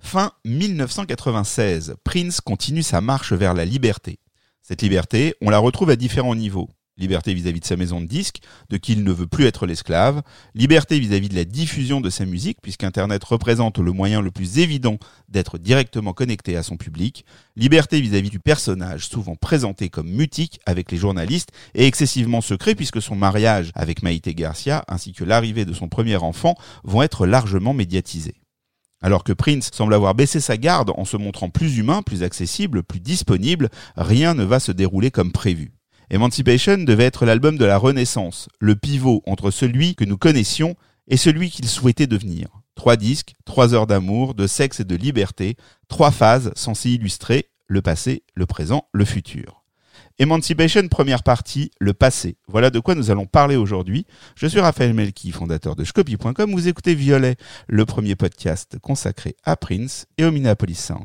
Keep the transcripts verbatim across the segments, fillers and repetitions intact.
Fin dix-neuf cent quatre-vingt-seize, Prince continue sa marche vers la liberté. Cette liberté, on la retrouve à différents niveaux. Liberté vis-à-vis de sa maison de disques, de qui il ne veut plus être l'esclave. Liberté vis-à-vis de la diffusion de sa musique, puisqu'Internet représente le moyen le plus évident d'être directement connecté à son public. Liberté vis-à-vis du personnage, souvent présenté comme mutique avec les journalistes et excessivement secret, puisque son mariage avec Maïté Garcia, ainsi que l'arrivée de son premier enfant, vont être largement médiatisés. Alors que Prince semble avoir baissé sa garde en se montrant plus humain, plus accessible, plus disponible, rien ne va se dérouler comme prévu. Emancipation devait être l'album de la Renaissance, le pivot entre celui que nous connaissions et celui qu'il souhaitait devenir. Trois disques, trois heures d'amour, de sexe et de liberté, trois phases censées illustrer le passé, le présent, le futur. Emancipation, première partie, le passé. Voilà de quoi nous allons parler aujourd'hui. Je suis Raphaël Melki, fondateur de Shcopy point com. Vous écoutez Violet, le premier podcast consacré à Prince et au Minneapolis Sound.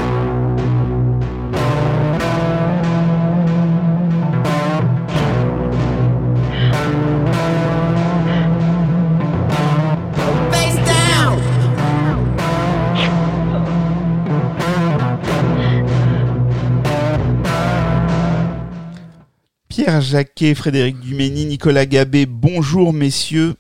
Pierre Jacquet, Frédéric Dumény, Nicolas Gabé, bonjour messieurs.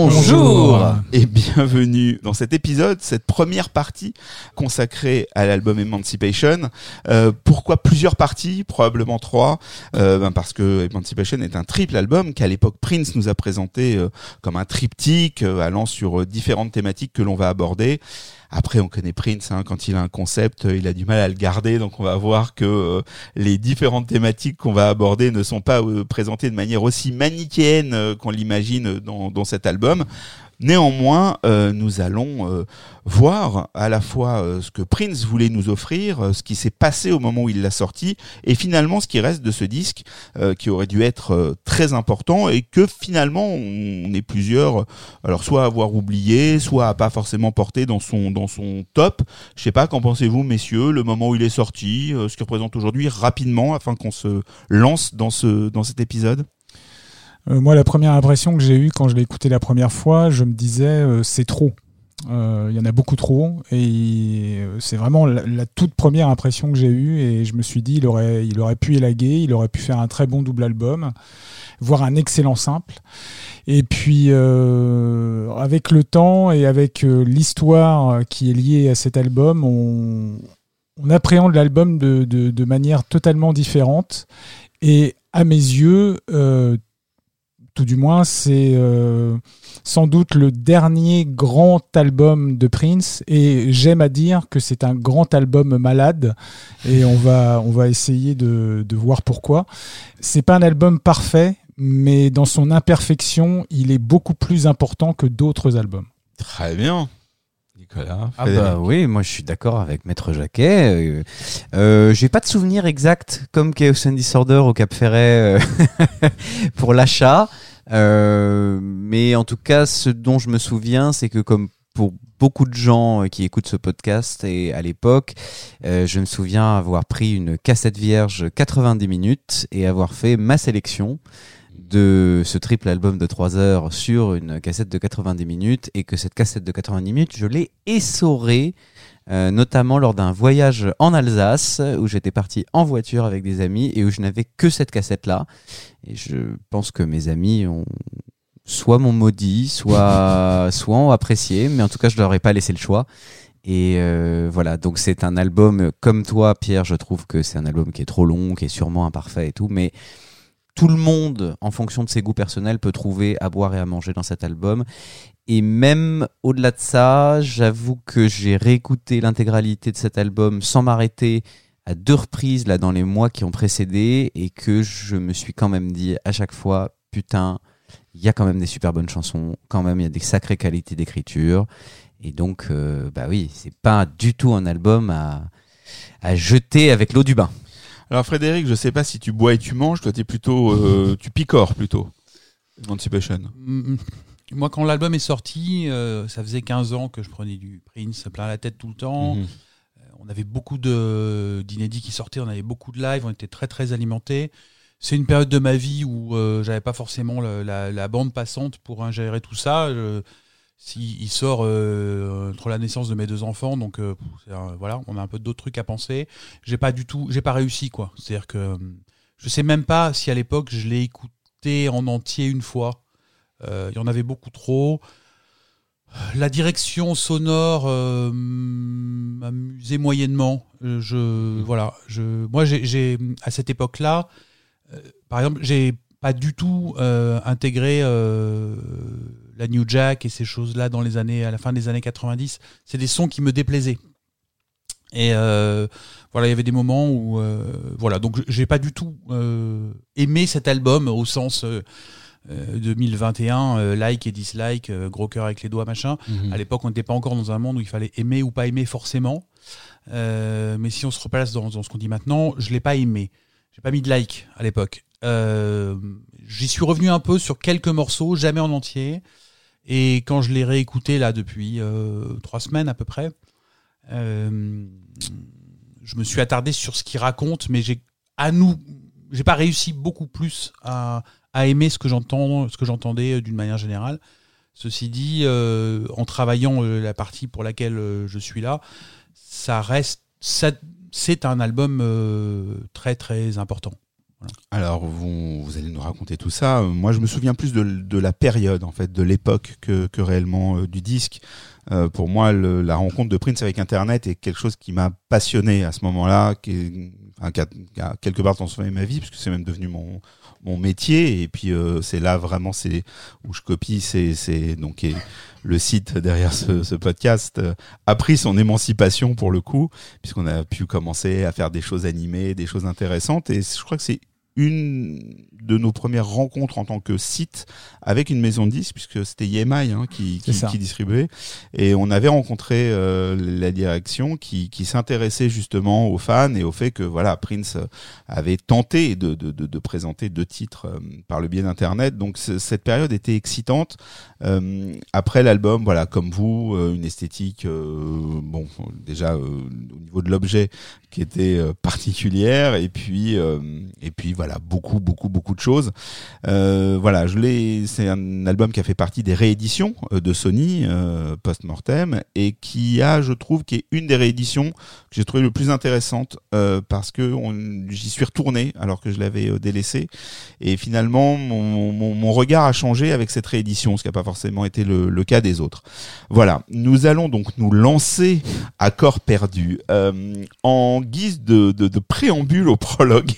Bonjour et bienvenue dans cet épisode, cette première partie consacrée à l'album Emancipation. Euh, pourquoi plusieurs parties, probablement trois, euh, ben parce que Emancipation est un triple album qu'à l'époque Prince nous a présenté euh, comme un triptyque euh, allant sur euh, différentes thématiques que l'on va aborder. Après, on connaît Prince, hein, quand il a un concept, euh, il a du mal à le garder, donc on va voir que euh, les différentes thématiques qu'on va aborder ne sont pas euh, présentées de manière aussi manichéenne euh, qu'on l'imagine dans, dans cet album. Néanmoins, euh, nous allons euh, voir à la fois euh, ce que Prince voulait nous offrir, euh, ce qui s'est passé au moment où il l'a sorti, et finalement ce qui reste de ce disque euh, qui aurait dû être euh, très important et que finalement on est plusieurs, alors soit à avoir oublié, soit à pas forcément porter dans son dans son top. Je sais pas, qu'en pensez-vous, messieurs, le moment où il est sorti, euh, ce qu'il représente aujourd'hui, rapidement, afin qu'on se lance dans ce dans cet épisode. Euh, moi, la première impression que j'ai eue quand je l'ai écouté la première fois, je me disais euh, c'est trop. Il euh, y en a beaucoup trop et euh, c'est vraiment la, la toute première impression que j'ai eue et je me suis dit il aurait, il aurait pu élaguer, il aurait pu faire un très bon double album, voire un excellent simple. Et puis euh, avec le temps et avec euh, l'histoire qui est liée à cet album, on, on appréhende l'album de, de, de manière totalement différente et à mes yeux, euh, tout du moins, c'est euh, sans doute le dernier grand album de Prince et j'aime à dire que c'est un grand album malade et on va, on va essayer de, de voir pourquoi. C'est pas un album parfait, mais dans son imperfection, il est beaucoup plus important que d'autres albums. Très bien. Nicolas, ah bah oui, moi je suis d'accord avec Maître Jacquet. Euh, euh, j'ai pas de souvenir exact comme Chaos and Disorder au Cap Ferret euh, pour l'achat, euh, mais en tout cas ce dont je me souviens, c'est que comme pour beaucoup de gens qui écoutent ce podcast et à l'époque, euh, je me souviens avoir pris une cassette vierge quatre-vingt-dix minutes et avoir fait ma sélection de ce triple album de trois heures sur une cassette de quatre-vingt-dix minutes et que cette cassette de quatre-vingt-dix minutes, je l'ai essorée, euh, notamment lors d'un voyage en Alsace où j'étais parti en voiture avec des amis et où je n'avais que cette cassette-là. Et je pense que mes amis ont soit m'ont maudit, soit, soit ont apprécié, mais en tout cas, je leur ai pas laissé le choix. Et euh, voilà, donc c'est un album, comme toi, Pierre, je trouve que c'est un album qui est trop long, qui est sûrement imparfait et tout, mais tout le monde, en fonction de ses goûts personnels, peut trouver à boire et à manger dans cet album. Et même au-delà de ça, j'avoue que j'ai réécouté l'intégralité de cet album sans m'arrêter à deux reprises là dans les mois qui ont précédé et que je me suis quand même dit à chaque fois, putain, il y a quand même des super bonnes chansons, quand même il y a des sacrées qualités d'écriture. Et donc, euh, bah oui, c'est pas du tout un album à, à jeter avec l'eau du bain. Alors Frédéric, je sais pas si tu bois et tu manges, toi t'es plutôt, euh, tu picores plutôt. Emancipation. Moi, quand l'album est sorti, euh, ça faisait quinze ans que je prenais du Prince plein la tête tout le temps. Mmh. Euh, on avait beaucoup de, d'inédits qui sortaient, on avait beaucoup de live, on était très très alimentés. C'est une période de ma vie où euh, j'avais pas forcément le, la, la bande passante pour ingérer tout ça. Je, si il sort euh, entre la naissance de mes deux enfants, donc euh, c'est un, voilà, on a un peu d'autres trucs à penser. J'ai pas du tout, j'ai pas réussi quoi. C'est-à-dire que je sais même pas si à l'époque je l'ai écouté en entier une fois. Euh, il y en avait beaucoup trop. La direction sonore euh, m'amusait moyennement. Je voilà, je moi j'ai, j'ai à cette époque-là, euh, par exemple, j'ai pas du tout euh, intégré euh, la New Jack et ces choses-là dans les années à la fin des années quatre-vingt-dix. C'est des sons qui me déplaisaient. Et euh, voilà, il y avait des moments où euh, voilà, donc j'ai pas du tout euh, aimé cet album au sens euh, deux mille vingt et un, euh, like et dislike, euh, gros cœur avec les doigts, machin. Mmh. À l'époque, on n'était pas encore dans un monde où il fallait aimer ou pas aimer forcément. Euh, mais si on se replace dans, dans ce qu'on dit maintenant, je l'ai pas aimé. J'ai pas mis de like à l'époque. Euh, j'y suis revenu un peu sur quelques morceaux, jamais en entier. Et quand je l'ai réécouté là depuis euh, trois semaines à peu près, euh, je me suis attardé sur ce qu'il raconte, mais j'ai à nous, j'ai pas réussi beaucoup plus à, à aimer ce que j'entends, ce que j'entendais d'une manière générale. Ceci dit, euh, en travaillant euh, la partie pour laquelle euh, je suis là, ça reste, ça, c'est un album euh, très très important. Voilà. Alors, vous, vous allez nous raconter tout ça. Moi, je me souviens plus de, de la période, en fait, de l'époque que, que réellement euh, du disque. Euh, pour moi, le, la rencontre de Prince avec Internet est quelque chose qui m'a passionné à ce moment-là, qui, est, enfin, qui, a, qui a quelque part transformé ma vie, parce que c'est même devenu mon, mon métier. Et puis, euh, c'est là vraiment c'est où je copie. C'est, c'est donc et le site derrière ce, ce podcast euh, a pris son émancipation pour le coup, puisqu'on a pu commencer à faire des choses animées, des choses intéressantes. Et je crois que c'est une de nos premières rencontres en tant que site avec une maison de disques, puisque c'était E M I hein, qui, qui, qui distribuait, et on avait rencontré euh, la direction qui, qui s'intéressait justement aux fans et au fait que voilà, Prince avait tenté de, de, de, de présenter deux titres euh, par le biais d'internet. Donc c- cette période était excitante. Euh, après l'album, voilà, comme vous, euh, une esthétique euh, bon déjà euh, au niveau de l'objet qui était euh, particulière, et puis euh, et puis voilà, beaucoup beaucoup beaucoup de choses. Euh, voilà, je l'ai. C'est un album qui a fait partie des rééditions euh, de Sony euh, post-mortem, et qui a, je trouve, qui est une des rééditions que j'ai trouvé le plus intéressante euh, parce que on, j'y suis retourné alors que je l'avais euh, délaissé, et finalement mon, mon mon regard a changé avec cette réédition, ce qui n'a pas forcément été le, le cas des autres. Voilà, nous allons donc nous lancer à corps perdu euh, en guise de, de, de préambule au prologue.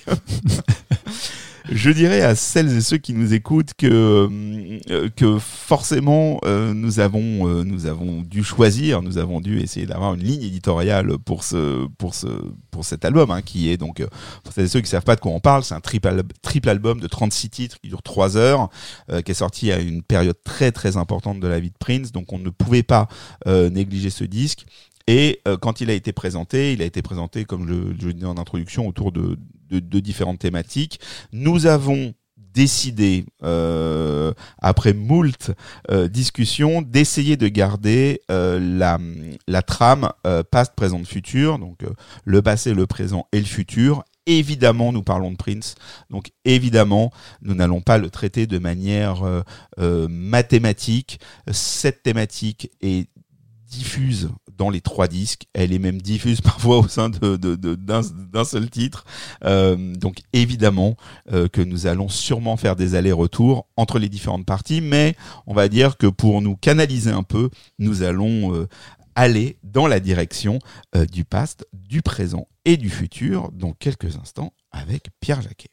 Je dirais à celles et ceux qui nous écoutent que euh, que forcément euh, nous avons euh, nous avons dû choisir, nous avons dû essayer d'avoir une ligne éditoriale pour ce pour ce pour cet album hein, qui est donc, pour celles et ceux qui savent pas de quoi on parle, c'est un triple al- triple album de trente-six titres qui dure trois heures, euh, qui est sorti à une période très très importante de la vie de Prince, donc on ne pouvait pas euh, négliger ce disque. Et euh, quand il a été présenté, il a été présenté, comme je, je le disais en introduction, autour de, de, de différentes thématiques. Nous avons décidé, euh, après moult euh, discussions, d'essayer de garder euh, la, la trame euh, past, présent, futur, donc euh, le passé, le présent et le futur. Évidemment, nous parlons de Prince, donc évidemment, nous n'allons pas le traiter de manière euh, euh, mathématique. Cette thématique est diffuse dans les trois disques, elle est même diffuse parfois au sein de, de, de d'un, d'un seul titre. Euh, donc évidemment euh, que nous allons sûrement faire des allers-retours entre les différentes parties, mais on va dire que pour nous canaliser un peu, nous allons euh, aller dans la direction euh, du past, du présent et du futur dans quelques instants avec Pierre Jacquet.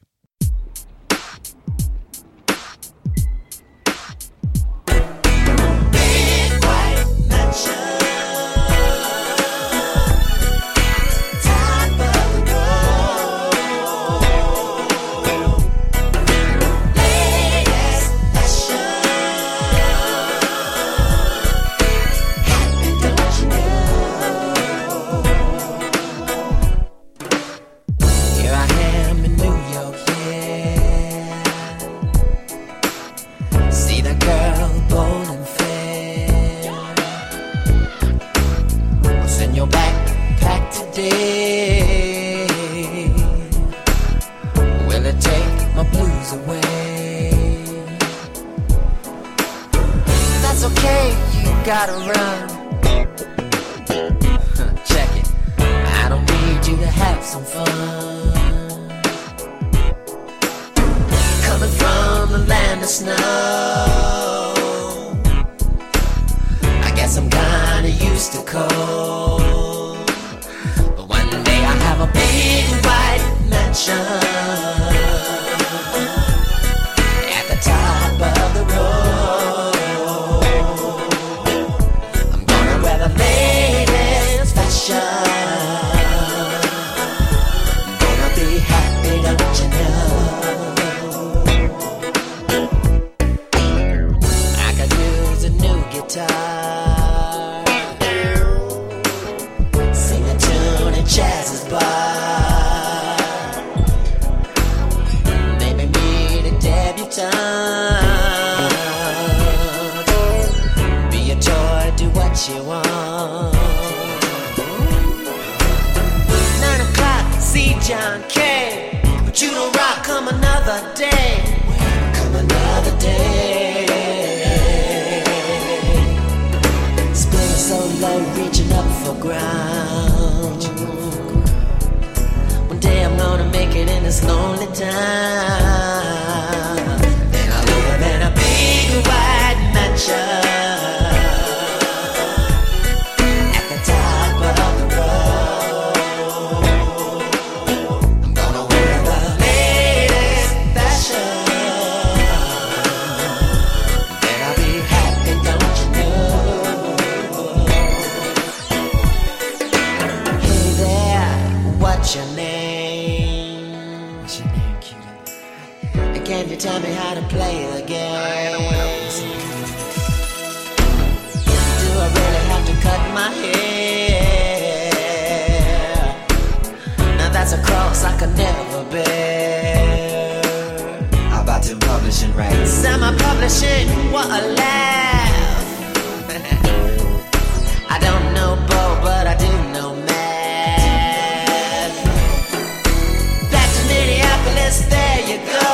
Okay, you gotta run. Check it. I don't need you to have some fun. Coming from the land of snow, I guess I'm kinda used to cold. But one day I have a big white mansion at the top of the road. I'm gonna wear the latest fashion. Gonna be happy, don't you know? I could use a new guitar, sing a tune at Jazz's bar, maybe meet a debutante, be a toy, do what you want. Nine o'clock, see John Kay, but you don't rock, come another day, come another day. Spinning so low, reaching up for ground. One day I'm gonna make it in this lonely town. Then I'll live in a big white mansion at the top of the road. I'm gonna wear the latest fashion. Then I'll be happy, don't you know? Hey there, what's your name? What's your name, cutie? And can you tell me how to play a game? Do I really have to cut my hair? Now that's a cross I could never bear. How about them publishing rights? Semi-publishing, what a laugh. I don't know Bo, but I do know math. Back to Minneapolis, there you go.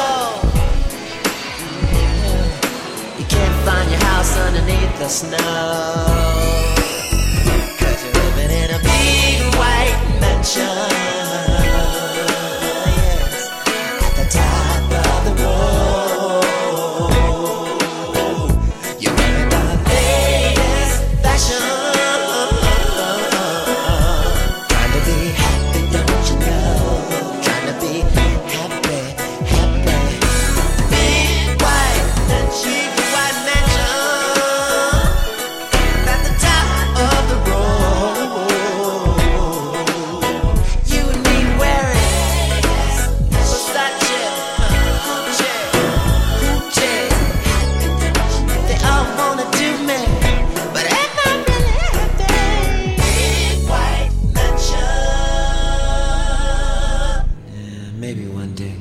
You can't find your house underneath the snow, 'cause you're living in a big white mansion, yes, at the top of the road. You're wearing the latest fashion, trying to be happy, don't you know? Trying to be happy, happy. Big white mansion, big white mansion at the top of the road. You and me wearing Versace, Gucci, Gucci. They all wanna do me, but am I really happy? Big white mansion. Yeah, maybe one day.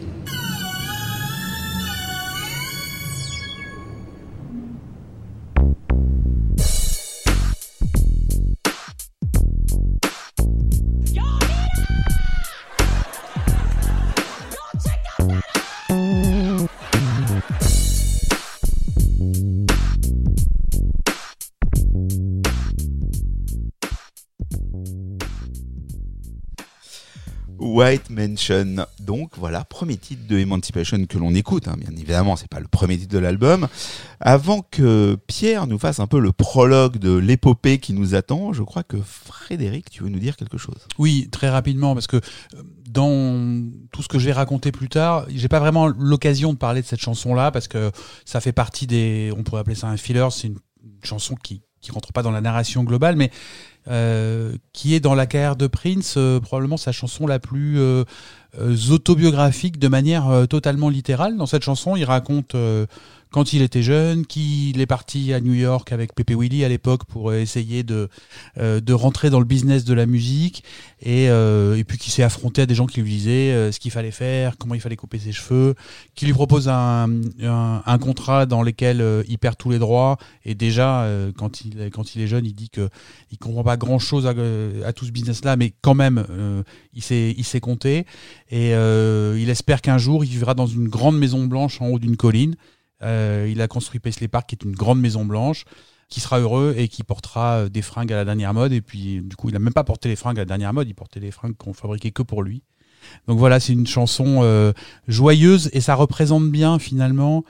White Mansion. Donc voilà, premier titre de Emancipation que l'on écoute. Hein. Bien évidemment, c'est pas le premier titre de l'album. Avant que Pierre nous fasse un peu le prologue de l'épopée qui nous attend, je crois que Frédéric, tu veux nous dire quelque chose? Oui, très rapidement, parce que dans tout ce que je vais raconter plus tard, j'ai pas vraiment l'occasion de parler de cette chanson-là, parce que ça fait partie des, on pourrait appeler ça un filler, c'est une chanson qui qui rentre pas dans la narration globale, mais euh, qui est dans la carrière de Prince, euh, probablement sa chanson la plus euh, euh, autobiographique de manière euh, totalement littérale. Dans cette chanson, il raconte euh, quand il était jeune, qu'il est parti à New York avec Pepe Willy à l'époque pour essayer de euh, de rentrer dans le business de la musique, et euh, et puis qu'il s'est affronté à des gens qui lui disaient euh, ce qu'il fallait faire, comment il fallait couper ses cheveux, qui lui propose un un, un contrat dans lequel euh, il perd tous les droits, et déjà euh, quand il quand il est jeune, il dit que il comprend pas grand chose à, à tout ce business là, mais quand même euh, il sait il sait compter, et euh, il espère qu'un jour il vivra dans une grande maison blanche en haut d'une colline. Euh, il a construit Paisley Park, qui est une grande maison blanche. qui sera heureux et qui portera des fringues à la dernière mode. Et puis, du coup, il n'a même pas porté les fringues à la dernière mode, il portait les fringues qu'on fabriquait que pour lui. Donc voilà, c'est une chanson euh, joyeuse et ça représente bien finalement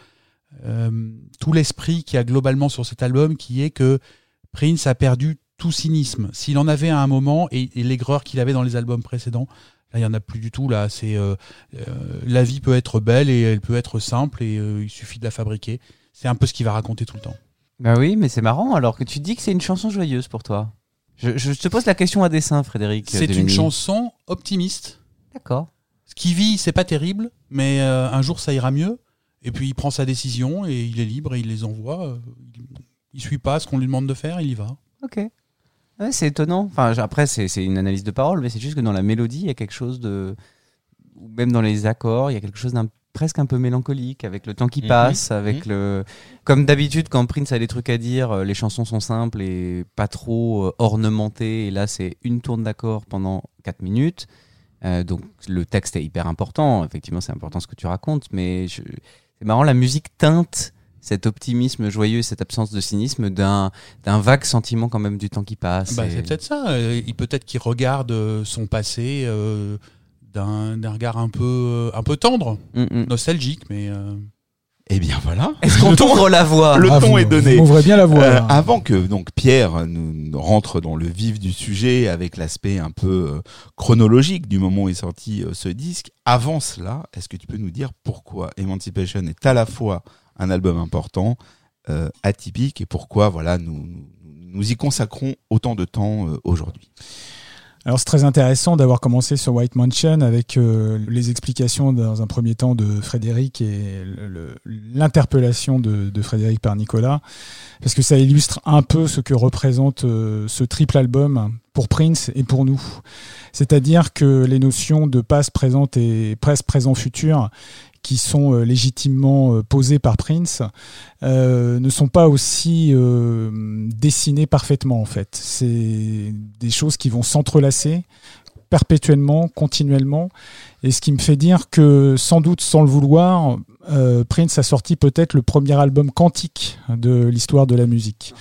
euh, tout l'esprit qu'il y a globalement sur cet album, qui est que Prince a perdu tout cynisme. S'il en avait à un moment, et, et l'aigreur qu'il avait dans les albums précédents, là il n'y en a plus du tout. Là, c'est euh, euh, la vie peut être belle et elle peut être simple et euh, il suffit de la fabriquer. C'est un peu ce qu'il va raconter tout le temps. Bah oui, mais c'est marrant alors que tu dis que c'est une chanson joyeuse pour toi. Je, je te pose la question à dessein, Frédéric. C'est Deligny. une chanson optimiste. D'accord. Ce qu'il vit, c'est pas terrible, mais euh, un jour ça ira mieux. Et puis il prend sa décision et il est libre et il les envoie. Euh, il, il suit pas ce qu'on lui demande de faire, il y va. Ok. Ouais, c'est étonnant. Enfin, après, c'est, c'est une analyse de parole, mais c'est juste que dans la mélodie, il y a quelque chose de, ou même dans les accords, il y a quelque chose d'un presque un peu mélancolique, avec le temps qui passe, mmh, avec mmh. le, comme d'habitude quand Prince a des trucs à dire, les chansons sont simples et pas trop ornementées. Et là, c'est une tourne d'accord pendant quatre minutes. Euh, donc le texte est hyper important, effectivement c'est important ce que tu racontes, mais je... c'est marrant, la musique teinte cet optimisme joyeux, cette absence de cynisme d'un, d'un vague sentiment quand même du temps qui passe. Bah, et... C'est peut-être ça, il, peut-être qu'il regarde son passé euh, d'un, d'un regard un peu, un peu tendre, mm-hmm. nostalgique, mais... Euh... Eh bien voilà. Est-ce qu'on t'ouvre la voie ? Le ah, ton vous, est donné. Vous m'ouvrez bien la voie. Euh, avant que donc Pierre nous rentre dans le vif du sujet avec l'aspect un peu euh, chronologique du moment où est sorti euh, ce disque, avant cela, est-ce que tu peux nous dire pourquoi Emancipation est à la fois un album important, euh, atypique, et pourquoi voilà nous, nous, nous y consacrons autant de temps euh, aujourd'hui ? Alors c'est très intéressant d'avoir commencé sur White Mansion avec euh, les explications dans un premier temps de Frédéric et le, le, l'interpellation de, de Frédéric par Nicolas, parce que ça illustre un peu ce que représente euh, ce triple album pour Prince et pour nous. C'est-à-dire que les notions de passe, présent et presque présent, futur qui sont euh, légitimement euh, posées par Prince euh, ne sont pas aussi euh, dessinées parfaitement en fait. C'est des choses qui vont s'entrelacer perpétuellement, continuellement, et ce qui me fait dire que sans doute sans le vouloir, euh, Prince a sorti peut-être le premier album quantique de l'histoire de la musique.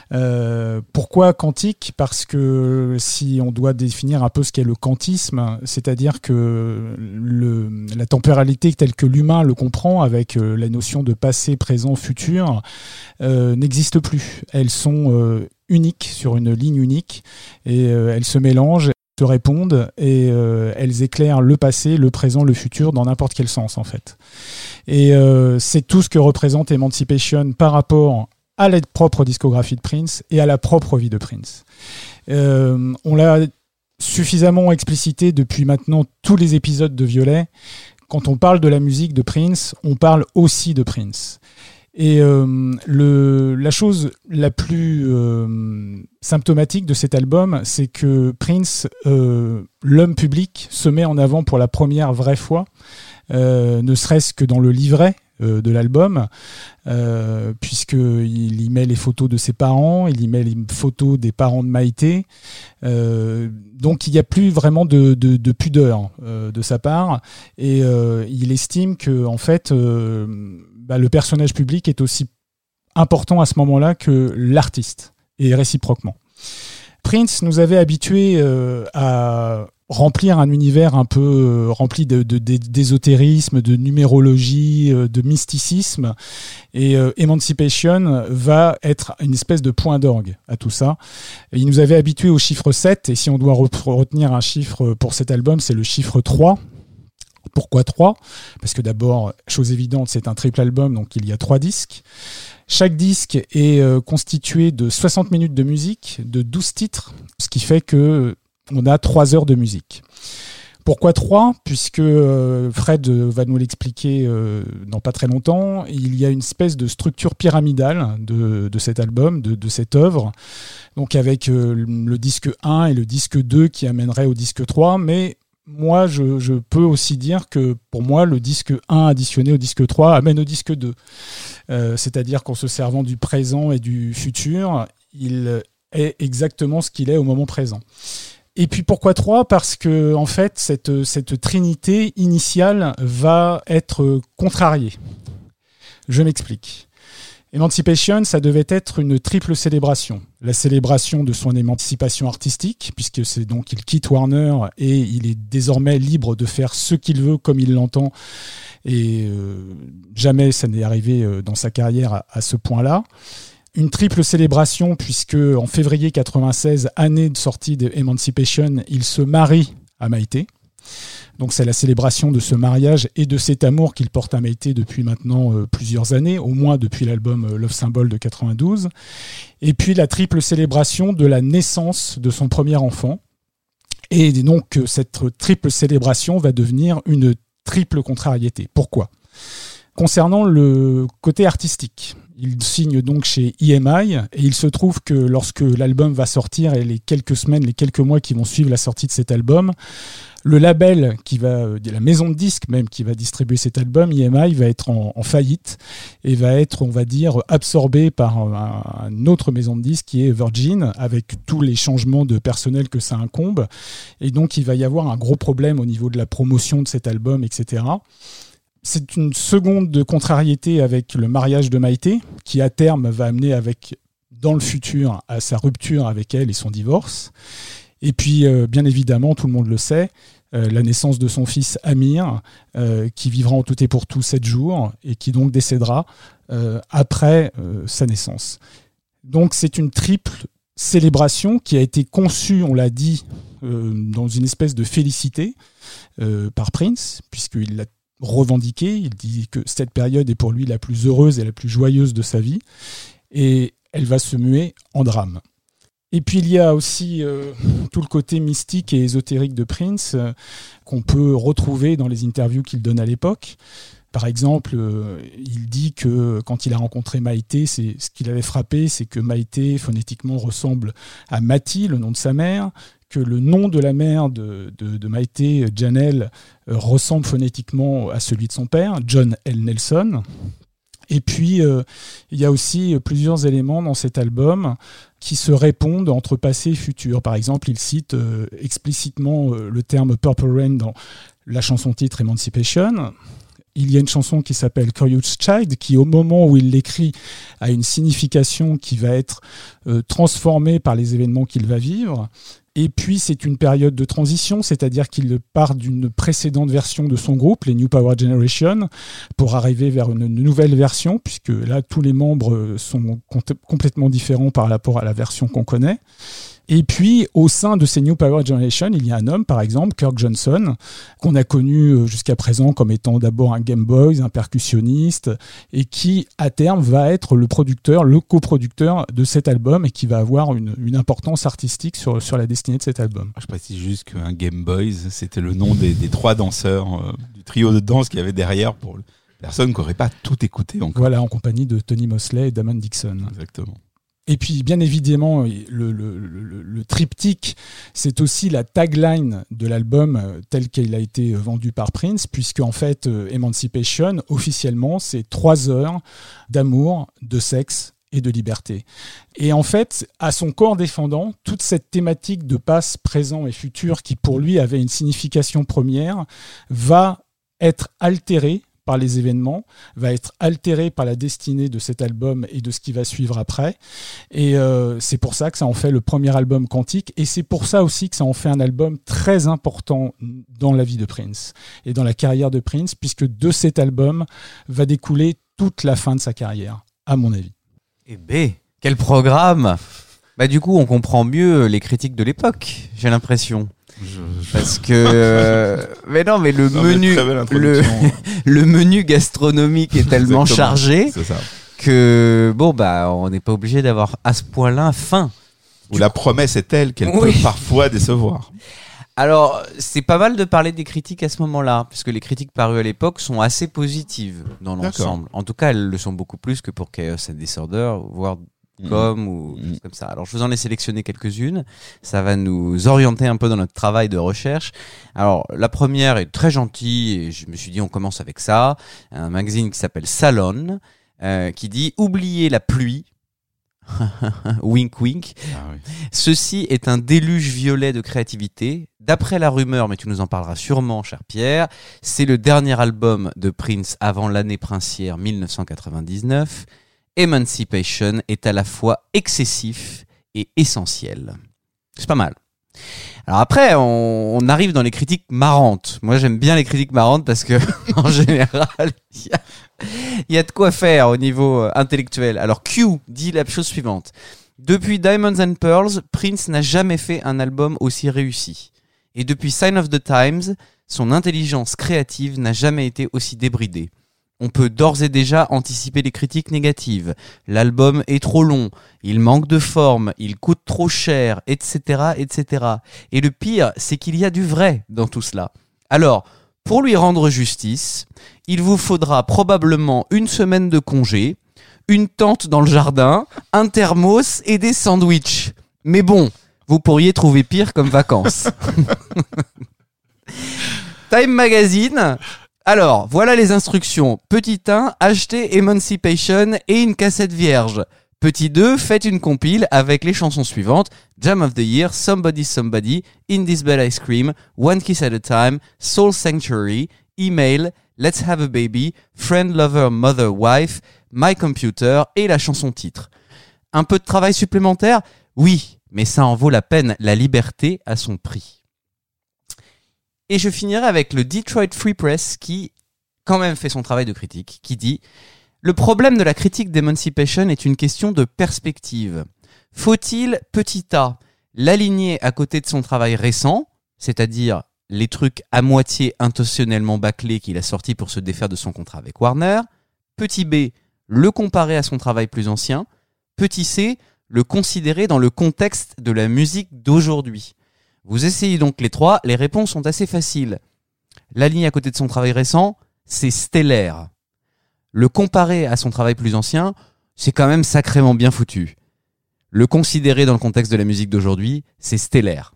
Euh, pourquoi quantique ? Parce que si on doit définir un peu ce qu'est le quantisme, c'est-à-dire que le, la temporalité telle que l'humain le comprend, avec euh, la notion de passé, présent, futur, euh, n'existe plus. Elles sont euh, uniques sur une ligne unique et euh, elles se mélangent, se répondent et euh, elles éclairent le passé, le présent, le futur dans n'importe quel sens en fait. Et euh, c'est tout ce que représente Emancipation par rapport à la propre discographie de Prince et à la propre vie de Prince. Euh, on l'a suffisamment explicité depuis maintenant tous les épisodes de Violet. Quand on parle de la musique de Prince, on parle aussi de Prince. Et euh, le, la chose la plus euh, symptomatique de cet album, c'est que Prince, euh, l'homme public, se met en avant pour la première vraie fois, euh, ne serait-ce que dans le livret euh, de l'album, euh, puisqu'il y met les photos de ses parents, il y met les photos des parents de Maïté. Euh, donc il n'y a plus vraiment de, de, de pudeur euh, de sa part, et euh, il estime que en fait, euh, bah, le personnage public est aussi important à ce moment-là que l'artiste, et réciproquement. Prince nous avait habitués euh, à remplir un univers un peu euh, rempli de, de, de, d'ésotérisme, de numérologie, euh, de mysticisme, et euh, Emancipation va être une espèce de point d'orgue à tout ça. Et il nous avait habitués au chiffre sept, et si on doit retenir un chiffre pour cet album, c'est le chiffre trois. Pourquoi trois ? Parce que d'abord, chose évidente, c'est un triple album, donc il y a trois disques. Chaque disque est euh, constitué de soixante minutes de musique, de douze titres, ce qui fait que on a trois heures de musique. Pourquoi trois ? Puisque euh, Fred va nous l'expliquer euh, dans pas très longtemps, il y a une espèce de structure pyramidale de, de cet album, de, de cette œuvre, donc avec euh, le disque un et le disque deux qui amènerait au disque trois, mais moi, je, je peux aussi dire que pour moi, le disque un additionné au disque trois amène au disque deux. Euh, c'est-à-dire qu'en se servant du présent et du futur, il est exactement ce qu'il est au moment présent. Et puis pourquoi trois ? Parce que en fait, cette, cette trinité initiale va être contrariée. Je m'explique. Emancipation, ça devait être une triple célébration. La célébration de son émancipation artistique, puisque c'est donc il quitte Warner et il est désormais libre de faire ce qu'il veut comme il l'entend. Et euh, jamais ça n'est arrivé euh, dans sa carrière à, à ce point-là. Une triple célébration, puisque en février quatre-vingt-seize, année de sortie de Emancipation, il se marie à Maïté. Donc c'est la célébration de ce mariage et de cet amour qu'il porte à Maïté depuis maintenant euh, plusieurs années, au moins depuis l'album euh, Love Symbol de quatre-vingt-douze. Et puis la triple célébration de la naissance de son premier enfant. Et donc euh, cette triple célébration va devenir une triple contrariété. Pourquoi ? Concernant le côté artistique, il signe donc chez E M I et il se trouve que lorsque l'album va sortir et les quelques semaines, les quelques mois qui vont suivre la sortie de cet album, le label qui va, la maison de disques même qui va distribuer cet album, E M I, va être en, en faillite et va être, on va dire, absorbé par un, une autre maison de disques qui est Virgin, avec tous les changements de personnel que ça incombe. Et donc il va y avoir un gros problème au niveau de la promotion de cet album, et cetera. C'est une seconde de contrariété avec le mariage de Maïté, qui à terme va amener avec, dans le futur, à sa rupture avec elle et son divorce. Et puis, euh, bien évidemment, tout le monde le sait, euh, la naissance de son fils Amir, euh, qui vivra en tout et pour tout sept jours, et qui donc décédera euh, après euh, sa naissance. Donc c'est une triple célébration qui a été conçue, on l'a dit, euh, dans une espèce de félicité euh, par Prince, puisqu'il l'a revendiqué, il dit que cette période est pour lui la plus heureuse et la plus joyeuse de sa vie, et elle va se muer en drame. Et puis il y a aussi euh, tout le côté mystique et ésotérique de Prince euh, qu'on peut retrouver dans les interviews qu'il donne à l'époque. Par exemple, euh, il dit que quand il a rencontré Maïté, c'est, ce qui l'avait frappé, c'est que Maïté phonétiquement ressemble à Mati, le nom de sa mère, que le nom de la mère de, de, de Maïté, Janelle, euh, ressemble phonétiquement à celui de son père, John L. Nelson. Et puis, euh, il y a aussi plusieurs éléments dans cet album qui se répondent entre passé et futur. Par exemple, il cite euh, explicitement euh, le terme Purple Rain dans la chanson-titre Emancipation. Il y a une chanson qui s'appelle Curious Child, qui au moment où il l'écrit a une signification qui va être euh, transformée par les événements qu'il va vivre. Et puis c'est une période de transition, c'est-à-dire qu'il part d'une précédente version de son groupe, les New Power Generation, pour arriver vers une nouvelle version, puisque là tous les membres sont complètement différents par rapport à la version qu'on connaît. Et puis, au sein de ces New Power Generation, il y a un homme, par exemple, Kirk Johnson, qu'on a connu jusqu'à présent comme étant d'abord un Game Boys, un percussionniste, et qui, à terme, va être le producteur, le coproducteur de cet album, et qui va avoir une, une importance artistique sur, sur la destinée de cet album. Je précise juste qu'un Game Boys, c'était le nom des, des trois danseurs, euh, du trio de danse qu'il y avait derrière pour les personnes qui n'auraient pas tout écouté encore. Voilà, en compagnie de Tony Mosley et Damon Dixon. Exactement. Et puis, bien évidemment, le, le, le, le triptyque, c'est aussi la tagline de l'album tel qu'il a été vendu par Prince, puisque en fait, Emancipation, officiellement, c'est trois heures d'amour, de sexe et de liberté. Et en fait, à son corps défendant, toute cette thématique de passé, présent et futur, qui pour lui avait une signification première, va être altérée par les événements, va être altéré par la destinée de cet album et de ce qui va suivre après. Et euh, c'est pour ça que ça en fait le premier album quantique, et c'est pour ça aussi que ça en fait un album très important dans la vie de Prince et dans la carrière de Prince, puisque de cet album va découler toute la fin de sa carrière, à mon avis. Eh ben, quel programme! Bah du coup, on comprend mieux les critiques de l'époque, j'ai l'impression. Je, je... Parce que euh, mais non mais le non, menu mais le, le menu gastronomique est tellement chargé c'est ça. Que bon bah on n'est pas obligé d'avoir à ce point-là faim. Ou la promesse est telle qu'elle oui. peut parfois décevoir. Alors c'est pas mal de parler des critiques à ce moment-là, puisque les critiques parues à l'époque sont assez positives dans l'ensemble. D'accord. En tout cas, elles le sont beaucoup plus que pour Chaos and Disorder, voire comme mmh. ou mmh. comme ça. Alors je vous en ai sélectionné quelques-unes, ça va nous orienter un peu dans notre travail de recherche. Alors la première est très gentille et je me suis dit on commence avec ça, un magazine qui s'appelle Salon euh, qui dit oubliez la pluie. Wink wink. Ah oui. Ceci est un déluge violet de créativité. D'après la rumeur, mais tu nous en parleras sûrement, cher Pierre, c'est le dernier album de Prince avant l'année princière mille neuf cent quatre-vingt-dix-neuf. Emancipation est à la fois excessif et essentiel. C'est pas mal. Alors après, on, on arrive dans les critiques marrantes. Moi, j'aime bien les critiques marrantes parce que, en général, il y a, y a de quoi faire au niveau euh, intellectuel. Alors Q dit la chose suivante. Depuis Diamonds and Pearls, Prince n'a jamais fait un album aussi réussi. Et depuis Sign of the Times, son intelligence créative n'a jamais été aussi débridée. On peut d'ores et déjà anticiper les critiques négatives. L'album est trop long, il manque de forme, il coûte trop cher, et cetera, et cetera. Et le pire, c'est qu'il y a du vrai dans tout cela. Alors, pour lui rendre justice, il vous faudra probablement une semaine de congé, une tente dans le jardin, un thermos et des sandwichs. Mais bon, vous pourriez trouver pire comme vacances. Time Magazine... Alors, voilà les instructions. Petit un, achetez Emancipation et une cassette vierge. Petit deux, faites une compile avec les chansons suivantes. Jam of the Year, Somebody Somebody, In This Bed I Scream, One Kiss at a Time, Soul Sanctuary, Email, Let's Have a Baby, Friend, Lover, Mother, Wife, My Computer et la chanson titre. Un peu de travail supplémentaire ? Oui, mais ça en vaut la peine. La liberté a son prix. Et je finirai avec le Detroit Free Press qui, quand même, fait son travail de critique, qui dit « Le problème de la critique d'Emancipation est une question de perspective. Faut-il, petit a, l'aligner à côté de son travail récent, c'est-à-dire les trucs à moitié intentionnellement bâclés qu'il a sortis pour se défaire de son contrat avec Warner, petit b, le comparer à son travail plus ancien, petit c, le considérer dans le contexte de la musique d'aujourd'hui. Vous essayez donc les trois, les réponses sont assez faciles. L'aligner à côté de son travail récent, c'est stellaire. Le comparer à son travail plus ancien, c'est quand même sacrément bien foutu. Le considérer dans le contexte de la musique d'aujourd'hui, c'est stellaire.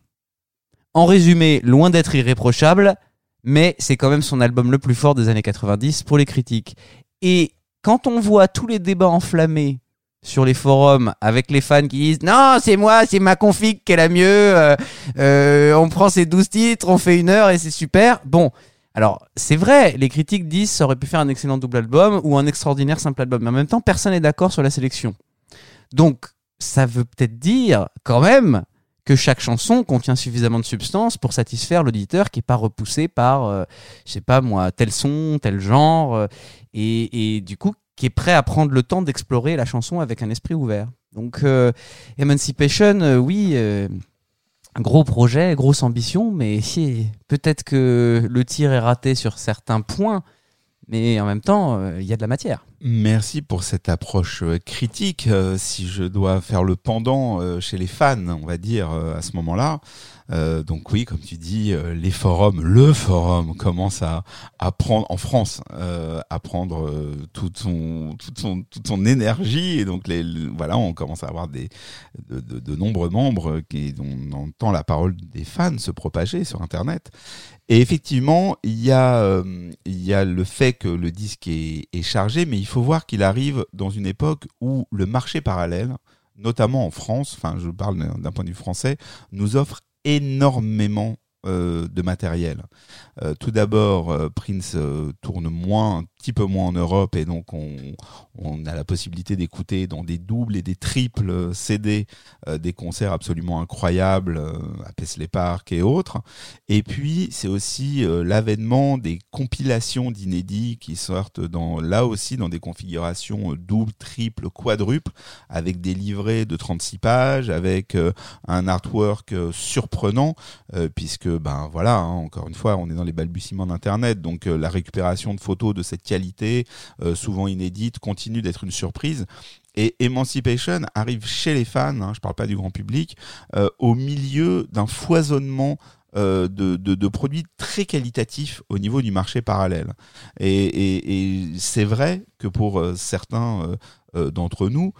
En résumé, loin d'être irréprochable, mais c'est quand même son album le plus fort des années quatre-vingt-dix pour les critiques. Et quand on voit tous les débats enflammés sur les forums avec les fans qui disent non, c'est moi, c'est ma config qui est la mieux, euh, euh, on prend ces douze titres, on fait une heure et c'est super. Bon, alors c'est vrai, les critiques disent ça aurait pu faire un excellent double album ou un extraordinaire simple album, mais en même temps personne n'est d'accord sur la sélection. Donc ça veut peut-être dire quand même que chaque chanson contient suffisamment de substance pour satisfaire l'auditeur qui n'est pas repoussé par, euh, je sais pas moi, tel son, tel genre, euh, et, et du coup qui est prêt à prendre le temps d'explorer la chanson avec un esprit ouvert. Donc, euh, Emancipation, euh, oui, euh, gros projet, grosse ambition, mais si, peut-être que le tir est raté sur certains points, mais en même temps, il euh, y a de la matière. Merci pour cette approche euh, critique. Euh, si je dois faire le pendant euh, chez les fans, on va dire, euh, à ce moment-là, Euh, donc oui, comme tu dis, euh, les forums, le forum commence à, à prendre en France, euh, à prendre euh, toute son, toute son, toute son énergie, et donc les, les- voilà, on commence à avoir des de, de, de nombreux membres qui on entend la parole des fans se propager sur Internet. Et effectivement, il y a euh, il y a le fait que le disque est, est chargé, mais il faut voir qu'il arrive dans une époque où le marché parallèle, notamment en France, enfin je parle d'un d'un point de vue français, nous offre énormément euh, de matériel. Euh, tout d'abord, euh, Prince euh, tourne moins, un petit peu moins en Europe, et donc on, on a la possibilité d'écouter dans des doubles et des triples C D euh, des concerts absolument incroyables euh, à Paisley Park et autres. Et puis, c'est aussi euh, l'avènement des compilations d'inédits qui sortent dans, là aussi dans des configurations euh, doubles, triples, quadruples, avec des livrets de trente-six pages, avec euh, un artwork euh, surprenant, euh, puisque, ben voilà, hein, encore une fois, on est dans les balbutiements d'Internet, donc euh, la récupération de photos de cette qualité, euh, souvent inédite, continue d'être une surprise. Et Emancipation arrive chez les fans, hein, je parle pas du grand public, euh, au milieu d'un foisonnement euh, de, de, de produits très qualitatifs au niveau du marché parallèle. Et, et, et c'est vrai que pour euh, certains euh, euh, d'entre nous,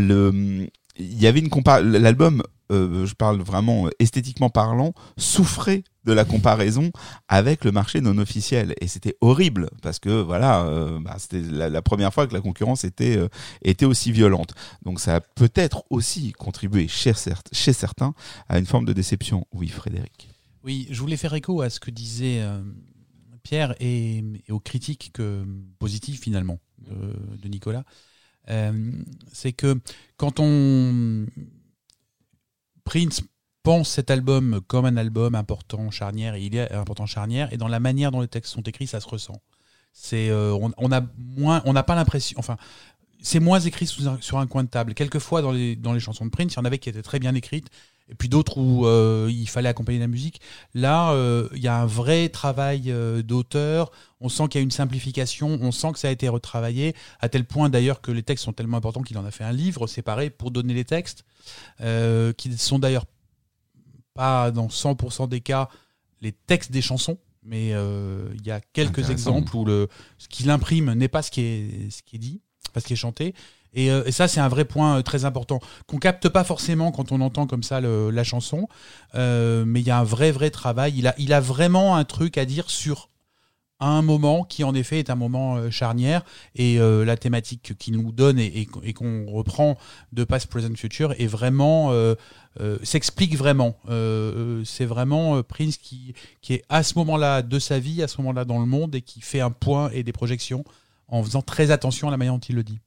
le, il y avait une compar- l'album, euh, je parle vraiment euh, esthétiquement parlant, souffrait de la comparaison avec le marché non officiel, et c'était horrible parce que voilà, euh, bah, c'était la, la première fois que la concurrence était euh, était aussi violente. Donc ça a peut-être aussi contribué chez, cert- chez certains à une forme de déception. Oui, Frédéric. Oui, je voulais faire écho à ce que disait euh, Pierre et, et aux critiques que, positives finalement de, de Nicolas. Euh, c'est que quand on Prince pense cet album comme un album important, charnière, et il est important, charnière, et dans la manière dont les textes sont écrits, ça se ressent. C'est, euh, on, on a moins, on n'a pas l'impression, enfin, c'est moins écrit sous un, sur un coin de table. Quelquefois, dans les, dans les chansons de Prince, il y en avait qui étaient très bien écrites, et puis d'autres où euh, il fallait accompagner la musique. Là, euh, il y a un vrai travail euh, d'auteur. On sent qu'il y a une simplification. On sent que ça a été retravaillé, à tel point d'ailleurs que les textes sont tellement importants qu'il en a fait un livre séparé pour donner les textes, euh, qui sont d'ailleurs pas dans cent pour cent des cas les textes des chansons, mais euh, il y a quelques exemples où le, ce qu'il imprime n'est pas ce qui est, ce qui est dit, pas ce qui est chanté. Et, euh, et ça, c'est un vrai point euh, très important, qu'on capte pas forcément quand on entend comme ça le, la chanson, euh, mais il y a un vrai, vrai travail. Il a, il a vraiment un truc à dire sur un moment qui, en effet, est un moment euh, charnière, et euh, la thématique qu'il nous donne et, et, et qu'on reprend de Past, Present, Future est vraiment... Euh, Euh, s'explique vraiment. Euh, c'est vraiment euh, Prince qui, qui est à ce moment-là de sa vie, à ce moment-là dans le monde, et qui fait un point et des projections en faisant très attention à la manière dont il le dit.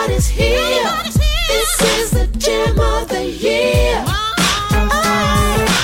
This is the gem of the year.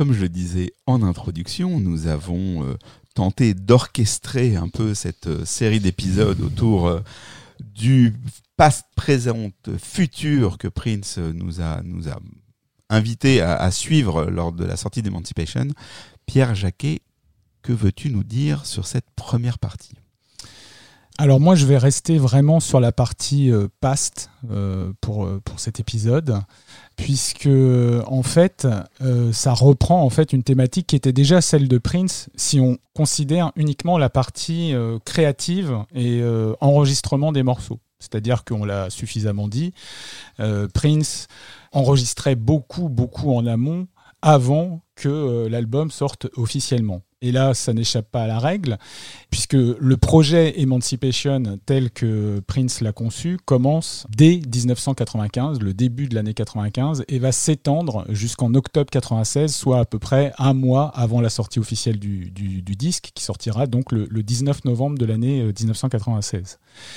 comme je le disais en introduction, nous avons euh, tenté d'orchestrer un peu cette euh, série d'épisodes autour euh, du past, présent, futur que Prince nous a, nous a invité à, à suivre lors de la sortie d'Emancipation. Pierre Jacquet, que veux-tu nous dire sur cette première partie ? Alors moi, je vais rester vraiment sur la partie euh, past euh, pour, pour cet épisode, puisque en fait, euh, ça reprend en fait une thématique qui était déjà celle de Prince, si on considère uniquement la partie euh, créative et euh, enregistrement des morceaux. C'est-à-dire qu'on l'a suffisamment dit, euh, Prince enregistrait beaucoup, beaucoup en amont avant que euh, l'album sorte officiellement. Et là, ça n'échappe pas à la règle, puisque le projet Emancipation, tel que Prince l'a conçu, commence dès dix-neuf cent quatre-vingt-quinze, le début de l'année quatre-vingt-quinze, et va s'étendre jusqu'en octobre quatre-vingt-seize, soit à peu près un mois avant la sortie officielle du, du, du disque, qui sortira donc le, le dix-neuf novembre de l'année dix-neuf cent quatre-vingt-seize.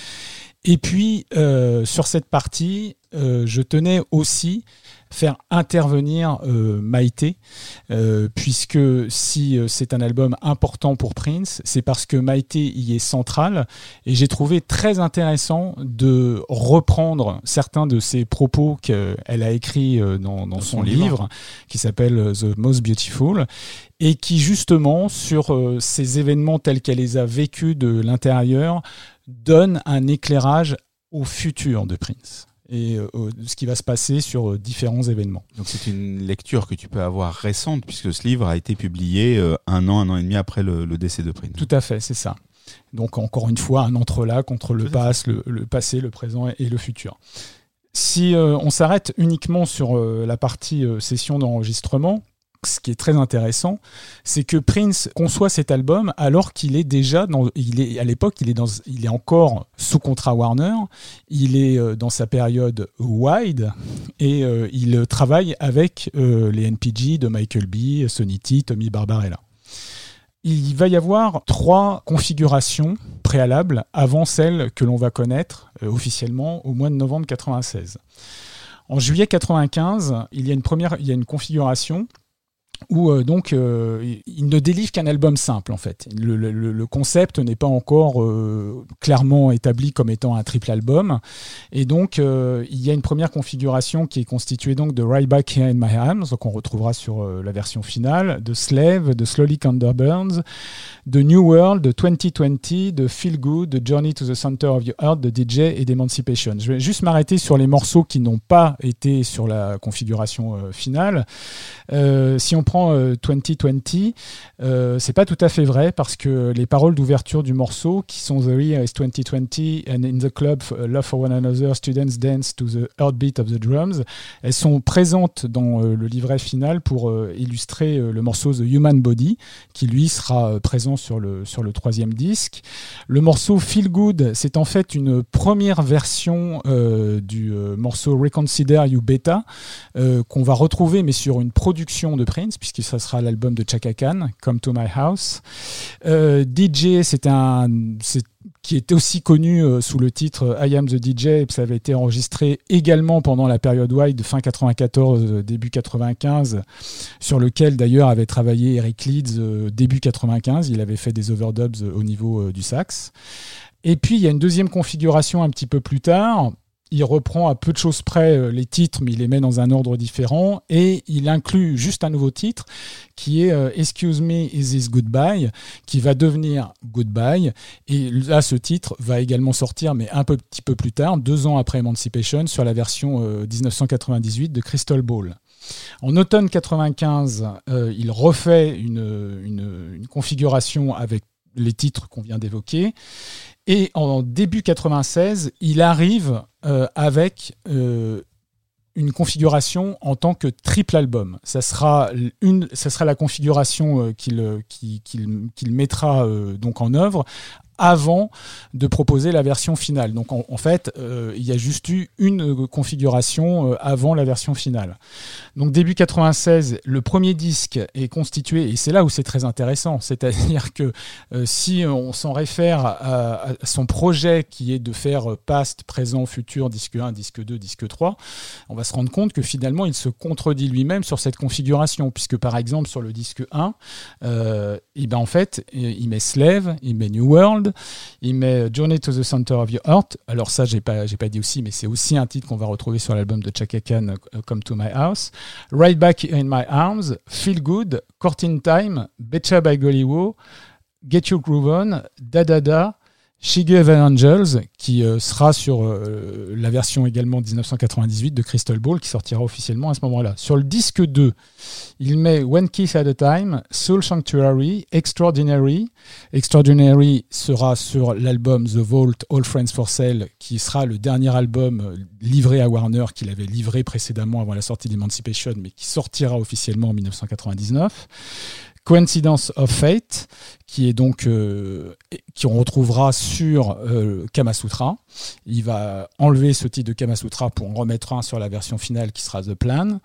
Et puis, euh, sur cette partie, euh, je tenais aussi faire intervenir euh, Maïté, euh, puisque si euh, c'est un album important pour Prince, c'est parce que Maïté y est centrale, et j'ai trouvé très intéressant de reprendre certains de ses propos qu'elle a écrits euh, dans, dans, dans son, son livre, livre, qui s'appelle The Most Beautiful, et qui justement, sur euh, ces événements tels qu'elle les a vécus de l'intérieur, donne un éclairage au futur de Prince et euh, ce qui va se passer sur euh, différents événements. Donc c'est une lecture que tu peux avoir récente, puisque ce livre a été publié euh, un an, un an et demi après le, le décès de Prince. Tout à fait, c'est ça. Donc encore une fois, un entrelac entre le, passe, le, le passé, le présent et, et le futur. Si euh, on s'arrête uniquement sur euh, la partie euh, session d'enregistrement, ce qui est très intéressant, c'est que Prince conçoit cet album alors qu'il est déjà dans, il est à l'époque, il est dans, il est encore sous contrat Warner, il est dans sa période wide et euh, il travaille avec euh, les N P G de Michael B, Sonny T, Tommy Barbarella. Il va y avoir trois configurations préalables avant celle que l'on va connaître euh, officiellement au mois de novembre quatre-vingt-seize. En juillet quatre-vingt-quinze, il y a une première, il y a une configuration où euh, donc euh, il ne délivre qu'un album simple en fait. Le, le, le concept n'est pas encore euh, clairement établi comme étant un triple album, et donc euh, il y a une première configuration qui est constituée donc de Right Back Here in My Arms, qu'on retrouvera sur euh, la version finale, de Slave, de Slowly Thunder Burns, de New World, de twenty twenty, de Feel Good, de Journey to the Center of Your Heart, de D J et d'Emancipation. Je vais juste m'arrêter sur les morceaux qui n'ont pas été sur la configuration euh, finale. Euh, si on prend euh, twenty twenty, euh, c'est pas tout à fait vrai, parce que les paroles d'ouverture du morceau, qui sont The Year is twenty twenty and in the club love for one another, students dance to the heartbeat of the drums, elles sont présentes dans euh, le livret final pour euh, illustrer euh, le morceau The Human Body, qui lui sera euh, présent sur le, sur le troisième disque. Le morceau Feel Good, c'est en fait une première version euh, du euh, morceau Reconsider You Beta, euh, qu'on va retrouver mais sur une production de Prince, puisque ça sera l'album de Chaka Khan, Come to My House. Euh, D J, c'est un, c'est, qui est aussi connu euh, sous le titre I Am the D J, et ça avait été enregistré également pendant la période wide, fin quatre-vingt-quatorze, début quatre-vingt-quinze, sur lequel d'ailleurs avait travaillé Eric Leeds euh, début quatre-vingt-quinze. Il avait fait des overdubs au niveau euh, du sax. Et puis il y a une deuxième configuration un petit peu plus tard. Il reprend à peu de choses près les titres, mais il les met dans un ordre différent, et il inclut juste un nouveau titre qui est euh, Excuse Me, Is This Goodbye, qui va devenir Goodbye. Et là, ce titre va également sortir, mais un peu, petit peu plus tard, deux ans après Emancipation, sur la version euh, dix-neuf cent quatre-vingt-dix-huit de Crystal Ball. En automne quatre-vingt-quinze, euh, il refait une, une, une configuration avec les titres qu'on vient d'évoquer. Et en début quatre-vingt-seize, il arrive euh, avec euh, une configuration en tant que triple album. Ça sera, une, ça sera la configuration euh, qu'il, qu'il, qu'il, qu'il mettra euh, donc en œuvre avant de proposer la version finale. Donc en, en fait, euh, il y a juste eu une configuration euh, avant la version finale. Donc début quatre-vingt-seize, le premier disque est constitué, et c'est là où c'est très intéressant, c'est-à-dire que euh, si on s'en réfère à, à son projet qui est de faire euh, past, présent, futur, disque un, disque deux, disque trois, on va se rendre compte que finalement il se contredit lui-même sur cette configuration, puisque par exemple sur le disque un, euh, et ben en fait il met Slave, il met New World, il met Journey to the Center of Your Heart. Alors ça j'ai pas j'ai pas dit aussi, mais c'est aussi un titre qu'on va retrouver sur l'album de Chaka Khan, Come to My House. Right Back in My Arms, Feel Good, Court in Time, Betcha by Golly Wo, Get Your Groove On, Da Da Da, She Gave an Angels, qui euh, sera sur euh, la version également dix-neuf cent quatre-vingt-dix-huit de Crystal Ball, qui sortira officiellement à ce moment-là. Sur le disque deux, il met One Kiss at a Time, Soul Sanctuary, Extraordinary. Extraordinary sera sur l'album The Vault, All Friends for Sale, qui sera le dernier album livré à Warner, qu'il avait livré précédemment avant la sortie d'Emancipation, mais qui sortira officiellement en dix-neuf cent quatre-vingt-dix-neuf. Coincidence of Fate, qui est donc euh, qui on retrouvera sur euh, Kama Sutra. Il va enlever ce titre de Kama Sutra pour en remettre un sur la version finale qui sera The Plan.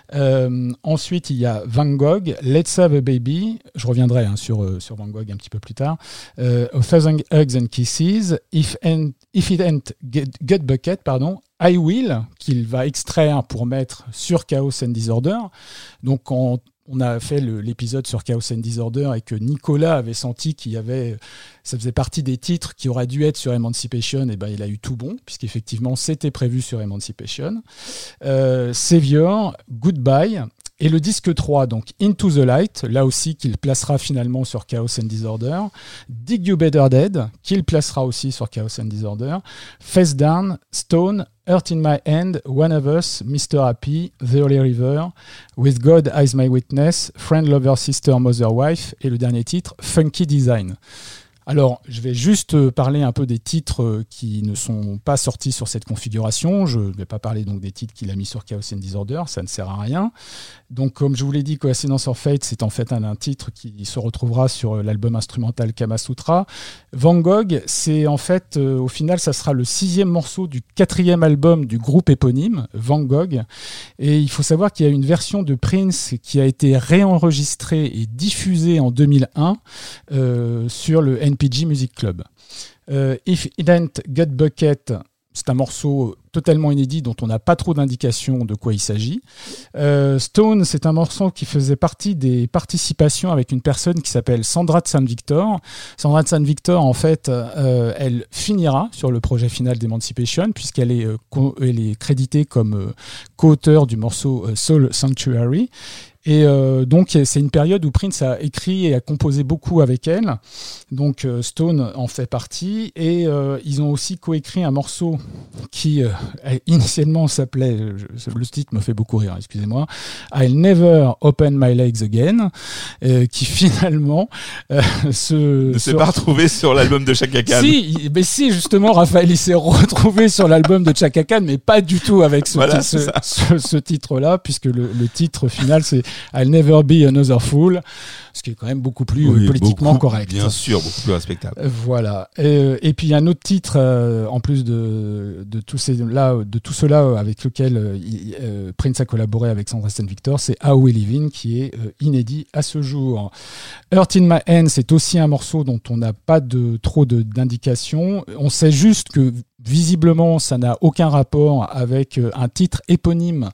Euh, ensuite, il y a Van Gogh, Let's Have a Baby. Je reviendrai hein, sur euh, sur Van Gogh un petit peu plus tard. Euh, A Thousand Hugs and Kisses, If, and, If It Ain't Gut, Gut Bucket, pardon. I Will, qu'il va extraire pour mettre sur Chaos and Disorder. Donc en on a fait le, l'épisode sur Chaos and Disorder et que Nicolas avait senti qu'il y avait, ça faisait partie des titres qui auraient dû être sur Emancipation, et ben il a eu tout bon, puisqu'effectivement c'était prévu sur Emancipation. Euh, Savior, Goodbye, et le disque trois, donc Into the Light, là aussi qu'il placera finalement sur Chaos and Disorder. Dig You Better Dead, qu'il placera aussi sur Chaos and Disorder. Face Down, Stone, Hurt in My Hand, One of Us, Mister Happy, The Holy River, With God as My Witness, Friend, Lover, Sister, Mother, Wife, et le dernier titre, Funky Design. Alors, je vais juste parler un peu des titres qui ne sont pas sortis sur cette configuration. Je ne vais pas parler donc des titres qu'il a mis sur Chaos and Disorder, ça ne sert à rien. Donc, comme je vous l'ai dit, Coincidence of Fate, c'est en fait un, un titre qui se retrouvera sur l'album instrumental Kama Sutra. Van Gogh, c'est en fait, euh, au final, ça sera le sixième morceau du quatrième album du groupe éponyme, Van Gogh. Et il faut savoir qu'il y a une version de Prince qui a été réenregistrée et diffusée en deux mille un euh, sur le N P G Music Club. Euh, If It Ain't Gut Bucket, c'est un morceau totalement inédit dont on n'a pas trop d'indications de quoi il s'agit. Euh, Stone, c'est un morceau qui faisait partie des participations avec une personne qui s'appelle Sandra de San Victor. Sandra de San Victor, en fait, euh, elle finira sur le projet final d'Emancipation puisqu'elle est, euh, co- elle est créditée comme euh, co-auteur du morceau euh, Soul Sanctuary. Et euh, donc c'est une période où Prince a écrit et a composé beaucoup avec elle. Donc euh, Stone en fait partie. Et euh, ils ont aussi coécrit un morceau qui euh, initialement s'appelait, je, le titre me fait beaucoup rire, excusez-moi, I'll Never Open My Legs Again, euh, qui finalement euh, se... Ne s'est pas retrouvé sur l'album de Chaka Khan. Si, mais si, justement, Raphaël, il s'est retrouvé sur l'album de Chaka Khan, mais pas du tout avec ce, Voilà, ce, ce, ce titre-là, puisque le, le titre final, c'est I'll Never Be Another Fool, ce qui est quand même beaucoup plus Oui, politiquement beaucoup, correct. Bien sûr, beaucoup plus respectable. Voilà. Et, et puis il y a un autre titre euh, en plus de de tous ces là de tout cela avec lequel euh, il, euh, Prince a collaboré avec Sandra Stan Victor, c'est How We Live In, qui est euh, inédit à ce jour. Hurt in My Hand, c'est aussi un morceau dont on n'a pas de trop de d'indications. On sait juste que visiblement, ça n'a aucun rapport avec un titre éponyme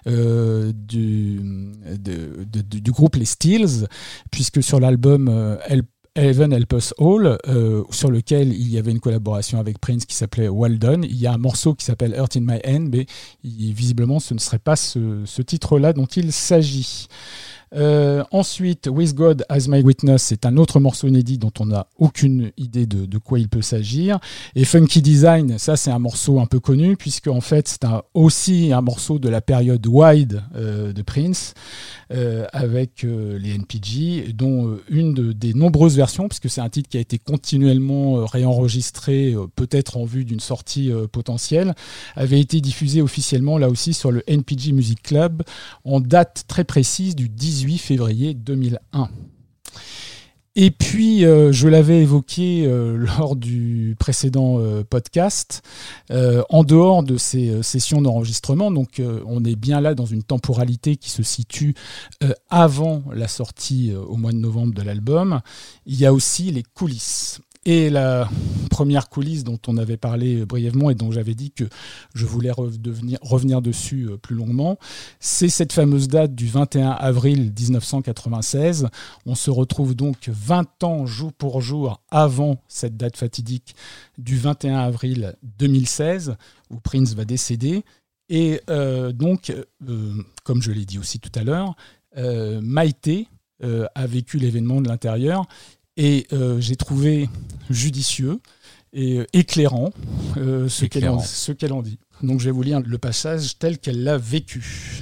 euh, du, de, de, du groupe Les Steels, puisque sur l'album euh, Help, Heaven Help Us All, euh, sur lequel il y avait une collaboration avec Prince qui s'appelait Well Done, il y a un morceau qui s'appelle Hurt in My Hand, mais il, visiblement, ce ne serait pas ce, ce titre-là dont il s'agit. Euh, ensuite, With God as My Witness, c'est un autre morceau inédit dont on n'a aucune idée de, de quoi il peut s'agir. Et Funky Design, ça c'est un morceau un peu connu puisque en fait c'est un, aussi un morceau de la période Wide euh, de Prince euh, avec euh, les N P G, dont euh, une de, des nombreuses versions, puisque c'est un titre qui a été continuellement euh, réenregistré, euh, peut-être en vue d'une sortie euh, potentielle, avait été diffusé officiellement là aussi sur le N P G Music Club en date très précise du dix-huit février deux mille un. Et puis, euh, je l'avais évoqué euh, lors du précédent euh, podcast, euh, en dehors de ces euh, sessions d'enregistrement, donc euh, on est bien là dans une temporalité qui se situe euh, avant la sortie euh, au mois de novembre de l'album, il y a aussi les coulisses. Et la première coulisse dont on avait parlé brièvement et dont j'avais dit que je voulais revenir, revenir dessus plus longuement, c'est cette fameuse date du vingt et un avril dix-neuf cent quatre-vingt-seize. On se retrouve donc vingt ans jour pour jour avant cette date fatidique du vingt et un avril deux mille seize, où Prince va décéder. Et euh, donc, euh, comme je l'ai dit aussi tout à l'heure, euh, Maïté euh, a vécu l'événement de l'intérieur. Et euh, j'ai trouvé judicieux et euh, éclairant, euh, ce, éclairant. Qu'elle en, ce qu'elle en dit. Donc je vais vous lire le passage tel qu'elle l'a vécu.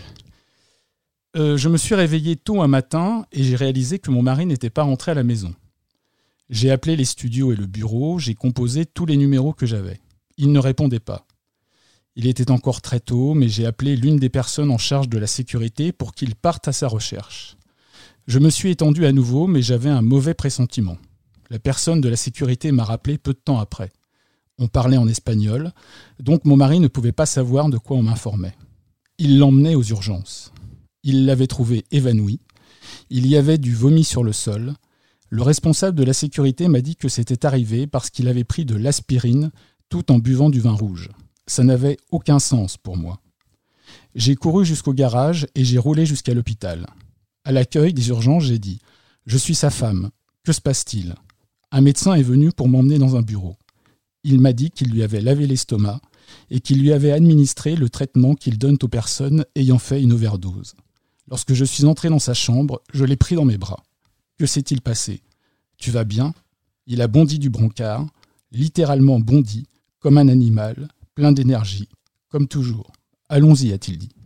Euh, je me suis réveillé tôt un matin et j'ai réalisé que mon mari n'était pas rentré à la maison. J'ai appelé les studios et le bureau, j'ai composé tous les numéros que j'avais. Il ne répondait pas. Il était encore très tôt, mais j'ai appelé l'une des personnes en charge de la sécurité pour qu'il parte à sa recherche. Je me suis étendu à nouveau, mais j'avais un mauvais pressentiment. La personne de la sécurité m'a rappelé peu de temps après. On parlait en espagnol, donc mon mari ne pouvait pas savoir de quoi on m'informait. Il l'emmenait aux urgences. Il l'avait trouvé évanoui. Il y avait du vomi sur le sol. Le responsable de la sécurité m'a dit que c'était arrivé parce qu'il avait pris de l'aspirine tout en buvant du vin rouge. Ça n'avait aucun sens pour moi. J'ai couru jusqu'au garage et j'ai roulé jusqu'à l'hôpital. À l'accueil des urgences, j'ai dit « Je suis sa femme. Que se passe-t-il » Un médecin est venu pour m'emmener dans un bureau. Il m'a dit qu'il lui avait lavé l'estomac et qu'il lui avait administré le traitement qu'il donne aux personnes ayant fait une overdose. Lorsque je suis entré dans sa chambre, je l'ai pris dans mes bras. Que s'est-il passé ? Tu vas bien ? Il a bondi du brancard, littéralement bondi, comme un animal, plein d'énergie, comme toujours. Allons-y, a-t-il dit.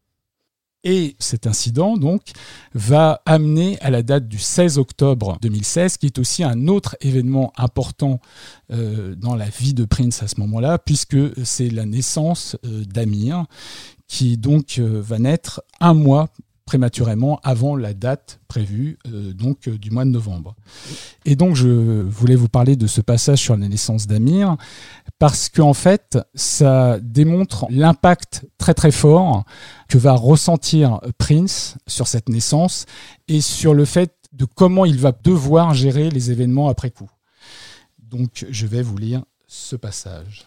Et cet incident, donc, va amener à la date du seize octobre deux mille seize, qui est aussi un autre événement important euh, dans la vie de Prince à ce moment-là, puisque c'est la naissance euh, d'Amir, qui donc euh, va naître un mois prématurément avant la date prévue euh, donc euh, du mois de novembre. Et donc je voulais vous parler de ce passage sur la naissance d'Amir parce qu'en fait ça démontre l'impact très très fort que va ressentir Prince sur cette naissance et sur le fait de comment il va devoir gérer les événements après coup. Donc je vais vous lire ce passage.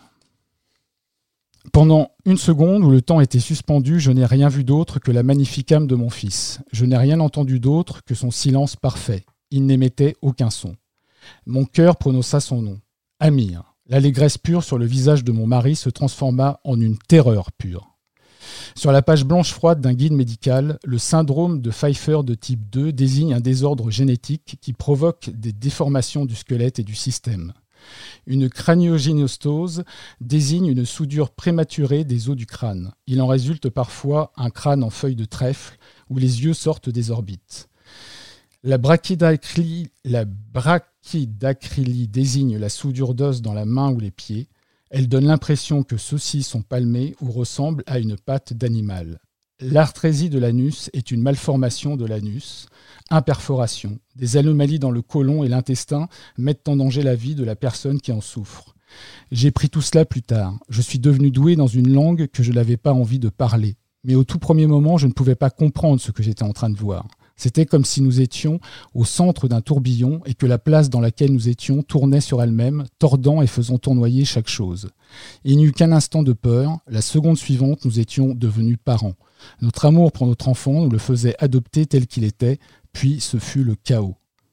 Pendant une seconde où le temps était suspendu, je n'ai rien vu d'autre que la magnifique âme de mon fils. Je n'ai rien entendu d'autre que son silence parfait. Il n'émettait aucun son. Mon cœur prononça son nom. Amir. L'allégresse pure sur le visage de mon mari se transforma en une terreur pure. Sur la page blanche froide d'un guide médical, le syndrome de Pfeiffer de type deux désigne un désordre génétique qui provoque des déformations du squelette et du système. Une craniogynostose désigne une soudure prématurée des os du crâne. Il en résulte parfois un crâne en feuille de trèfle où les yeux sortent des orbites. La brachydactylie, la brachydactylie désigne la soudure d'os dans la main ou les pieds. Elle donne l'impression que ceux-ci sont palmés ou ressemblent à une patte d'animal. L'arthrésie de l'anus est une malformation de l'anus. Imperforation. Des anomalies dans le côlon et l'intestin mettent en danger la vie de la personne qui en souffre. J'ai pris tout cela plus tard. Je suis devenu doué dans une langue que je n'avais pas envie de parler. Mais au tout premier moment, je ne pouvais pas comprendre ce que j'étais en train de voir. C'était comme si nous étions au centre d'un tourbillon et que la place dans laquelle nous étions tournait sur elle-même, tordant et faisant tournoyer chaque chose. Il n'y eut qu'un instant de peur. La seconde suivante, nous étions devenus parents. Notre amour pour notre enfant nous le faisait adopter tel qu'il était, puis ce fut le chaos.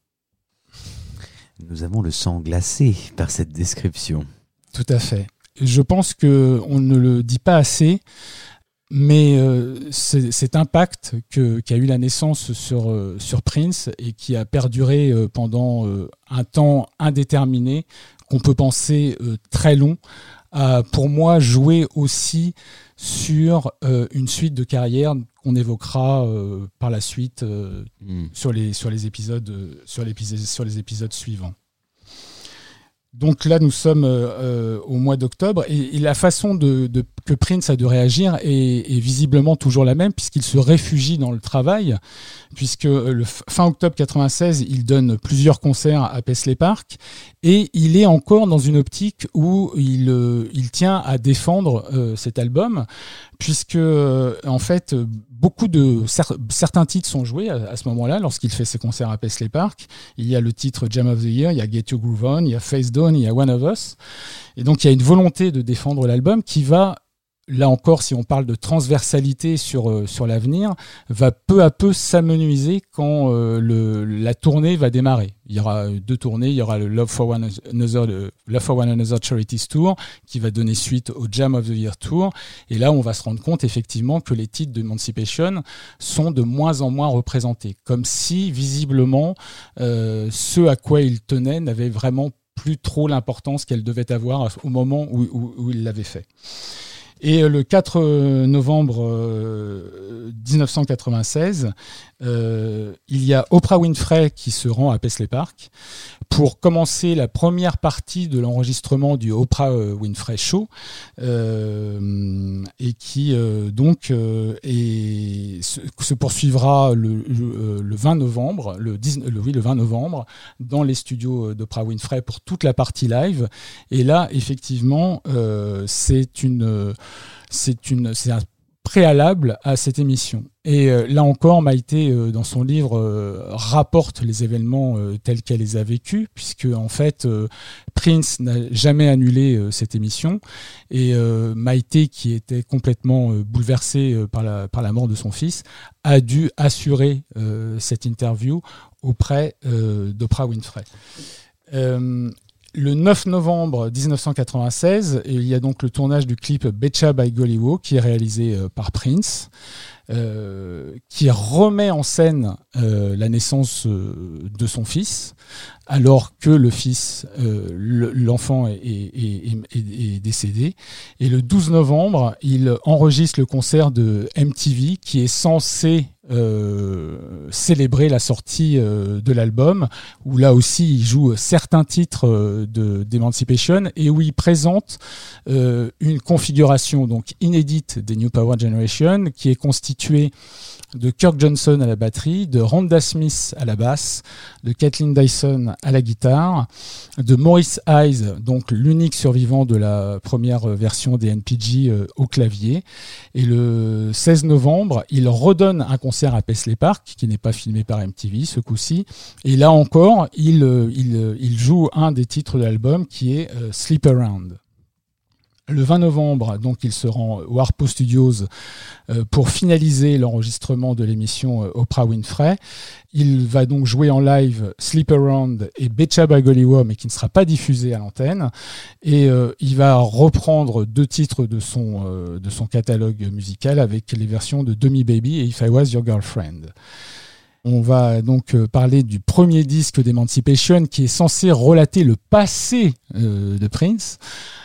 Nous avons le sang glacé par cette description. Tout à fait. Je pense qu'on ne le dit pas assez, mais euh, c'est, cet impact que, qu'a eu la naissance sur, euh, sur Prince et qui a perduré euh, pendant euh, un temps indéterminé, qu'on peut penser euh, très long, a pour moi joué aussi sur euh, une suite de carrière qu'on évoquera euh, par la suite euh, mm. sur les sur les épisodes euh, sur l'épisode sur les épisodes suivants. Donc là, nous sommes euh, au mois d'octobre et, et la façon de, de, que Prince a de réagir est, est visiblement toujours la même puisqu'il se réfugie dans le travail, puisque le fin octobre quatre-vingt-seize, il donne plusieurs concerts à Paisley Park et il est encore dans une optique où il, euh, il tient à défendre euh, cet album, puisque euh, en fait beaucoup de cer- certains titres sont joués à, à ce moment-là lorsqu'il fait ses concerts à Paisley Park. Il y a le titre Jam of the Year, il y a Get Your Groove On, il y a Face Down, il y a One of Us, et donc il y a une volonté de défendre l'album qui va, là encore, si on parle de transversalité sur euh, sur l'avenir, va peu à peu s'amenuiser quand euh, le, la tournée va démarrer. Il y aura deux tournées, il y aura le Love for One Another, le Love for One Another Charities Tour qui va donner suite au Jam of the Year Tour. Et là, on va se rendre compte effectivement que les titres d'Emancipation sont de moins en moins représentés, comme si visiblement euh, ce à quoi il tenait n'avait vraiment plus trop l'importance qu'elle devait avoir au moment où, où, où il l'avait fait. Et le quatre novembre dix-neuf cent quatre-vingt-seize, euh, il y a Oprah Winfrey qui se rend à Paisley Park pour commencer la première partie de l'enregistrement du Oprah Winfrey Show, euh, et qui euh, donc euh, est, se, se poursuivra le, le, le vingt novembre, le, dix, le, oui, le vingt novembre, dans les studios d'Oprah Winfrey pour toute la partie live. Et là, effectivement, euh, c'est une C'est, une, c'est un préalable à cette émission. Et euh, là encore, Maïté, euh, dans son livre, euh, rapporte les événements euh, tels qu'elle les a vécus, puisque en fait, euh, Prince n'a jamais annulé euh, cette émission. Et euh, Maïté, qui était complètement euh, bouleversée euh, par, la, par la mort de son fils, a dû assurer euh, cette interview auprès euh, d'Oprah Winfrey. Euh, Le neuf novembre dix-neuf cent quatre-vingt-seize, il y a donc le tournage du clip Betcha by Golly Wow qui est réalisé euh, par Prince, euh, qui remet en scène euh, la naissance euh, de son fils, alors que le fils, euh, le, l'enfant est, est, est, est, est décédé. Et le douze novembre, il enregistre le concert de M T V qui est censé Euh, célébrer la sortie euh, de l'album, où là aussi il joue certains titres euh, de, d'Emancipation et où il présente euh, une configuration donc inédite des New Power Generation qui est constituée de Kirk Johnson à la batterie, de Rhonda Smith à la basse, de Kathleen Dyson à la guitare, de Maurice Hayes, donc l'unique survivant de la première version des N P G, euh, au clavier. Et le seize novembre, il redonne un concert à Paisley Park, qui n'est pas filmé par M T V ce coup-ci. Et là encore, il, il, il joue un des titres de l'album qui est euh, Sleep Around. Le vingt novembre, donc, il se rend au Harpo Studios euh, pour finaliser l'enregistrement de l'émission euh, Oprah Winfrey. Il va donc jouer en live Sleep Around et Betcha by Golly Wow, mais qui ne sera pas diffusé à l'antenne. Et euh, il va reprendre deux titres de son, euh, de son catalogue musical avec les versions de Dummy Baby et If I Was Your Girlfriend. On va donc parler du premier disque d'Emancipation qui est censé relater le passé euh, de Prince.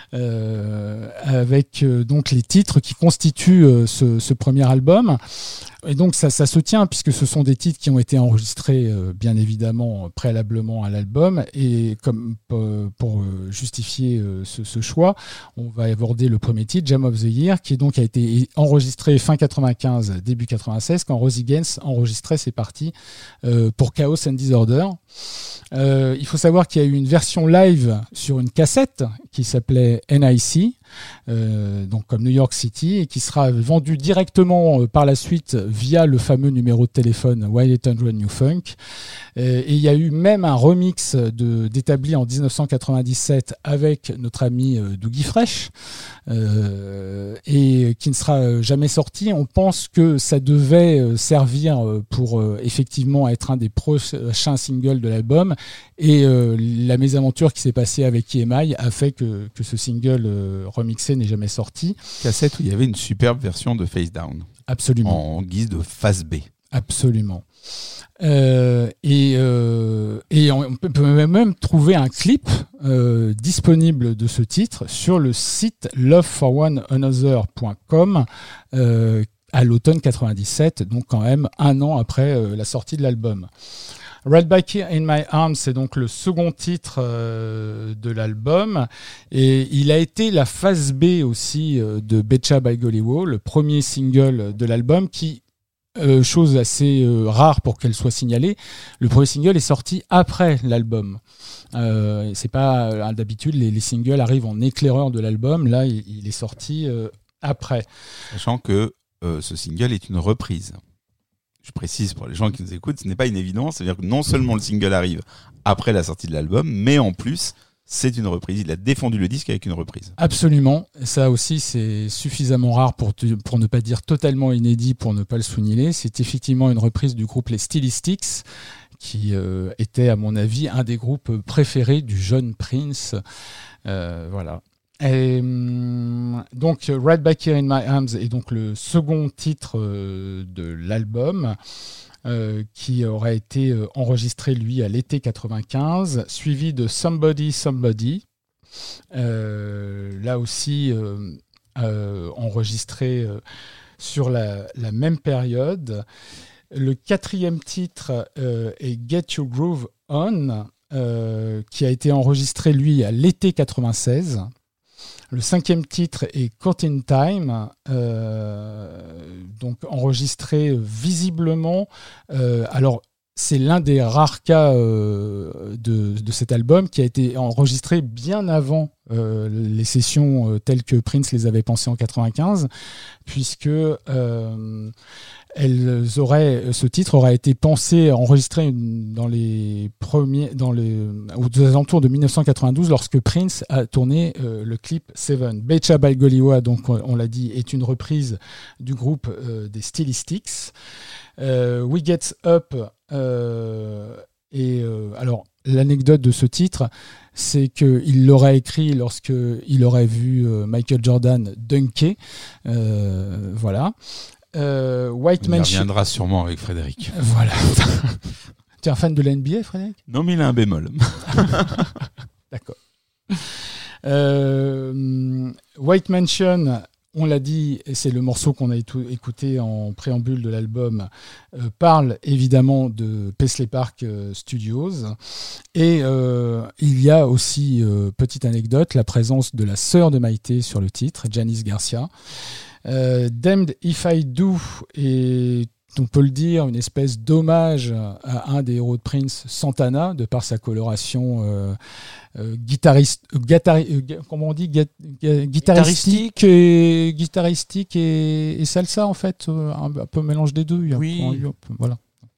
Euh, avec euh, donc les titres qui constituent euh, ce, ce premier album. Et donc ça, ça se tient puisque ce sont des titres qui ont été enregistrés euh, bien évidemment préalablement à l'album, et comme euh, pour justifier euh, ce, ce choix, on va aborder le premier titre, Jam of the Year, qui donc a été enregistré fin quatre-vingt-quinze, début quatre-vingt-seize, quand Rosie Gaines enregistrait ses parties euh, pour Chaos and Disorder. Euh, il faut savoir qu'il y a eu une version live sur une cassette qui s'appelait N I C, euh, donc comme New York City, et qui sera vendue directement euh, par la suite via le fameux numéro de téléphone one eight hundred New Funk. Euh, et il y a eu même un remix de, d'établi en dix-neuf cent quatre-vingt-dix-sept avec notre ami euh, Dougie Fresh, euh, et qui ne sera jamais sorti. On pense que ça devait euh, servir pour euh, effectivement être un des prochains singles de l'album, et euh, la mésaventure qui s'est passée avec E M I a fait que, que ce single euh, remixé n'est jamais sorti. Cassette où il y avait une superbe version de Face Down. Absolument. En guise de face B. Absolument. Euh, et, euh, et on peut même trouver un clip euh, disponible de ce titre sur le site love for one another point com euh, à l'automne quatre-vingt-dix-sept, donc quand même un an après euh, la sortie de l'album. Right Back in My Arms, c'est donc le second titre euh, de l'album. Et il a été la phase B aussi euh, de Betcha by Golly Wow, le premier single de l'album qui, euh, chose assez euh, rare pour qu'elle soit signalée, le premier single est sorti après l'album. Euh, c'est pas euh, d'habitude, les, les singles arrivent en éclaireur de l'album. Là, il, il est sorti euh, après. Sachant que euh, ce single est une reprise. Je précise pour les gens qui nous écoutent, ce n'est pas une évidence. C'est-à-dire que non seulement le single arrive après la sortie de l'album, mais en plus, c'est une reprise. Il a défendu le disque avec une reprise. Absolument. Ça aussi, c'est suffisamment rare pour, te, pour ne pas dire totalement inédit, pour ne pas le souligner. C'est effectivement une reprise du groupe Les Stylistics, qui euh, était, à mon avis, un des groupes préférés du jeune Prince. Euh, voilà. Et, donc, Right Back Here in My Arms est donc le second titre euh, de l'album, euh, qui aurait été euh, enregistré, lui, à l'été quatre-vingt-quinze, suivi de Somebody Somebody, euh, là aussi euh, euh, enregistré euh, sur la, la même période. Le quatrième titre euh, est Get Your Groove On, euh, qui a été enregistré, lui, à l'été quatre-vingt-seize. Le cinquième titre est Caught in Time, euh, donc enregistré visiblement. Euh, alors, c'est l'un des rares cas euh, de, de cet album qui a été enregistré bien avant euh, les sessions euh, telles que Prince les avait pensées en quatre-vingt-quinze, puisque euh, elles auraient, ce titre aurait été pensé, enregistré dans les premiers, dans les, aux alentours de dix-neuf cent quatre-vingt-douze, lorsque Prince a tourné euh, le clip Seven. Betcha by Golly Wow, donc on l'a dit, est une reprise du groupe euh, des Stylistics. Euh, We Get Up euh, et euh, alors l'anecdote de ce titre, c'est qu'il l'aurait écrit lorsque il aurait vu euh, Michael Jordan dunker, euh, voilà. Euh, White On y Man reviendra sûrement avec Frédéric. Voilà. Tu es un fan de la N B A, Frédéric ? Non, mais il a un bémol. D'accord. Euh, White Mansion, on l'a dit, et c'est le morceau qu'on a écouté en préambule de l'album, euh, parle évidemment de Paisley Park euh, Studios. Et euh, il y a aussi, euh, petite anecdote, la présence de la sœur de Maïté sur le titre, Janice Garcia. Euh, Damned If I Do est, on peut le dire, une espèce d'hommage à un des héros de Prince, Santana, de par sa coloration euh, euh, guitariste, euh, guitari, euh, comment on dit, gu, gu, guitaristique, et, guitaristique et, et salsa en fait, euh, un, un peu mélange des deux. Oui. Un, un, voilà.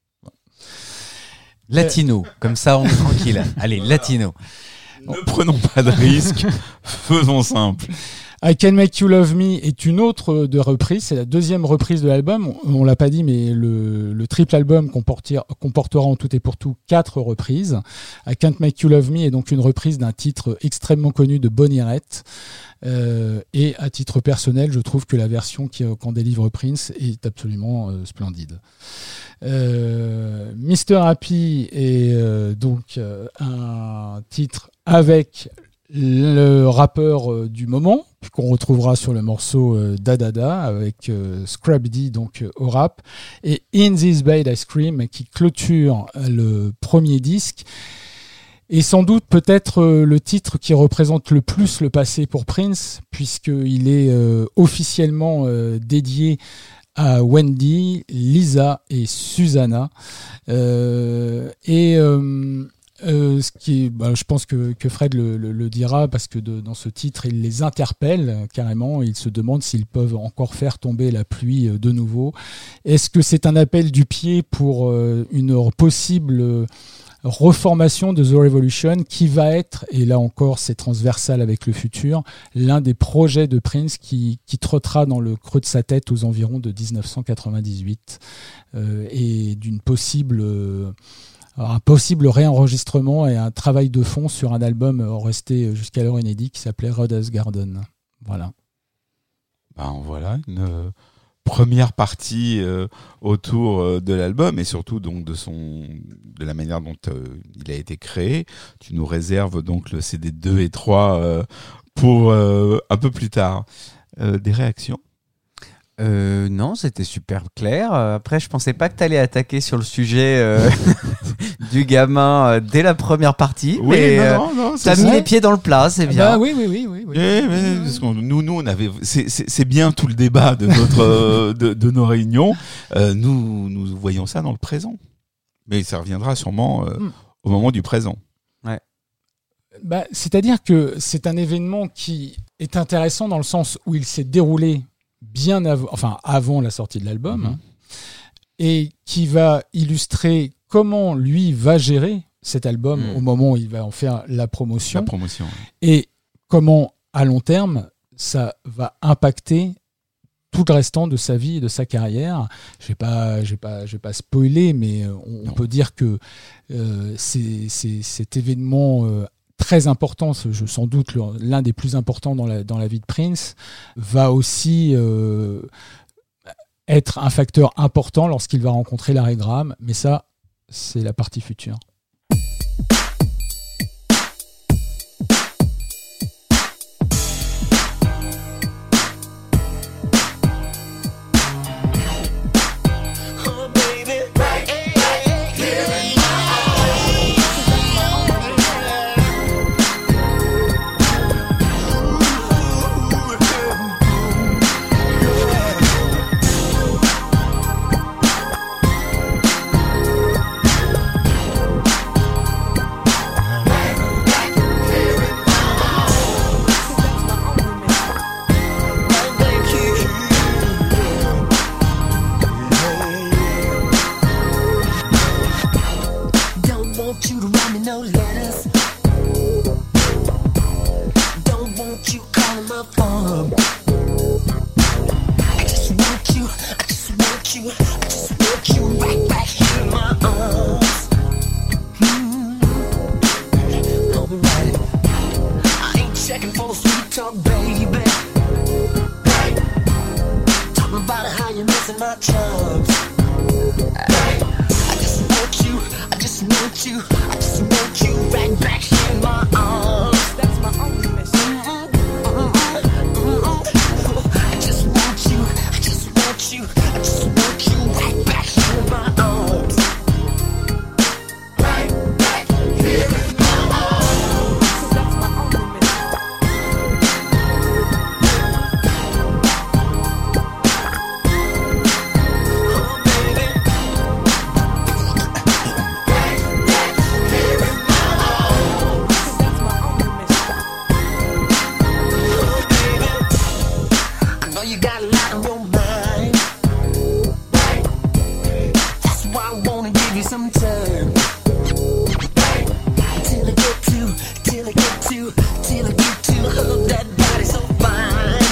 Latino, comme ça on est tranquille. Allez, latino. Ne prenons pas de risques, faisons simple. I Can Make You Love Me est une autre de reprise, c'est la deuxième reprise de l'album. On, on l'a pas dit, mais le, le triple album comportera, comportera en tout et pour tout quatre reprises. I Can't Make You Love Me est donc une reprise d'un titre extrêmement connu de Bonnie Raitt. Euh, et à titre personnel, je trouve que la version qui, qu'en délivre Prince est absolument euh, splendide. Euh, mister Happy est euh, donc euh, un titre avec le rappeur euh, du moment, qu'on retrouvera sur le morceau euh, Da Da Da avec euh, Scrubby D donc euh, au rap, et In This Bed Ice Cream qui clôture euh, le premier disque. Et sans doute peut-être euh, le titre qui représente le plus le passé pour Prince, puisqu'il est euh, officiellement euh, dédié à Wendy, Lisa et Susanna. Euh, et euh, euh, ce qui est, bah, je pense que, que Fred le, le, le dira, parce que de, dans ce titre, il les interpelle carrément. Il se demande s'ils peuvent encore faire tomber la pluie de nouveau. Est-ce que c'est un appel du pied pour euh, une possible euh, reformation de The Revolution, qui va être, et là encore c'est transversal avec le futur, l'un des projets de Prince qui, qui trottera dans le creux de sa tête aux environs de dix-neuf cent quatre-vingt-dix-huit, euh, et d'une possible, euh, un possible réenregistrement et un travail de fond sur un album resté jusqu'alors inédit qui s'appelait Rhoda's Garden. Voilà. Ben voilà, une euh, première partie euh, autour euh, de l'album et surtout donc de son de la manière dont euh, il a été créé. Tu nous réserves donc le C D deux et trois euh, pour euh, un peu plus tard. Euh, des réactions ? Euh, non, c'était super clair. Euh, Après, je pensais pas que t'allais attaquer sur le sujet euh, du gamin euh, dès la première partie. Oui, mais euh, non, non, non, c'est t'as mis ça. les pieds dans le plat, c'est bien. Bah oui, oui, oui, oui. oui. Eh, mais, parce qu'on- nous, nous, on avait, c'est, c'est, c'est bien tout le débat de notre, euh, de, de nos réunions. Euh, nous, nous voyons ça dans le présent, mais ça reviendra sûrement euh, Mm. au moment du présent. Bah, c'est-à-dire que c'est un événement qui est intéressant dans le sens où il s'est déroulé bien avant, enfin avant la sortie de l'album, Mhm. et qui va illustrer comment lui va gérer cet album Mhm. au moment où il va en faire la La promotion, promotion. et comment à long terme ça va impacter tout le restant de sa vie et de sa carrière. Je vais pas, je vais pas, je vais pas spoiler, mais on, on Non. peut dire que euh, c'est, c'est cet événement euh, très important, je, sans doute le- l'un des plus importants dans la, dans la vie de Prince, va aussi euh, être un facteur important lorsqu'il va rencontrer Larry Graham. Mais ça, c'est la partie future. Oh, baby. Here in Don't want you to write me no letters. Don't want you calling my phone. I just want you, I just want you, I just want you right back here in my arms. Hmm. Alright. I ain't checking for the sweet talk, baby. Talking about how you're missing my charms. I just want you, I just want you, I just want you right back here in my arms. That's my only mission. I just want you, I just want you, I just want you right back here in my arms. Right back here in my arms. That's my only mission. Oh, baby. I know you got a lot on your mind. That's why I wanna give you some time. Till I get to, till I get to, till I get to hug that body so fine.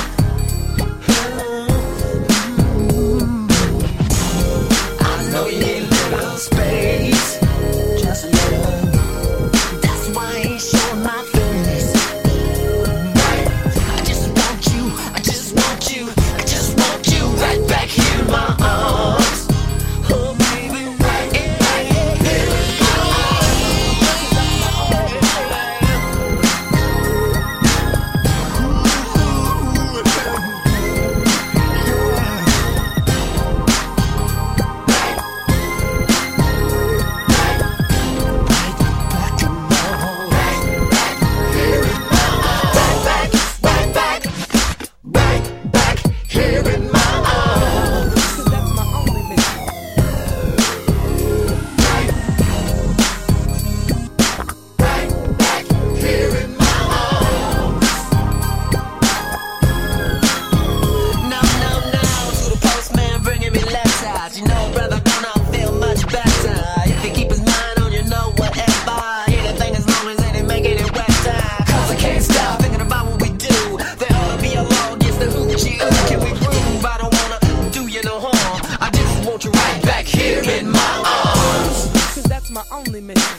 I know you need a little space, just a little. That's why I ain't showing my face. I just want you, I just want you, I just want you right back here in my arms. Oh baby, right here in my No, no, no, to the postman bringing me letters. You know, brother, gonna feel much better if you keep his mind on you know whatever. Anything as long as it ain't making it wetter. Cause I can't stop thinking about what we do. There ought to be a law against the hoochie. Can we prove I don't wanna do you no harm? I just want you right back here in my arms. Cause that's my only mission.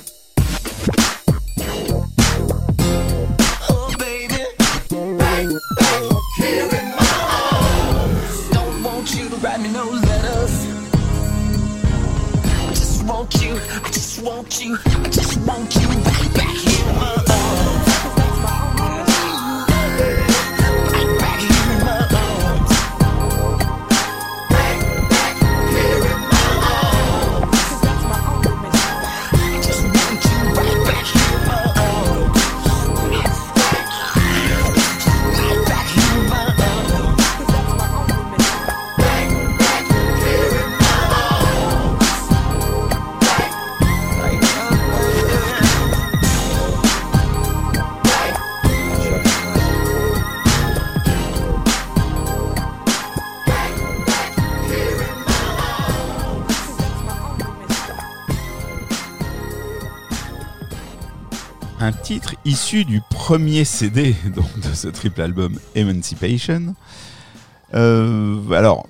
Oh baby, right back here in my arms. Don't want you to write me no letters. I just want you, I just want you, I just want you right back here in my arms. Right back here in my arms. un titre issu du premier C D donc, de ce triple album Emancipation. Euh, alors,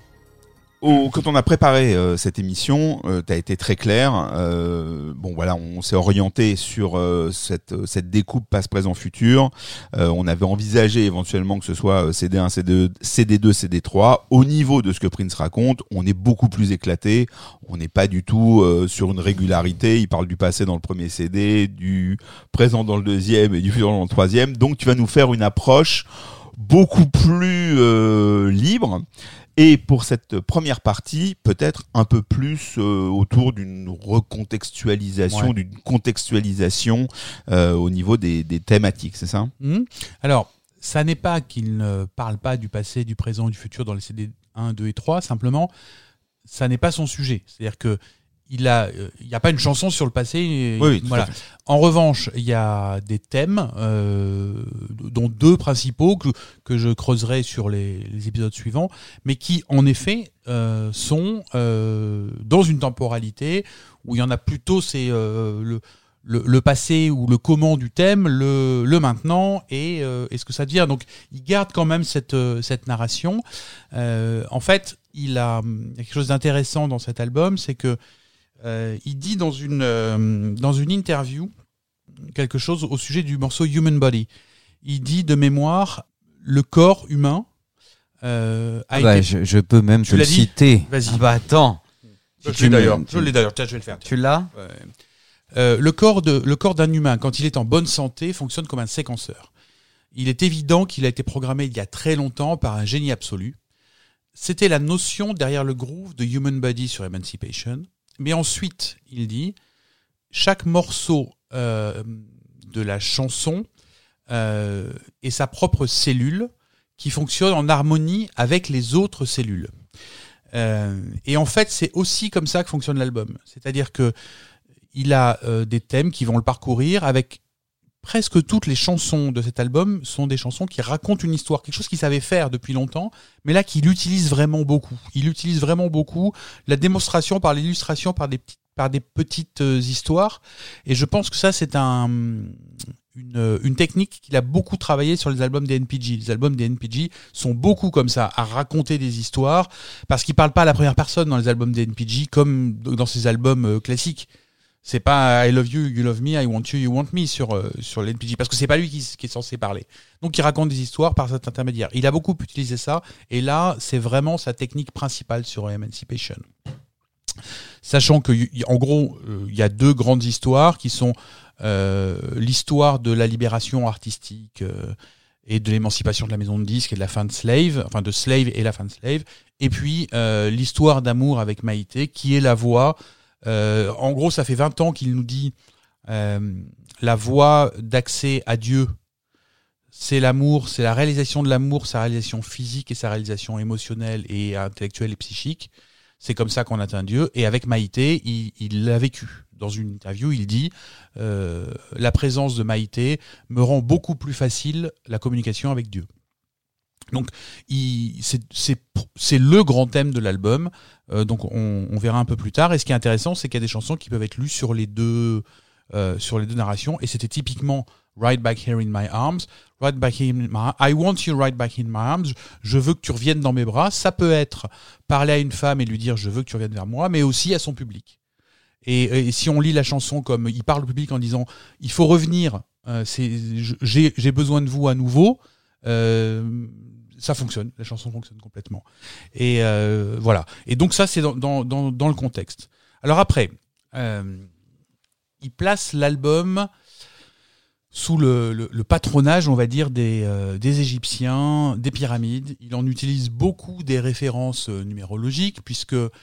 au, quand on a préparé euh, cette émission, euh, tu as été très clair. Euh, bon, voilà, on s'est orienté sur euh, cette, cette découpe passe, présent, futur. Euh, on avait envisagé éventuellement que ce soit C D un, C D deux, C D deux, C D trois. Au niveau de ce que Prince raconte, on est beaucoup plus éclaté. On n'est pas du tout euh, sur une régularité. Il parle du passé dans le premier C D, du présent dans le deuxième et du futur dans le troisième. Donc, tu vas nous faire une approche beaucoup plus euh, libre. Et pour cette première partie, peut-être un peu plus euh, autour d'une recontextualisation, ouais. d'une contextualisation euh, au niveau des, des thématiques, c'est ça ? Mmh. Alors, ça n'est pas qu'il ne parle pas du passé, du présent, du futur dans les C D un, deux et trois, simplement, ça n'est pas son sujet. C'est-à-dire que il a, il euh, n'y a pas une chanson sur le passé. Oui, oui, voilà. En revanche, il y a des thèmes, euh, dont deux principaux que, que je creuserai sur les, les épisodes suivants, mais qui, en effet, euh, sont euh, dans une temporalité où il y en a plutôt c'est euh, le, le, le passé ou le comment du thème, le, le maintenant et, euh, et ce que ça devient. Donc, il garde quand même cette, cette narration. Euh, en fait, il a, il y a quelque chose d'intéressant dans cet album, c'est que Euh, il dit dans une, euh, dans une interview quelque chose au sujet du morceau Human Body. Il dit de mémoire, le corps humain euh, a ah bah, été... je, je peux même tu te le dit citer. Vas-y. Ah bah attends. Je Si l'ai tu d'ailleurs. me- Je l'ai d'ailleurs. Tiens, je vais le faire. Tu l'as ? Ouais. Euh, le corps de, le corps d'un humain, quand il est en bonne santé, fonctionne comme un séquenceur. Il est évident qu'il a été programmé il y a très longtemps par un génie absolu. C'était la notion derrière le groove de Human Body sur Emancipation. Mais ensuite, il dit, chaque morceau euh, de la chanson euh, est sa propre cellule qui fonctionne en harmonie avec les autres cellules. Euh, et en fait, c'est aussi comme ça que fonctionne l'album. C'est-à-dire que il a euh, des thèmes qui vont le parcourir avec presque toutes les chansons de cet album sont des chansons qui racontent une histoire, quelque chose qu'il savait faire depuis longtemps, mais là qu'il utilise vraiment beaucoup. Il utilise vraiment beaucoup la démonstration par l'illustration, par des petites, par des petites euh, histoires. Et je pense que ça, c'est un, une, une technique qu'il a beaucoup travaillé sur les albums des N P G. Les albums des N P G sont beaucoup comme ça, à raconter des histoires, parce qu'ils parlent pas à la première personne dans les albums des N P G, comme dans ces albums euh, classiques. C'est pas I love you, you love me, I want you, you want me sur, euh, sur l'N P G, parce que c'est pas lui qui, qui est censé parler. Donc il raconte des histoires par cet intermédiaire. Il a beaucoup utilisé ça, et là, c'est vraiment sa technique principale sur Emancipation. Sachant que, en gros, euh, il y a deux grandes histoires qui sont euh, l'histoire de la libération artistique euh, et de l'émancipation de la maison de disques et de la fin de Slave, enfin de Slave et la fin de Slave, et puis euh, l'histoire d'amour avec Maïté, qui est la voix. Euh, en gros, ça fait vingt ans qu'il nous dit euh, la voie d'accès à Dieu, c'est l'amour, c'est la réalisation de l'amour, sa réalisation physique et sa réalisation émotionnelle et intellectuelle et psychique. C'est comme ça qu'on atteint Dieu. Et avec Maïté, il, il l'a vécu. Dans une interview, il dit euh, la présence de Maïté me rend beaucoup plus facile la communication avec Dieu. Donc, il, c'est, c'est, c'est le grand thème de l'album. Euh, donc, on, on verra un peu plus tard. Et ce qui est intéressant, c'est qu'il y a des chansons qui peuvent être lues sur les deux, euh, sur les deux narrations. Et c'était typiquement Right Back Here in My Arms. Right back in my, I want you right back in my arms. Je veux que tu reviennes dans mes bras. Ça peut être parler à une femme et lui dire je veux que tu reviennes vers moi, mais aussi à son public. Et, et si on lit la chanson comme il parle au public en disant il faut revenir, euh, c'est, j'ai, j'ai besoin de vous à nouveau. Euh, ça fonctionne, la chanson fonctionne complètement. Et euh, voilà. Et donc ça, c'est dans, dans, dans, dans le contexte. Alors après, euh, il place l'album sous le, le, le patronage, on va dire, des, euh, des Égyptiens, des pyramides. Il en utilise beaucoup des références numérologiques, puisque, euh,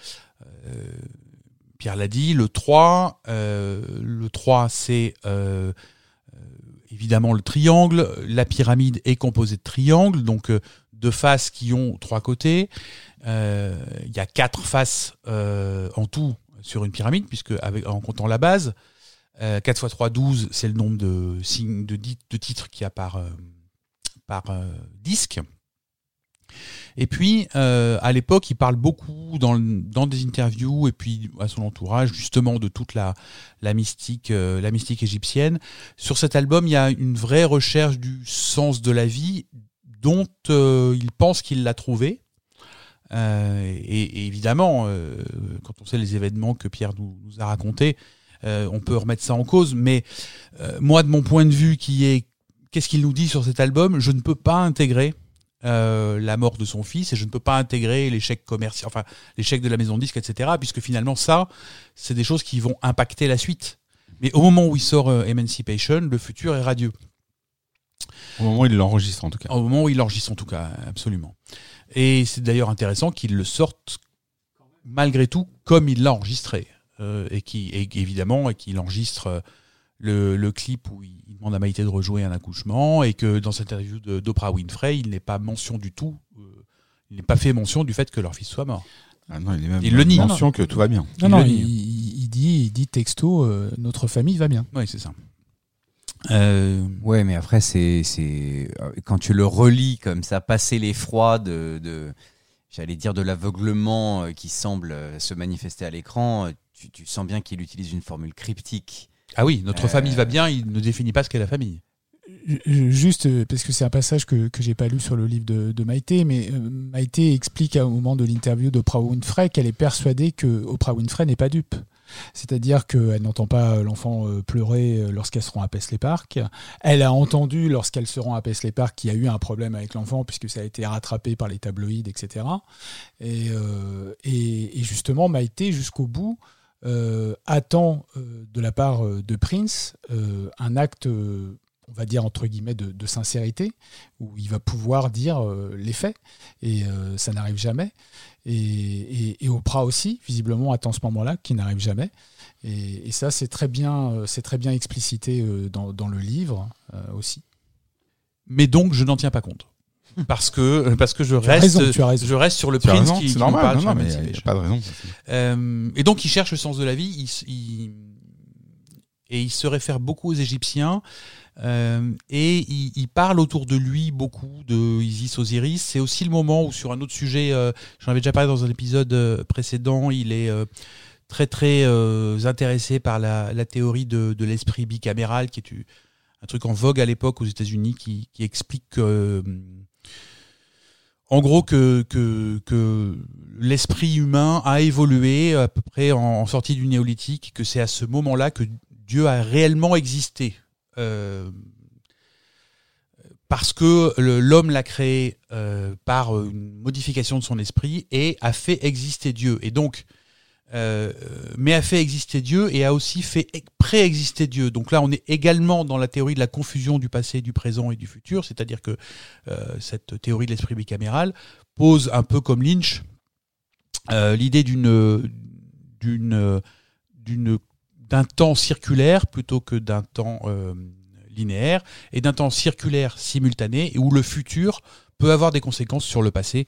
Pierre l'a dit, le trois, euh, le trois, c'est... Euh, évidemment le triangle, la pyramide est composée de triangles, donc euh, deux faces qui ont trois côtés. Euh, il y a quatre faces euh, en tout sur une pyramide, puisque avec, en comptant la base, euh, quatre fois trois, douze, c'est le nombre de, signes, de, de titres qu'il y a par, euh, par euh, disque. Et puis, euh, à l'époque, il parle beaucoup dans, le- dans des interviews et puis à son entourage, justement, de toute la, la mystique, euh, la mystique égyptienne. Sur cet album, il y a une vraie recherche du sens de la vie, dont euh, il pense qu'il l'a trouvé. Euh, et, et évidemment, euh, quand on sait les événements que Pierre nous, nous a racontés, euh, on peut remettre ça en cause. Mais euh, moi, de mon point de vue, qui est qu'est-ce qu'il nous dit sur cet album, je ne peux pas intégrer Euh, la mort de son fils et je ne peux pas intégrer l'échec commercial, enfin l'échec de la maison de disque, et cetera. Puisque finalement ça, c'est des choses qui vont impacter la suite. Mais au moment où il sort euh, Emancipation, le futur est radieux. Au moment où il l'enregistre, en tout cas. Au moment où il l'enregistre, en tout cas, absolument. Et c'est d'ailleurs intéressant qu'il le sorte malgré tout comme il l'a enregistré euh, et qui, et, évidemment, et qu'il enregistre euh, Le, le clip où il demande à Maïté de rejouer un accouchement et que dans cette interview de, d'Oprah Winfrey, il n'est pas mention du tout, euh, il n'est pas fait mention du fait que leur fils soit mort. Ah non, il est même Il le nie. mention que tout va bien. Non, Il non, le il, nie. il- il dit, il dit texto, euh, notre famille va bien. Oui, c'est ça. Euh, Ouais, mais après, c'est, c'est euh, quand tu le relis comme ça, passer l'effroi de, de j'allais dire de l'aveuglement euh, qui semble euh, se manifester à l'écran, euh, tu, tu sens bien qu'il utilise une formule cryptique. ah oui, notre Euh, famille va bien, il ne définit pas ce qu'est la famille. Ju- Juste euh, parce que c'est un passage que, que j'ai pas lu sur le livre de, de Maïté, mais euh, Maïté explique à- au moment de l'interview d'Oprah Winfrey qu'elle est persuadée que Oprah Winfrey n'est pas dupe. C'est-à-dire qu'elle n'entend pas l'enfant euh, pleurer euh, lorsqu'elles seront à Paisley Park. Elle a entendu lorsqu'elles seront à Paisley Park qu'il y a eu un problème avec l'enfant puisque ça a été rattrapé par les tabloïds, et cetera. Et, euh, et, et justement, Maïté, jusqu'au bout, euh, attend euh, de la part euh, de Prince euh, un acte, euh, on va dire entre guillemets, de, de sincérité, où il va pouvoir dire euh, les faits, et euh, ça n'arrive jamais. Et, et, et Oprah aussi, visiblement, attend ce moment-là, qui n'arrive jamais. Et, et ça, c'est très bien, euh, c'est très bien explicité euh, dans, dans le livre euh, aussi. Mais donc, je n'en tiens pas compte. Parce que, parce que je, Tu as reste, raison, tu as raison. je reste sur le Tu as Prince raison, qui, c'est qui nous normal. parle Non, sur non, mais il n'y a Emancipation. pas de raison. Euh, et donc il cherche le sens de la vie, il, s- il- et il se réfère beaucoup aux Égyptiens, euh, et il, il parle autour de lui beaucoup de Isis, Osiris. C'est aussi le moment où sur un autre sujet, euh, j'en avais déjà parlé dans un épisode euh, précédent, il est euh, très très euh, intéressé par la, la théorie de, de l'esprit bicaméral, qui est u- un truc en vogue à l'époque aux États-Unis, qui, qui explique que euh, en gros que, que, que l'esprit humain a évolué à peu près en, en sortie du néolithique, que c'est à ce moment-là que Dieu a réellement existé. Euh, parce que le- l'homme l'a créé euh, par une modification de son esprit et a fait exister Dieu. Et donc, euh, mais a fait exister Dieu et a aussi fait e- préexister Dieu. Donc là, on est également dans la théorie de la confusion du passé, du présent et du futur, c'est-à-dire que euh, cette théorie de l'esprit bicaméral pose un peu comme Lynch euh, l'idée d'une d'une d'une d'un temps circulaire plutôt que d'un temps euh, linéaire, et d'un temps circulaire simultané, et où le futur peut avoir des conséquences sur le passé.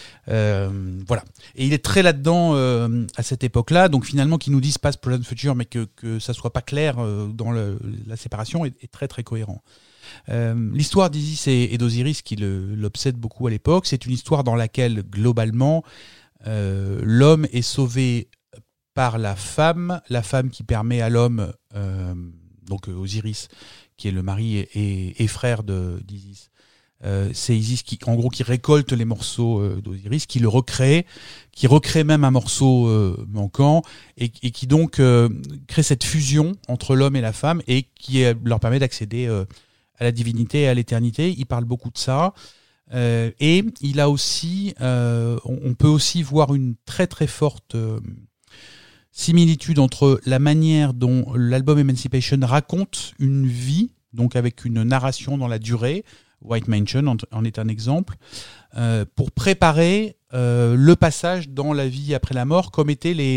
Euh, voilà. Et il est très là-dedans euh, à cette époque-là, donc finalement qu'ils nous disent past, present, future, mais que, que ça soit pas clair euh, dans le, la séparation est, est très très cohérent. Euh, l'histoire d'Isis et, et d'Osiris qui le, l'obsède beaucoup à l'époque, c'est une histoire dans laquelle globalement euh, l'homme est sauvé par la femme, la femme qui permet à l'homme, euh, donc euh, Osiris, qui est le mari et, et, et frère de, d'Isis, euh, c'est Isis qui, en gros, qui récolte les morceaux euh, d'Osiris, qui le recrée, qui recrée même un morceau euh, manquant, et, et qui donc euh, crée cette fusion entre l'homme et la femme, et qui euh, leur permet d'accéder euh, à la divinité et à l'éternité. Il parle beaucoup de ça. Euh, et il a aussi, euh, on, on peut aussi voir une très très forte euh, similitude entre la manière dont l'album Emancipation raconte une vie, donc avec une narration dans la durée, White Mansion en, en est un exemple, euh, pour préparer euh, le passage dans la vie après la mort, comme étaient les,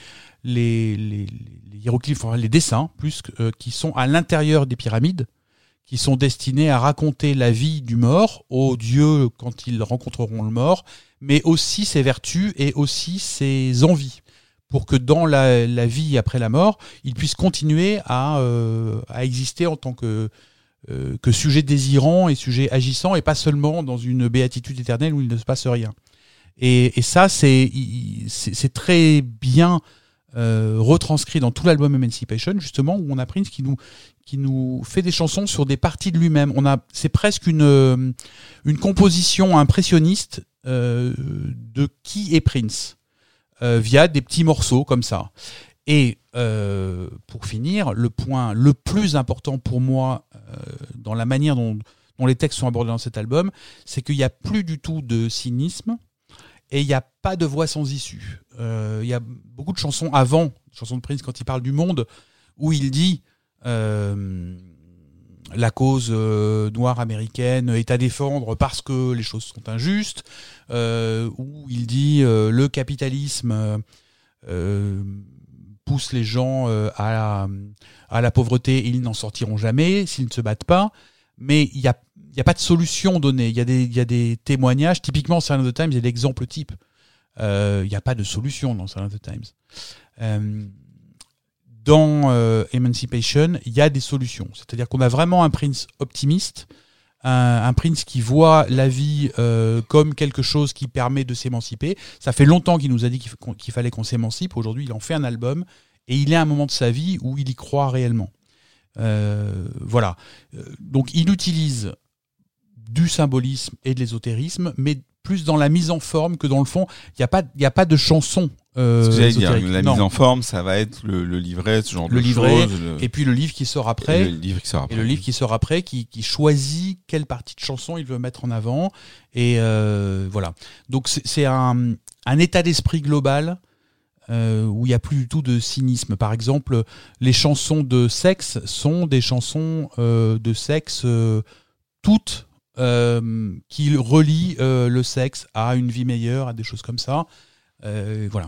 les, les, les hiéroglyphes, enfin, les dessins, plus euh, qui sont à l'intérieur des pyramides, qui sont destinés à raconter la vie du mort aux dieux quand ils rencontreront le mort, mais aussi ses vertus et aussi ses envies, pour que dans la, la vie après la mort, il puisse continuer à, euh, à exister en tant que euh, que sujet désirant et sujet agissant, et pas seulement dans une béatitude éternelle où il ne se passe rien. Et, et ça, c'est, c'est, c'est très bien euh, retranscrit dans tout l'album Emancipation, justement, où on a Prince qui nous, qui nous fait des chansons sur des parties de lui-même. On a, c'est presque une, une composition impressionniste euh, de qui est Prince, euh, via des petits morceaux comme ça. Et euh, pour finir, le point le plus important pour moi euh, dans la manière dont, dont les textes sont abordés dans cet album, c'est qu'il n'y a plus du tout de cynisme et il n'y a pas de voix sans issue. Euh, il y a beaucoup de chansons avant, chansons de Prince quand il parle du monde, où il dit euh, la cause euh, noire américaine est à défendre parce que les choses sont injustes, euh, où il dit euh, le capitalisme euh, pousse les gens euh, à, la, à la pauvreté et ils n'en sortiront jamais s'ils ne se battent pas. Mais il n'y a, y a pas de solution donnée. Il y, y a des témoignages. Typiquement, Sign of the Times est l'exemple type. Il euh, n'y a pas de solution dans Sign of the Times. Euh, dans euh, Emancipation, il y a des solutions. C'est-à-dire qu'on a vraiment un Prince optimiste, un, un Prince qui voit la vie euh, comme quelque chose qui permet de s'émanciper. Ça fait longtemps qu'il nous a dit qu'il, f- qu'il fallait qu'on s'émancipe. Aujourd'hui, il en fait un album et il est à un moment de sa vie où il y croit réellement. Euh, voilà. Donc, il utilise du symbolisme et de l'ésotérisme, mais plus dans la mise en forme que dans le fond. Il n'y a pas, il n'y a pas de chanson. Euh, Ce que j'allais dire, ésotérique. la Non. mise en forme, ça va être le, le livret, ce genre Le de livret, choses. Le... Et puis le livre qui sort après. Et le livre qui sort après. Et le livre qui sort après, qui, qui choisit quelle partie de chanson il veut mettre en avant. Et euh, voilà. Donc c'est, c'est un, un état d'esprit global euh, où il n'y a plus du tout de cynisme. Par exemple, les chansons de sexe sont des chansons euh, de sexe euh, toutes euh, qui relient euh, le sexe à une vie meilleure, à des choses comme ça. Euh, voilà.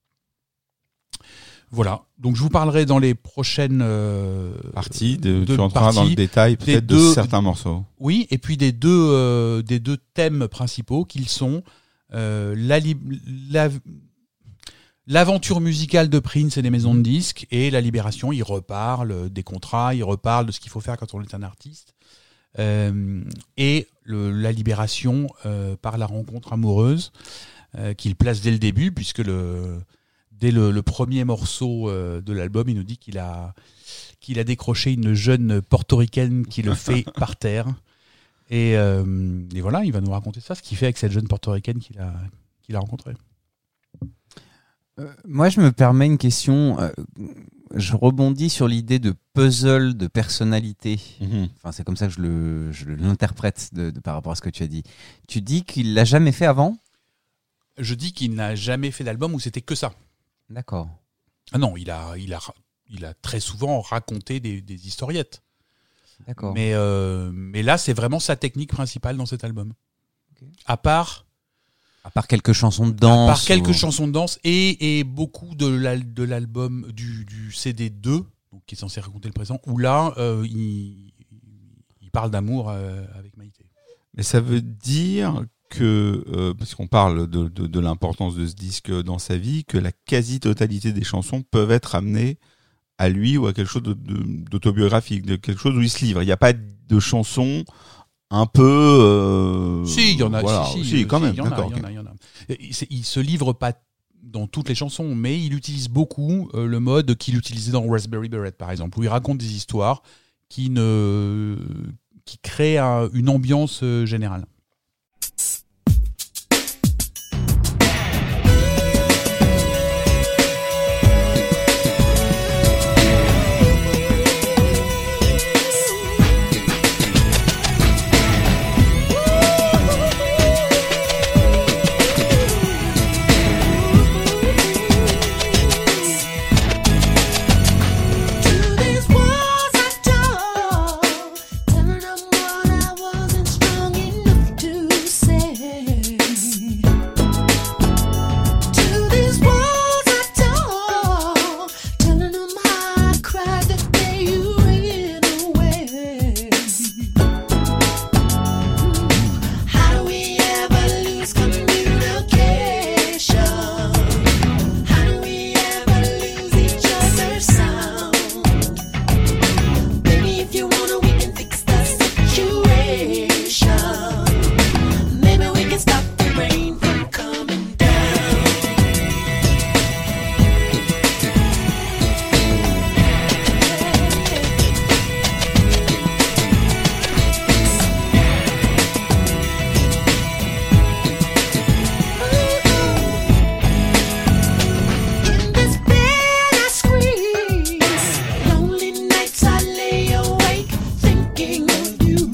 Voilà. Donc je vous parlerai dans les prochaines euh, Partie, de, de tu entreras parties, dans le détail peut-être de deux- certains morceaux. Oui, et puis des deux, euh, des deux thèmes principaux qu'ils sont euh, la, li- la- l'aventure musicale de Prince et des maisons de disques et la libération. Il reparle des contrats, il reparle de ce qu'il faut faire quand on est un artiste. Euh, et le, la libération euh, par la rencontre amoureuse euh, qu'il place dès le début, puisque le, dès le, le premier morceau euh, de l'album, il nous dit qu'il a, qu'il a décroché une jeune portoricaine qui le fait par terre. Et, euh, et voilà, il va nous raconter ça, ce qu'il fait avec cette jeune portoricaine qu'il a, qu'il a rencontrée. Euh, moi, je me permets une question. Euh, je rebondis sur l'idée de puzzle de personnalité. Mhm. Enfin, c'est comme ça que je, le, je l'interprète de, de, par rapport à ce que tu as dit. Tu dis qu'il l'a jamais fait avant ? Je dis qu'il n'a jamais fait d'album où c'était que ça. D'accord. Ah non, il a, il a, il a très souvent raconté des, des historiettes. D'accord. Mais, euh, mais là, c'est vraiment sa technique principale dans cet album. Ok. À part, À part quelques chansons de danse. à part quelques ou- chansons de danse et, et beaucoup de, l'al- de l'album du, du C D deux, donc, qui est censé raconter le présent, où là, euh, il, il parle d'amour euh, avec Maïté. Mais ça veut dire que, euh, parce qu'on parle de, de, de l'importance de ce disque dans sa vie, que la quasi-totalité des chansons peuvent être amenées à lui ou à quelque chose de, de, d'autobiographique, de quelque chose où il se livre. Il n'y a pas de chansons un peu... Euh, Si, il y en a. voilà. si, si, Si, quand si, même, il y en a, d'accord. il y en ok. a, il y en a. Il, c'est- il se livre pas dans toutes les chansons, mais il utilise beaucoup euh, le mode qu'il utilisait dans Raspberry Beret, par exemple, où il raconte des histoires qui ne qui créent un- une ambiance euh, générale. To these walls I told, telling them what I wasn't strong enough Maybe we can stop the rain from coming down. In this bed I squeeze, lonely nights I lay awake thinking of you.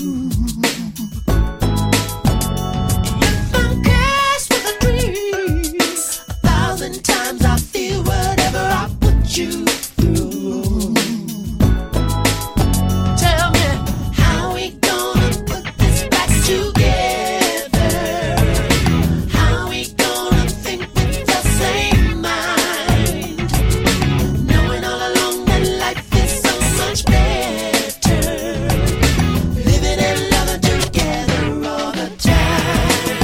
If I'm cursed with a dream, a thousand times I feel whatever I put you through. Tell me, how we gonna put this back together? How we gonna think with the same mind? Knowing all along that life is so much better, living and loving together all the time.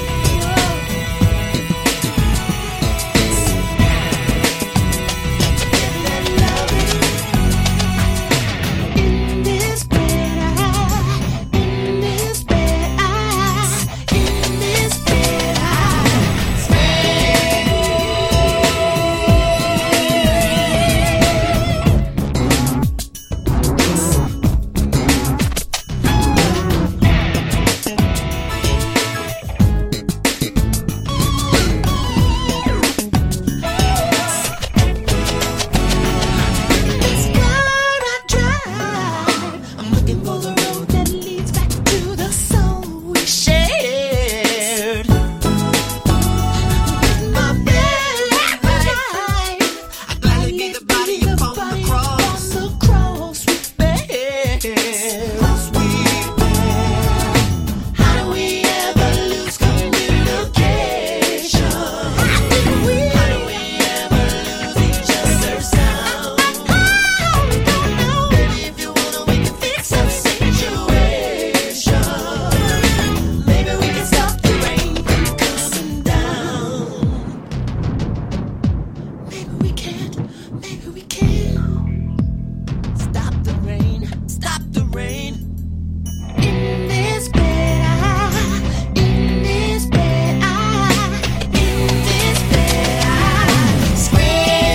In this bed, I, in this bed, I, in this bed, I This car I drive, I'm looking for the road that leads back to the soul we shared. With my very life, I gladly gave the body upon the cross. The cross we bear. Cross we bear. How do we ever lose communication? How do we ever lose each other's sound? Baby, if you wanna, we can fix the situation. Maybe we can stop the rain from coming down. Maybe we can, maybe we can stop the rain, stop the rain. In this bed, I, in this bed, I, in this bed, I scream.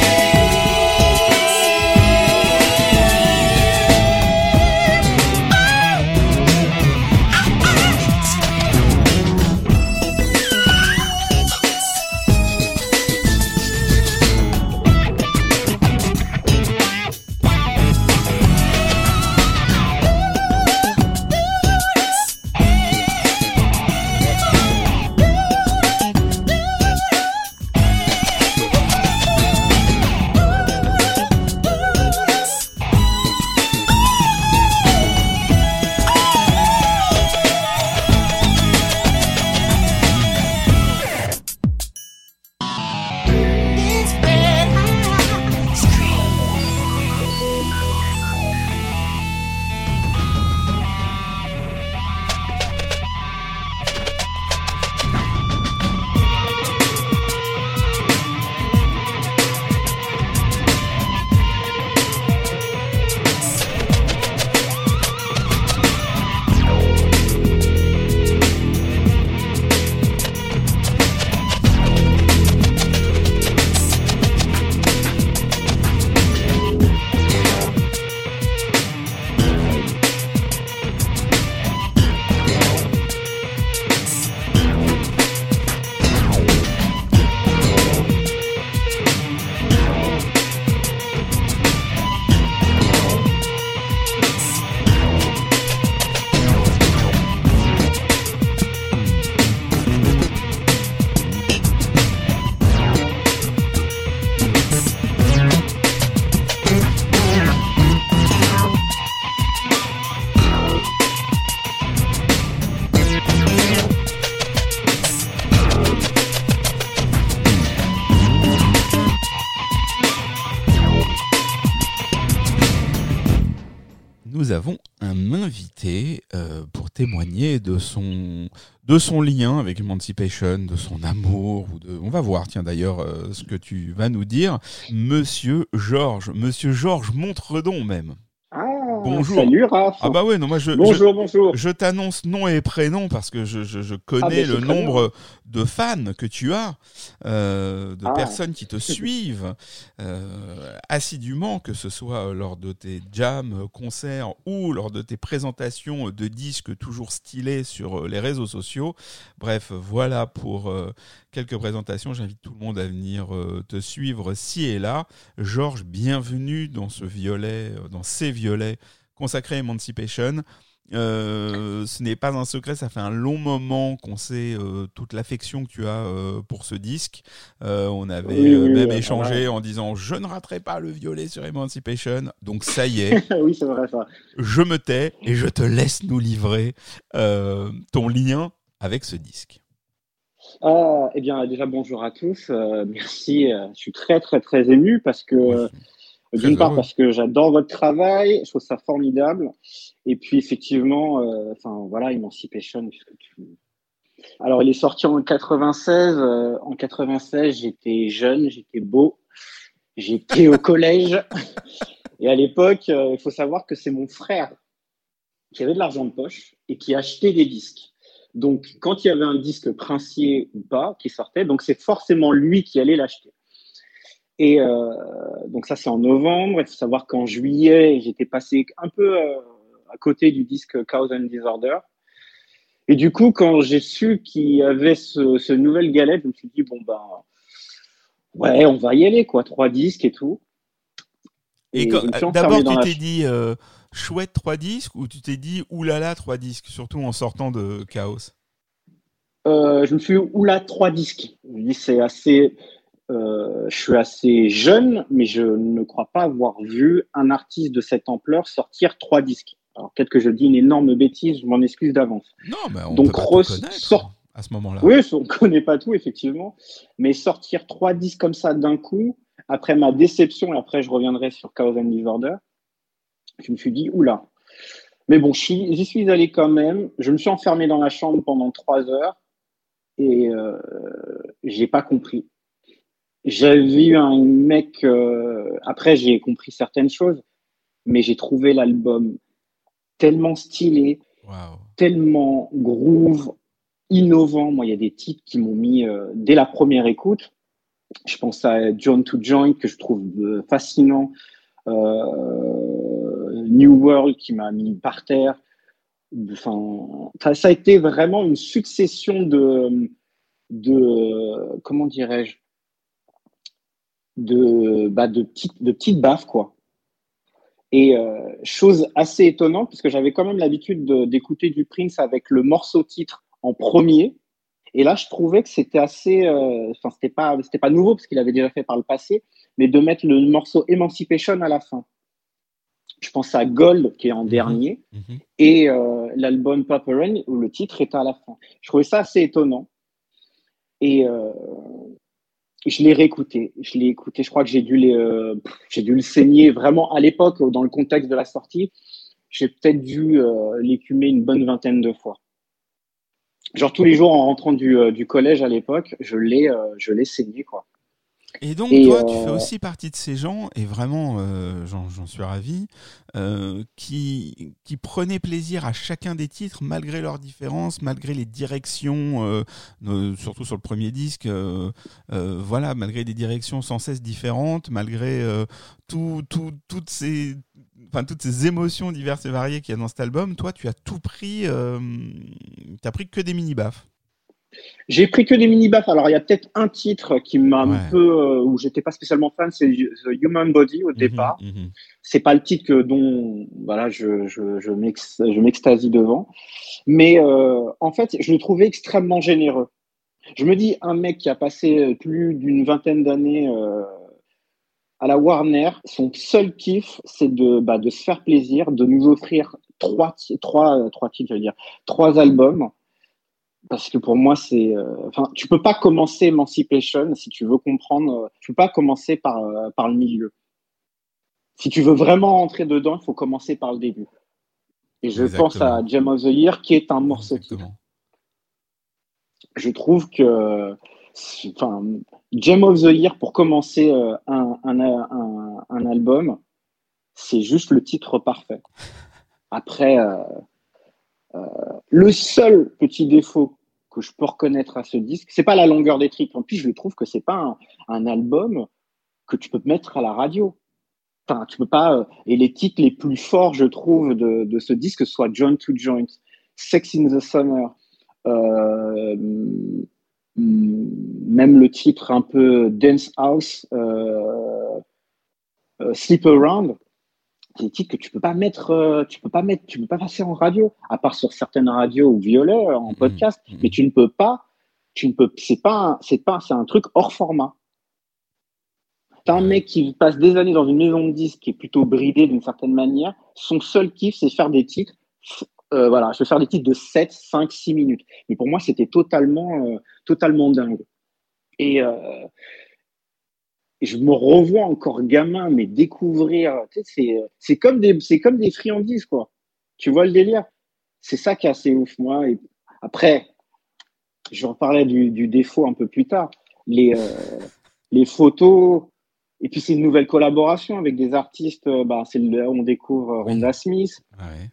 This bed, I nous avons un invité euh, pour témoigner de son, de son lien avec Emancipation, de son amour. Ou de... On va voir, tiens d'ailleurs, euh, ce que tu vas nous dire. Monsieur Georges, Monsieur Georges Montredon même. Ah, bonjour. Salut Raph. Ah bah ouais, non, moi je, bonjour, bonjour. je, je t'annonce nom et prénom parce que je, je, je connais Ah, ben, le c'est très nombre de fans que tu as, euh, de Ah. personnes qui te suivent euh, assidûment, que ce soit lors de tes jams, concerts ou lors de tes présentations de disques toujours stylés sur les réseaux sociaux. Bref, voilà pour euh, quelques présentations. J'invite tout le monde à venir euh, te suivre ci et là. Georges, bienvenue dans ce violet, dans ces violets consacrés à Emancipation. Euh, ce n'est pas un secret, ça fait un long moment qu'on sait euh, toute l'affection que tu as euh, pour ce disque. Euh, on avait Oui, euh, oui, même oui, échangé ouais. en disant je ne raterai pas le violet sur Emancipation. Donc ça y est, oui, c'est vrai ça. je me tais et je te laisse nous livrer euh, ton lien avec ce disque. Ah, eh bien, déjà bonjour à tous. Euh, merci. euh, je suis très très très ému parce que Ouais, euh, je suis d'une très part heureux. parce que j'adore votre travail, je trouve ça formidable. Et puis effectivement, euh, enfin voilà, Emancipation. puisque tu- Alors, il est sorti en quatre-vingt-seize. euh, en quatre-vingt-seize, j'étais jeune, j'étais beau, j'étais au collège. Et à l'époque, euh, il faut savoir que c'est mon frère qui avait de l'argent de poche et qui achetait des disques. Donc, quand il y avait un disque princier ou pas qui sortait, donc c'est forcément lui qui allait l'acheter. Et euh, donc ça, c'est en novembre. Il faut savoir qu'en juillet, j'étais passé un peu euh, à côté du disque Chaos and Disorder. Et du coup, quand j'ai su qu'il y avait ce, ce nouvel galette, je me suis dit, bon, ben, ouais, on va y aller, quoi. Trois disques et tout. Et, Et quand, je me suis d'abord, enfermé dans tu la t'es ch- dit euh, chouette trois disques ou tu t'es dit oulala trois disques, surtout en sortant de Chaos? Euh, je me suis dit, oula, trois disques. Je me dis, c'est assez. Euh, je suis assez jeune, mais je ne crois pas avoir vu un artiste de cette ampleur sortir trois disques. Alors peut-être que je dis une énorme bêtise, je m'en excuse d'avance. Non, mais on Donc peut pas Ross tout connaître sort. à ce moment-là. Oui, on ne connaît pas tout effectivement, mais sortir trois disques comme ça d'un coup, après ma déception, et après je reviendrai sur Chaos and Disorder, je me suis dit oula. Mais bon, j'y suis allé quand même. Je me suis enfermé dans la chambre pendant trois heures et euh, j'ai pas compris. J'ai vu un mec. Euh, après, j'ai compris certaines choses, mais j'ai trouvé l'album tellement stylé, Wow. tellement groove, innovant. Moi, il y a des titres qui m'ont mis euh, dès la première écoute. Je pense à Joint to Joint que je trouve euh, fascinant, euh, New World qui m'a mis par terre. Enfin, ça, ça a été vraiment une succession de, de comment dirais-je, de, bah, de petites, de petites baffes, quoi. Et euh, chose assez étonnante, parce que j'avais quand même l'habitude de, d'écouter du Prince avec le morceau titre en premier. Et là, je trouvais que c'était assez, euh, enfin, c'était pas, c'était pas nouveau parce qu'il avait déjà fait par le passé, mais de mettre le morceau Emancipation à la fin. Je pense à Gold qui est en Mhm. dernier Mhm. et euh, l'album Purple Rain où le titre est à la fin. Je trouvais ça assez étonnant. Et euh, je l'ai réécouté. Je l'ai écouté. Je crois que j'ai dû, les, euh, j'ai dû le saigner vraiment à l'époque, dans le contexte de la sortie. J'ai peut-être dû euh, l'écumer une bonne vingtaine de fois. Genre tous les jours en rentrant du, euh, du collège à l'époque, je l'ai, euh, je l'ai saigné, quoi. Et donc, Et, toi, euh, tu fais aussi partie de ces gens, et vraiment, euh, j'en, j'en suis ravi, euh, qui, qui prenaient plaisir à chacun des titres, malgré leurs différences, malgré les directions, euh, euh, surtout sur le premier disque, euh, euh, voilà, malgré des directions sans cesse différentes, malgré euh, tout, tout, toutes ces... Enfin, toutes ces émotions diverses et variées qu'il y a dans cet album, toi, tu as tout pris, euh, tu as pris que des mini-baffes. J'ai pris que des mini-baffes. Alors, il y a peut-être un titre qui m'a Ouais. un peu, euh, où j'étais pas spécialement fan, c'est The Human Body au départ. Mhm, mhm. C'est pas le titre que, dont, voilà, je, je, je, m'ex, je m'extasie devant. Mais, euh, en fait, je le trouvais extrêmement généreux. Je me dis, un mec qui a passé plus d'une vingtaine d'années, euh, à la Warner, son seul kiff, c'est de, bah, de se faire plaisir, de nous offrir trois, trois, euh, trois titres, je veux dire, trois albums. Parce que pour moi, c'est, euh, enfin, tu peux pas commencer Emancipation si tu veux comprendre. Euh, tu peux pas commencer par euh, par le milieu. Si tu veux vraiment rentrer dedans, il faut commencer par le début. Et je Exactement. pense à Gem of the Year, qui est un morceau titre. Exactement. Je trouve que, enfin, Gem of the Year pour commencer euh, un, un, un, un album, c'est juste le titre parfait. Après, euh, euh, le seul petit défaut que je peux reconnaître à ce disque, c'est pas la longueur des titres. En plus, je trouve que c'est pas un, un album que tu peux mettre à la radio. Enfin, tu peux pas. Euh, et les titres les plus forts, je trouve, de, de ce disque, soit Joint to Joint, Sex in the Summer, euh, même le titre un peu Dance House, euh, euh, Sleep Around. C'est des titres que tu peux pas mettre, euh, tu peux pas mettre, tu peux pas passer en radio, à part sur certaines radios ou violet en podcast, mmh. mais tu ne peux pas, tu ne peux, c'est pas, un, c'est pas, c'est un truc hors format. T'as un mec qui passe des années dans une maison de disques qui est plutôt bridée d'une certaine manière. Son seul kiff, c'est faire des titres, euh, voilà, je vais faire des titres de sept, cinq, six minutes. Mais pour moi, c'était totalement, euh, totalement dingue. Et, euh, Et je me revois encore gamin, mais découvrir, tu sais, c'est, c'est comme des, c'est comme des friandises, quoi. Tu vois le délire? C'est ça qui est assez ouf, moi. Et après, je reparlais du, du défaut un peu plus tard. Les, euh, les photos, et puis c'est une nouvelle collaboration avec des artistes, bah, c'est là où on découvre Rhonda Smith. Ouais.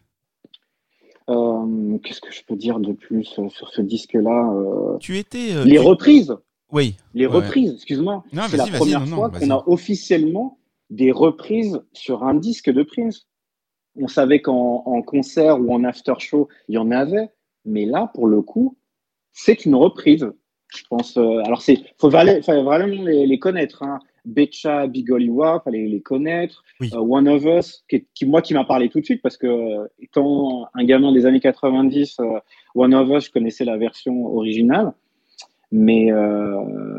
Euh, qu'est-ce que je peux dire de plus sur ce disque-là? euh, Tu étais. Euh, Les tu... reprises. Oui. Les ouais. reprises, excuse-moi. Non, c'est vas-y, la première vas-y, non, fois non, qu'on vas-y. a officiellement des reprises sur un disque de Prince. On savait qu'en en concert ou en after show, il y en avait, mais là, pour le coup, c'est une reprise. Je pense. Euh, alors, c'est, faut valer, faut vraiment les, les connaître. Hein. Betcha, Big Oliwa, fallait les connaître. Oui. Uh, One of Us, qui, qui moi, qui m'a parlé tout de suite parce que euh, étant un gamin des années quatre-vingt-dix, euh, One of Us, je connaissais la version originale. Mais euh,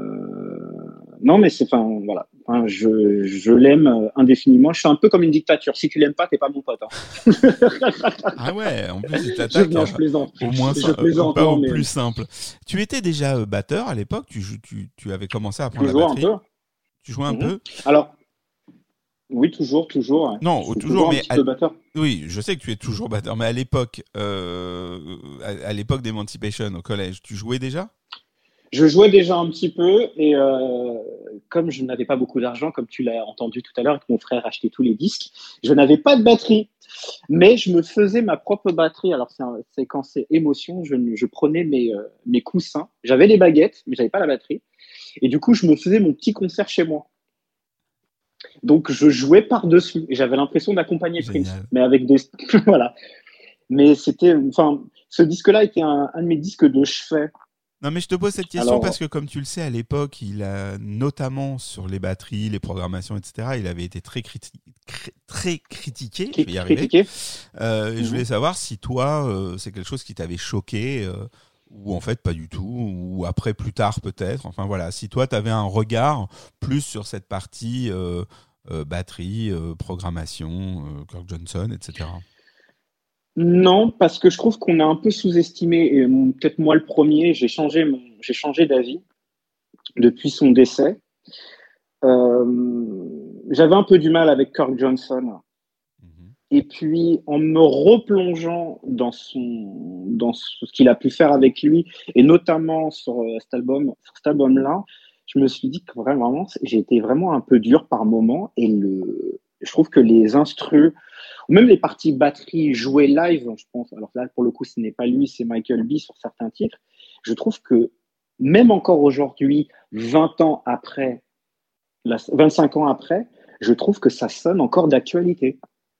non, mais c'est, enfin, voilà. Enfin, je, je l'aime indéfiniment. Je suis un peu comme une dictature. Si tu l'aimes pas, t'es pas mon pote. Hein. Ah ouais, en plus, il t'attaque. Non, je plaisante. Au moins, je ça, plaisante, pas non, au mais... plus simple. Tu étais déjà euh, batteur à l'époque. Tu, joues, tu, tu avais commencé à apprendre je la jouais batterie. Un peu. Tu jouais un Mm-hmm. peu. Alors. Oui, toujours, toujours. Ouais. Non, toujours, toujours, mais un petit peu batteur. Oui, je sais que tu es toujours batteur, mais à l'époque, euh, à, à l'époque d'Emancipation au collège, tu jouais déjà? Je jouais déjà un petit peu et euh, comme je n'avais pas beaucoup d'argent, comme tu l'as entendu tout à l'heure, que mon frère achetait tous les disques, je n'avais pas de batterie, mais je me faisais ma propre batterie. Alors c'est, un, c'est quand c'est émotion, je, je prenais mes, euh, mes coussins, j'avais les baguettes, mais j'avais pas la batterie, et du coup je me faisais mon petit concert chez moi. Donc je jouais par-dessus et j'avais l'impression d'accompagner Prince, mais avec des voilà. Mais c'était, enfin, ce disque-là était un, un de mes disques de chevet. Non, mais je te pose cette question Alors, parce que, comme tu le sais, à l'époque, il a notamment sur les batteries, les programmations, et cetera, il avait été très, criti- cr- très critiqué. Je vais y arriver. Critiqué. Euh, Mm-hmm. Je voulais savoir si toi, euh, c'est quelque chose qui t'avait choqué, euh, ou en fait pas du tout, ou après plus tard peut-être. Enfin voilà, si toi, tu avais un regard plus sur cette partie euh, euh, batterie, euh, programmation, euh, Kirk Johnson, et cetera. Non, parce que je trouve qu'on a un peu sous-estimé, et peut-être moi le premier, j'ai changé, mon, j'ai changé d'avis depuis son décès. Euh, j'avais un peu du mal avec Kirk Johnson. Mm-hmm. Et puis, en me replongeant dans, son, dans ce qu'il a pu faire avec lui, et notamment sur cet album, sur cet album-là, je me suis dit que vraiment, j'ai été vraiment un peu dur par moment, et le, je trouve que les instrus, ou même les parties batterie jouées live, je pense, alors là, pour le coup, ce n'est pas lui, c'est Michael B. sur certains titres, je trouve que même encore aujourd'hui, vingt ans après, vingt-cinq ans après, je trouve que ça sonne encore d'actualité.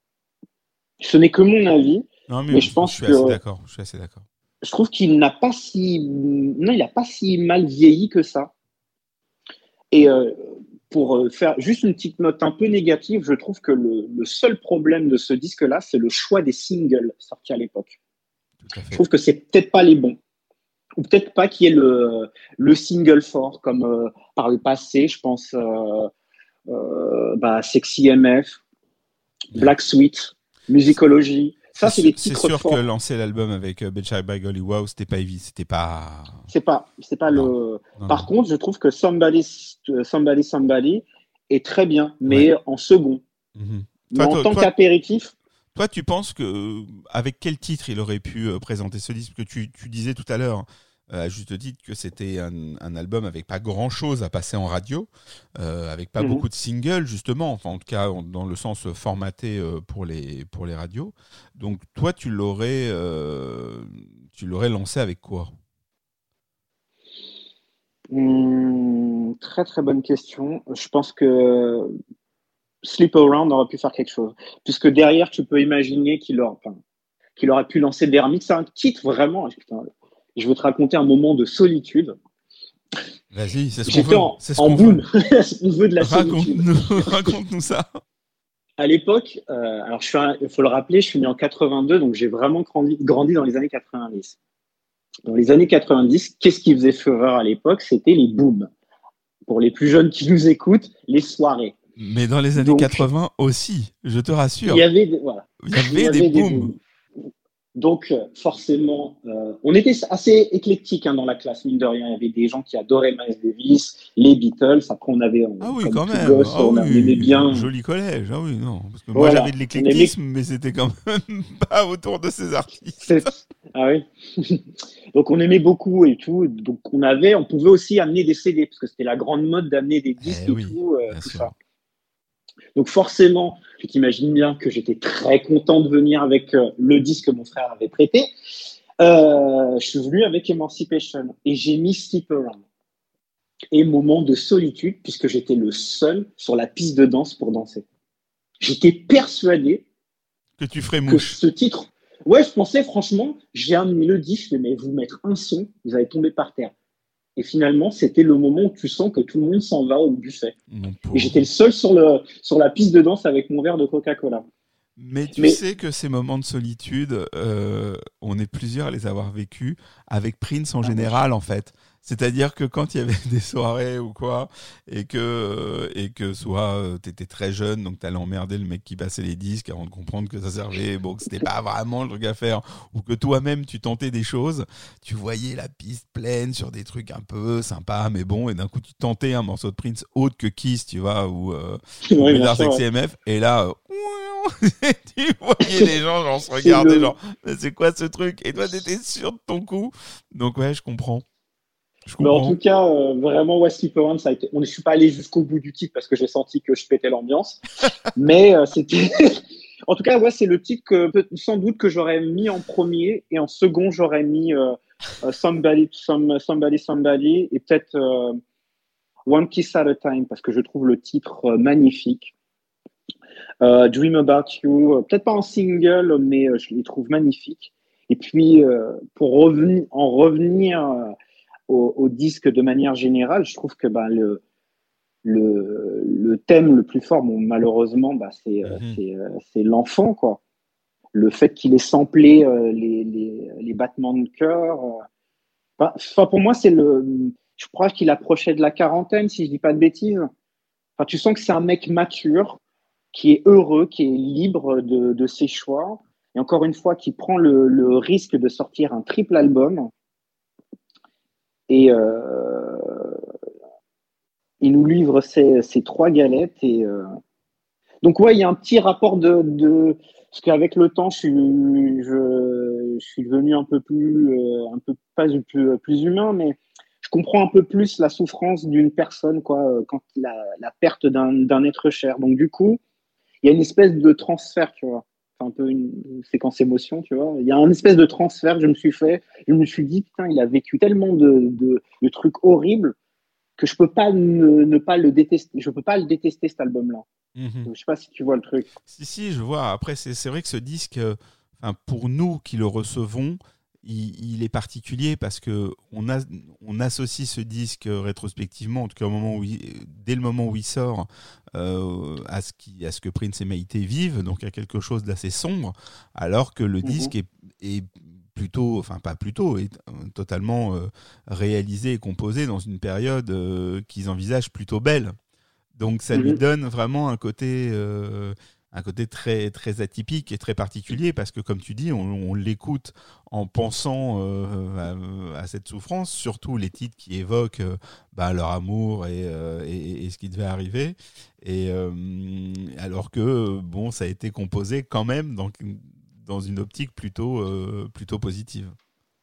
Ce n'est que mon avis, non, mais, mais je pense je suis que... Assez d'accord, je suis assez d'accord. Je trouve qu'il n'a pas si... Non, il n'a pas si mal vieilli que ça. Et... Euh, pour faire juste une petite note un peu négative, je trouve que le, le seul problème de ce disque-là, c'est le choix des singles sortis à l'époque. Tout à fait. Je trouve que c'est peut-être pas les bons. Ou peut-être pas qu'il y ait le, le single fort, comme euh, par le passé, je pense euh, euh, bah, Sexy M F, Black Sweet, Musicology. Ça, c'est, c'est des titres C'est sûr forts. que lancer l'album avec euh, Betcha by Golly Wow, c'était pas évident, c'était pas. C'est pas, c'est pas non. le. Non, Par non. contre, je trouve que Somebody, Somebody, Somebody est très bien, mais ouais. en second. Mm-hmm. Mais toi, en toi, tant toi, qu'apéritif. Toi, tu penses que euh, avec quel titre il aurait pu euh, présenter ce disque? Que tu, tu disais tout à l'heure, à juste titre que c'était un, un album avec pas grand-chose à passer en radio, euh, avec pas mmh. beaucoup de singles justement, enfin en tout cas dans le sens formaté euh, pour les pour les radios. Donc toi tu l'aurais euh, tu l'aurais lancé avec quoi? Mmh, très très bonne question. Je pense que Sleep Around aurait pu faire quelque chose, puisque derrière tu peux imaginer qu'il aurait, enfin, qu'il aurait pu lancer des remixes. C'est un titre vraiment. Putain, je veux te raconter un moment de solitude. Vas-y, c'est ce J'étais qu'on veut. En, c'est ce en qu'on boom. veut. On veut de la solitude. Raconte-nous, raconte-nous ça. À l'époque, euh, alors je suis, il faut le rappeler, je suis né en quatre-vingt-deux, donc j'ai vraiment grandi, grandi dans les années quatre-vingt-dix. Dans les années quatre-vingt-dix, qu'est-ce qui faisait fureur à l'époque? C'était les booms. Pour les plus jeunes qui nous écoutent, les soirées. Mais dans les années donc, quatre-vingts aussi, je te rassure. Il y avait des, voilà. il y avait il y des, avait des booms. booms. Donc, forcément, euh, on était assez éclectique hein, dans la classe, mine de rien. Il y avait des gens qui adoraient Miles Davis, les Beatles. Après, on avait. On, ah oui, quand même. Gosse, ah on oui. aimait bien. Joli collège. Ah oui, non. Parce que voilà. moi, j'avais de l'éclectisme, aimait... mais c'était quand même pas autour de ces artistes. C'est... Ah oui. Donc, on aimait beaucoup et tout. Donc, on avait, on pouvait aussi amener des C D, parce que c'était la grande mode d'amener des disques eh et oui, tout, euh, tout ça. Donc forcément, tu t'imagines bien que j'étais très content de venir avec euh, le disque que mon frère avait prêté. Euh, je suis venu avec Emancipation et j'ai mis Sleep Around. Et moment de solitude, puisque j'étais le seul sur la piste de danse pour danser. J'étais persuadé que tu ferais Que mouche. ce titre, ouais, je pensais franchement, j'ai amené le disque, mais vous mettre un son, vous allez tomber par terre. Et finalement, c'était le moment où tu sens que tout le monde s'en va au buffet. Et j'étais le seul sur, le, sur la piste de danse avec mon verre de Coca-Cola. Mais tu Mais... sais que ces moments de solitude, euh, on est plusieurs à les avoir vécus avec Prince en ah, général, en fait. C'est-à-dire que quand il y avait des soirées ou quoi, et que, et que soit euh, tu étais très jeune, donc tu allais emmerder le mec qui passait les disques avant de comprendre que ça servait, bon, que c'était pas vraiment le truc à faire, ou que toi-même tu tentais des choses, tu voyais la piste pleine sur des trucs un peu sympas, mais bon, et d'un coup tu tentais un morceau de Prince autre que Kiss, tu vois, ou euh, oui, Sexy M F, et là, euh, tu voyais les gens genre se regarder, le... genre, c'est quoi ce truc? Et toi, t'étais sûr de ton coup. Donc ouais, je comprends. Mais en tout cas, euh, vraiment, ouais, Sleep Around, ça a été. On ne suis pas allé jusqu'au bout du titre parce que j'ai senti que je pétais l'ambiance. Mais euh, c'était. En tout cas, ouais, c'est le titre que sans doute que j'aurais mis en premier et en second, j'aurais mis euh, uh, Somebody, some, Somebody, Somebody et peut-être euh, One Kiss at a Time parce que je trouve le titre euh, magnifique. Euh, Dream About You, euh, peut-être pas en single, mais euh, je les trouve magnifiques. Et puis, euh, pour revenir, en revenir. Euh, Au, au disque de manière générale, je trouve que bah, le, le, le thème le plus fort, bon, malheureusement, bah, c'est, mm-hmm. c'est, c'est l'enfant, quoi. Le fait qu'il ait samplé euh, les, les, les battements de cœur. Euh, bah, pour moi, c'est le. Je crois qu'il approchait de la quarantaine, si je dis pas de bêtises. Enfin, tu sens que c'est un mec mature, qui est heureux, qui est libre de, de ses choix. Et encore une fois, qui prend le, le risque de sortir un triple album. Et euh, il nous livre ces, ces trois galettes. Et euh... donc, ouais, il y a un petit rapport de. de... Parce qu'avec le temps, je suis, je, je suis devenu un peu plus. Euh, un peu, pas plus, plus humain, mais je comprends un peu plus la souffrance d'une personne, quoi, quand la, la perte d'un, d'un être cher. Donc, du coup, il y a une espèce de transfert, tu vois. C'est un peu une séquence émotion, tu vois. Il y a un espèce de transfert que je me suis fait. Je me suis dit, putain, il a vécu tellement de, de, de trucs horribles que je peux pas ne, ne pas le détester. Je peux pas le détester, cet album-là. Mm-hmm. Je sais pas si tu vois le truc. Si, si, je vois. Après, c'est, c'est vrai que ce disque, euh, pour nous qui le recevons, il, il est particulier parce que on, a, on associe ce disque rétrospectivement, en tout cas au moment où il, dès le moment où il sort, euh, à, ce qui, à ce que Prince et Maïté vivent, donc à quelque chose d'assez sombre, alors que le mmh. disque est, est plutôt, enfin pas plutôt, est totalement euh, réalisé et composé dans une période euh, qu'ils envisagent plutôt belle. Donc ça mmh. lui donne vraiment un côté... Euh, un côté très, très atypique et très particulier parce que, comme tu dis, on, on l'écoute en pensant euh, à, à cette souffrance, surtout les titres qui évoquent euh, bah, leur amour et, euh, et, et ce qui devait arriver. Et, euh, alors que, bon, ça a été composé quand même dans, dans une optique plutôt, euh, plutôt positive.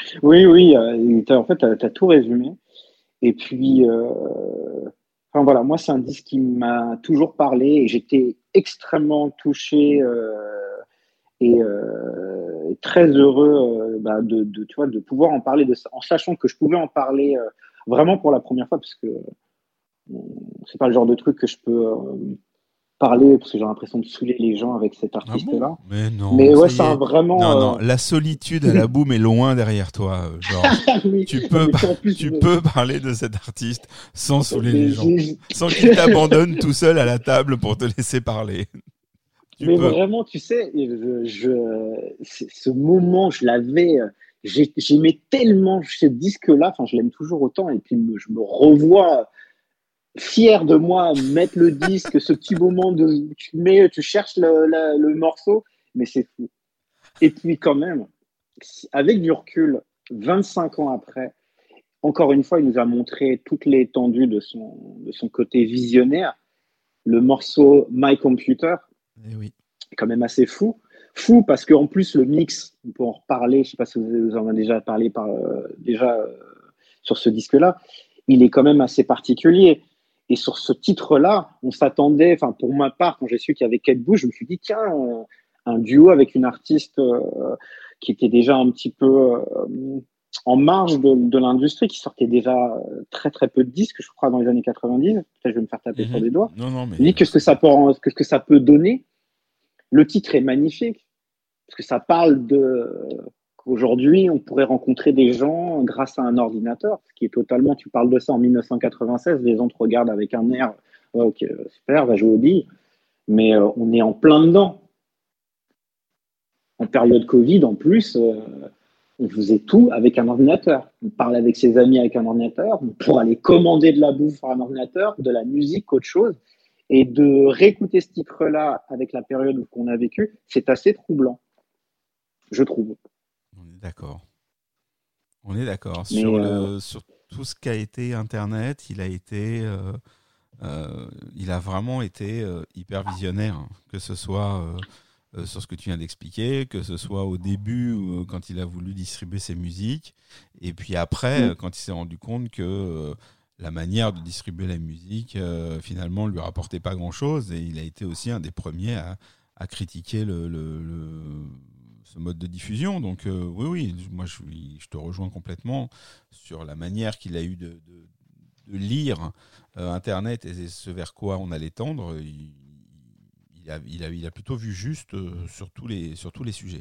Oui, oui, euh, t'as- en fait, tu as tout résumé. Et puis, euh, enfin voilà, moi, c'est un disque qui m'a toujours parlé et j'étais extrêmement touché euh, et euh, très heureux euh, bah, de, de, tu vois, de pouvoir en parler de ça, en sachant que je pouvais en parler euh, vraiment pour la première fois, parce que euh, c'est pas le genre de truc que je peux euh, parler, parce que j'ai l'impression de saouler les gens avec cet Ah bon? artiste-là. Mais non, Mais ça ouais, y ça a est. vraiment. Non, euh, non, la solitude à la boum est loin derrière toi. euh, Genre, oui, tu non, peux, mais puis en plus, tu je- peux parler de cet artiste sans saouler mais les gens, j'ai- sans qu'il t'abandonne tout seul à la table pour te laisser parler. Tu Mais peux. vraiment, tu sais, je, je, c'est- ce moment, je l'avais, euh, j'ai- j'aimais tellement ce disque-là, enfin, je l'aime toujours autant, et puis me- je me revois fier de moi mettre le disque, ce petit moment de, tu mets, tu cherches le, la- le morceau, mais c'est fou. Et puis quand même, si- avec du recul, vingt-cinq ans après, encore une fois, il nous a montré toute l'étendue de son, de son côté visionnaire. Le morceau My Computer, Eh oui. quand même assez fou. Fou parce qu'en plus, le mix, on peut en reparler, je ne sais pas si vous en avez déjà parlé par, euh, déjà euh, sur ce disque-là, il est quand même assez particulier. Et sur ce titre-là, on s'attendait, enfin pour ma part, quand j'ai su qu'il y avait Kate Bush, je me suis dit, tiens, euh, un duo avec une artiste euh, qui était déjà un petit peu euh, en marge de, de l'industrie, qui sortait déjà euh, très très peu de disques, je crois, dans les années quatre-vingt-dix. Peut-être je vais me faire taper sur Mhm. les doigts. Non, non, mais. Je me dis, qu'est-ce que ça peut, en- qu'est-ce que ça peut donner. Le titre est magnifique, parce que ça parle de qu'aujourd'hui, on pourrait rencontrer des gens grâce à un ordinateur, ce qui est totalement, tu parles de ça en mille neuf cent quatre-vingt-seize, les gens te regardent avec un air, ouais, ok, super, va jouer aux billes, mais euh, on est en plein dedans. En période Covid, en plus, euh, on faisait tout avec un ordinateur. On parle avec ses amis avec un ordinateur, on pourrait aller commander de la bouffe par un ordinateur, de la musique, autre chose. Et de réécouter ce titre-là avec la période qu'on a vécue, c'est assez troublant, je trouve. On est d'accord. On est d'accord. Mais, Sur, euh, le, sur tout ce qu'a été Internet, il a été. Euh, euh, il a vraiment été euh, hyper visionnaire, hein. Que ce soit euh, euh, sur ce que tu viens d'expliquer, que ce soit au début euh, quand il a voulu distribuer ses musiques, et puis après Mm. euh, quand il s'est rendu compte que euh, la manière de distribuer la musique euh, finalement lui rapportait pas grand-chose, et il a été aussi un des premiers à, à critiquer le, le, le- ce mode de diffusion. Donc euh, oui, oui, moi je, je te rejoins complètement sur la manière qu'il a eu de, de, de lire euh, Internet et ce vers quoi on allait tendre. Il, il, a, il, a, il a plutôt vu juste euh, sur, tous les, sur tous les sujets.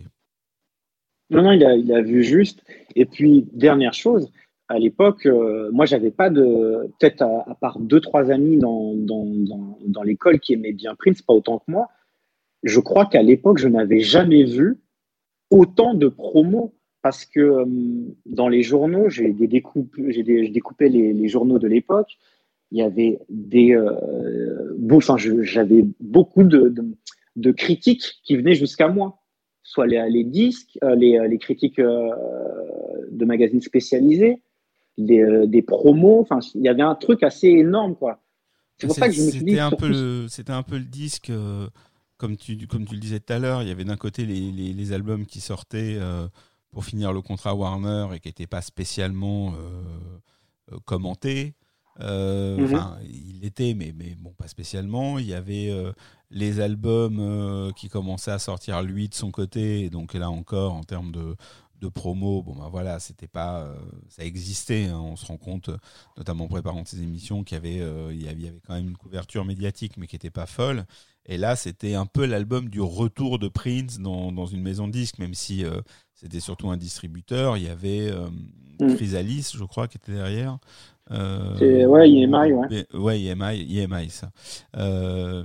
Non, non, il a, il a vu juste. Et puis, dernière chose, à l'époque, euh, moi, j'avais pas de, peut-être à, à part deux, trois amis dans, dans, dans, dans l'école qui aimaient bien Prince, pas autant que moi. Je crois qu'à l'époque, je n'avais jamais vu autant de promos parce que euh, dans les journaux, j'ai des découpes, j'ai des, je découpais les, les journaux de l'époque. Il y avait des, euh, bon, enfin, je- j'avais beaucoup de, de, de critiques qui venaient jusqu'à moi, soit les, les disques, euh, les, les critiques euh, de magazines spécialisés, des, euh, des promos. Enfin, il y avait un truc assez énorme, quoi. C'est pour ça C'est- que je me suis C'était dit, un, peu surtout, le- c'était un peu le disque, euh, comme, tu, comme tu le disais tout à l'heure, il y avait d'un côté les, les, les albums qui sortaient euh, pour finir le contrat Warner et qui n'étaient pas spécialement euh, euh, commentés. Euh, Mhm. Enfin, il l'était, mais, mais bon, pas spécialement. Il y avait euh, les albums euh, qui commençaient à sortir lui de son côté, et donc là encore, en termes de, de promo, bon ben voilà, c'était pas, euh, ça existait, hein, on se rend compte, notamment en préparant ces émissions, qu'il y avait, euh, il y avait, il y avait quand même une couverture médiatique, mais qui n'était pas folle. Et là, c'était un peu l'album du retour de Prince dans, dans une maison de disques, même si euh, c'était surtout un distributeur. Il y avait euh, Mm. Chrysalis, je crois, qui était derrière. Euh, C'est- ouais, I M I, ouais. mais- ouais, I M I, I M I, ça. Euh,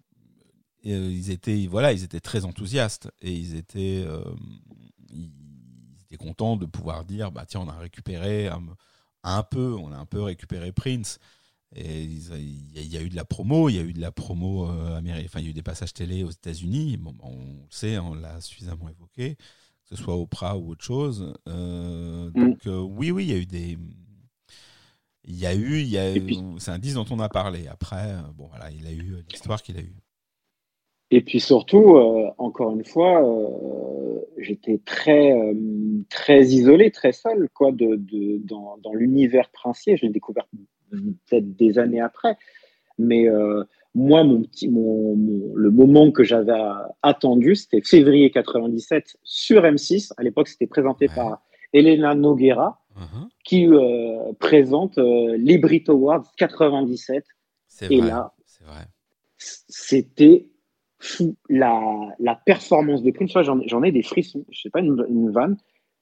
et, euh, ils étaient, voilà, ils étaient très enthousiastes et ils étaient, euh, ils étaient contents de pouvoir dire, bah tiens, on a récupéré un, un peu, on a un peu récupéré Prince. Et ils- il y, a- il y a eu de la promo, il y a eu de la promo euh, américaine, enfin il y a eu des passages télé aux États-Unis. Bon, bah, on le sait, on l'a suffisamment évoqué, que ce soit Oprah ou autre chose. Euh, Mm. donc euh, oui, oui, il y a eu des, il y a eu, il y a Et puis, c'est un disque dont on a parlé. Après, euh, bon voilà, il a eu l'histoire qu'il a eue. Et puis surtout, euh, encore une fois, euh, j'étais très, euh, très isolé, très seul, quoi, de, de, dans, dans l'univers princier. Je l'ai découvert peut-être des années après. Mais euh, moi, mon petit, mon, mon- le moment que j'avais attendu, c'était février quatre-vingt-dix-sept sur M six. À l'époque, c'était présenté Ouais. par Elena Noguera, Mhm. qui euh, présente euh, les Brit Awards quatre-vingt-dix-sept. C'est Et vrai. là, C'est vrai. c'était fou. La, la performance de Prince, tu vois, j'en, ai- j'en ai des frissons. Je sais pas, une, une vanne.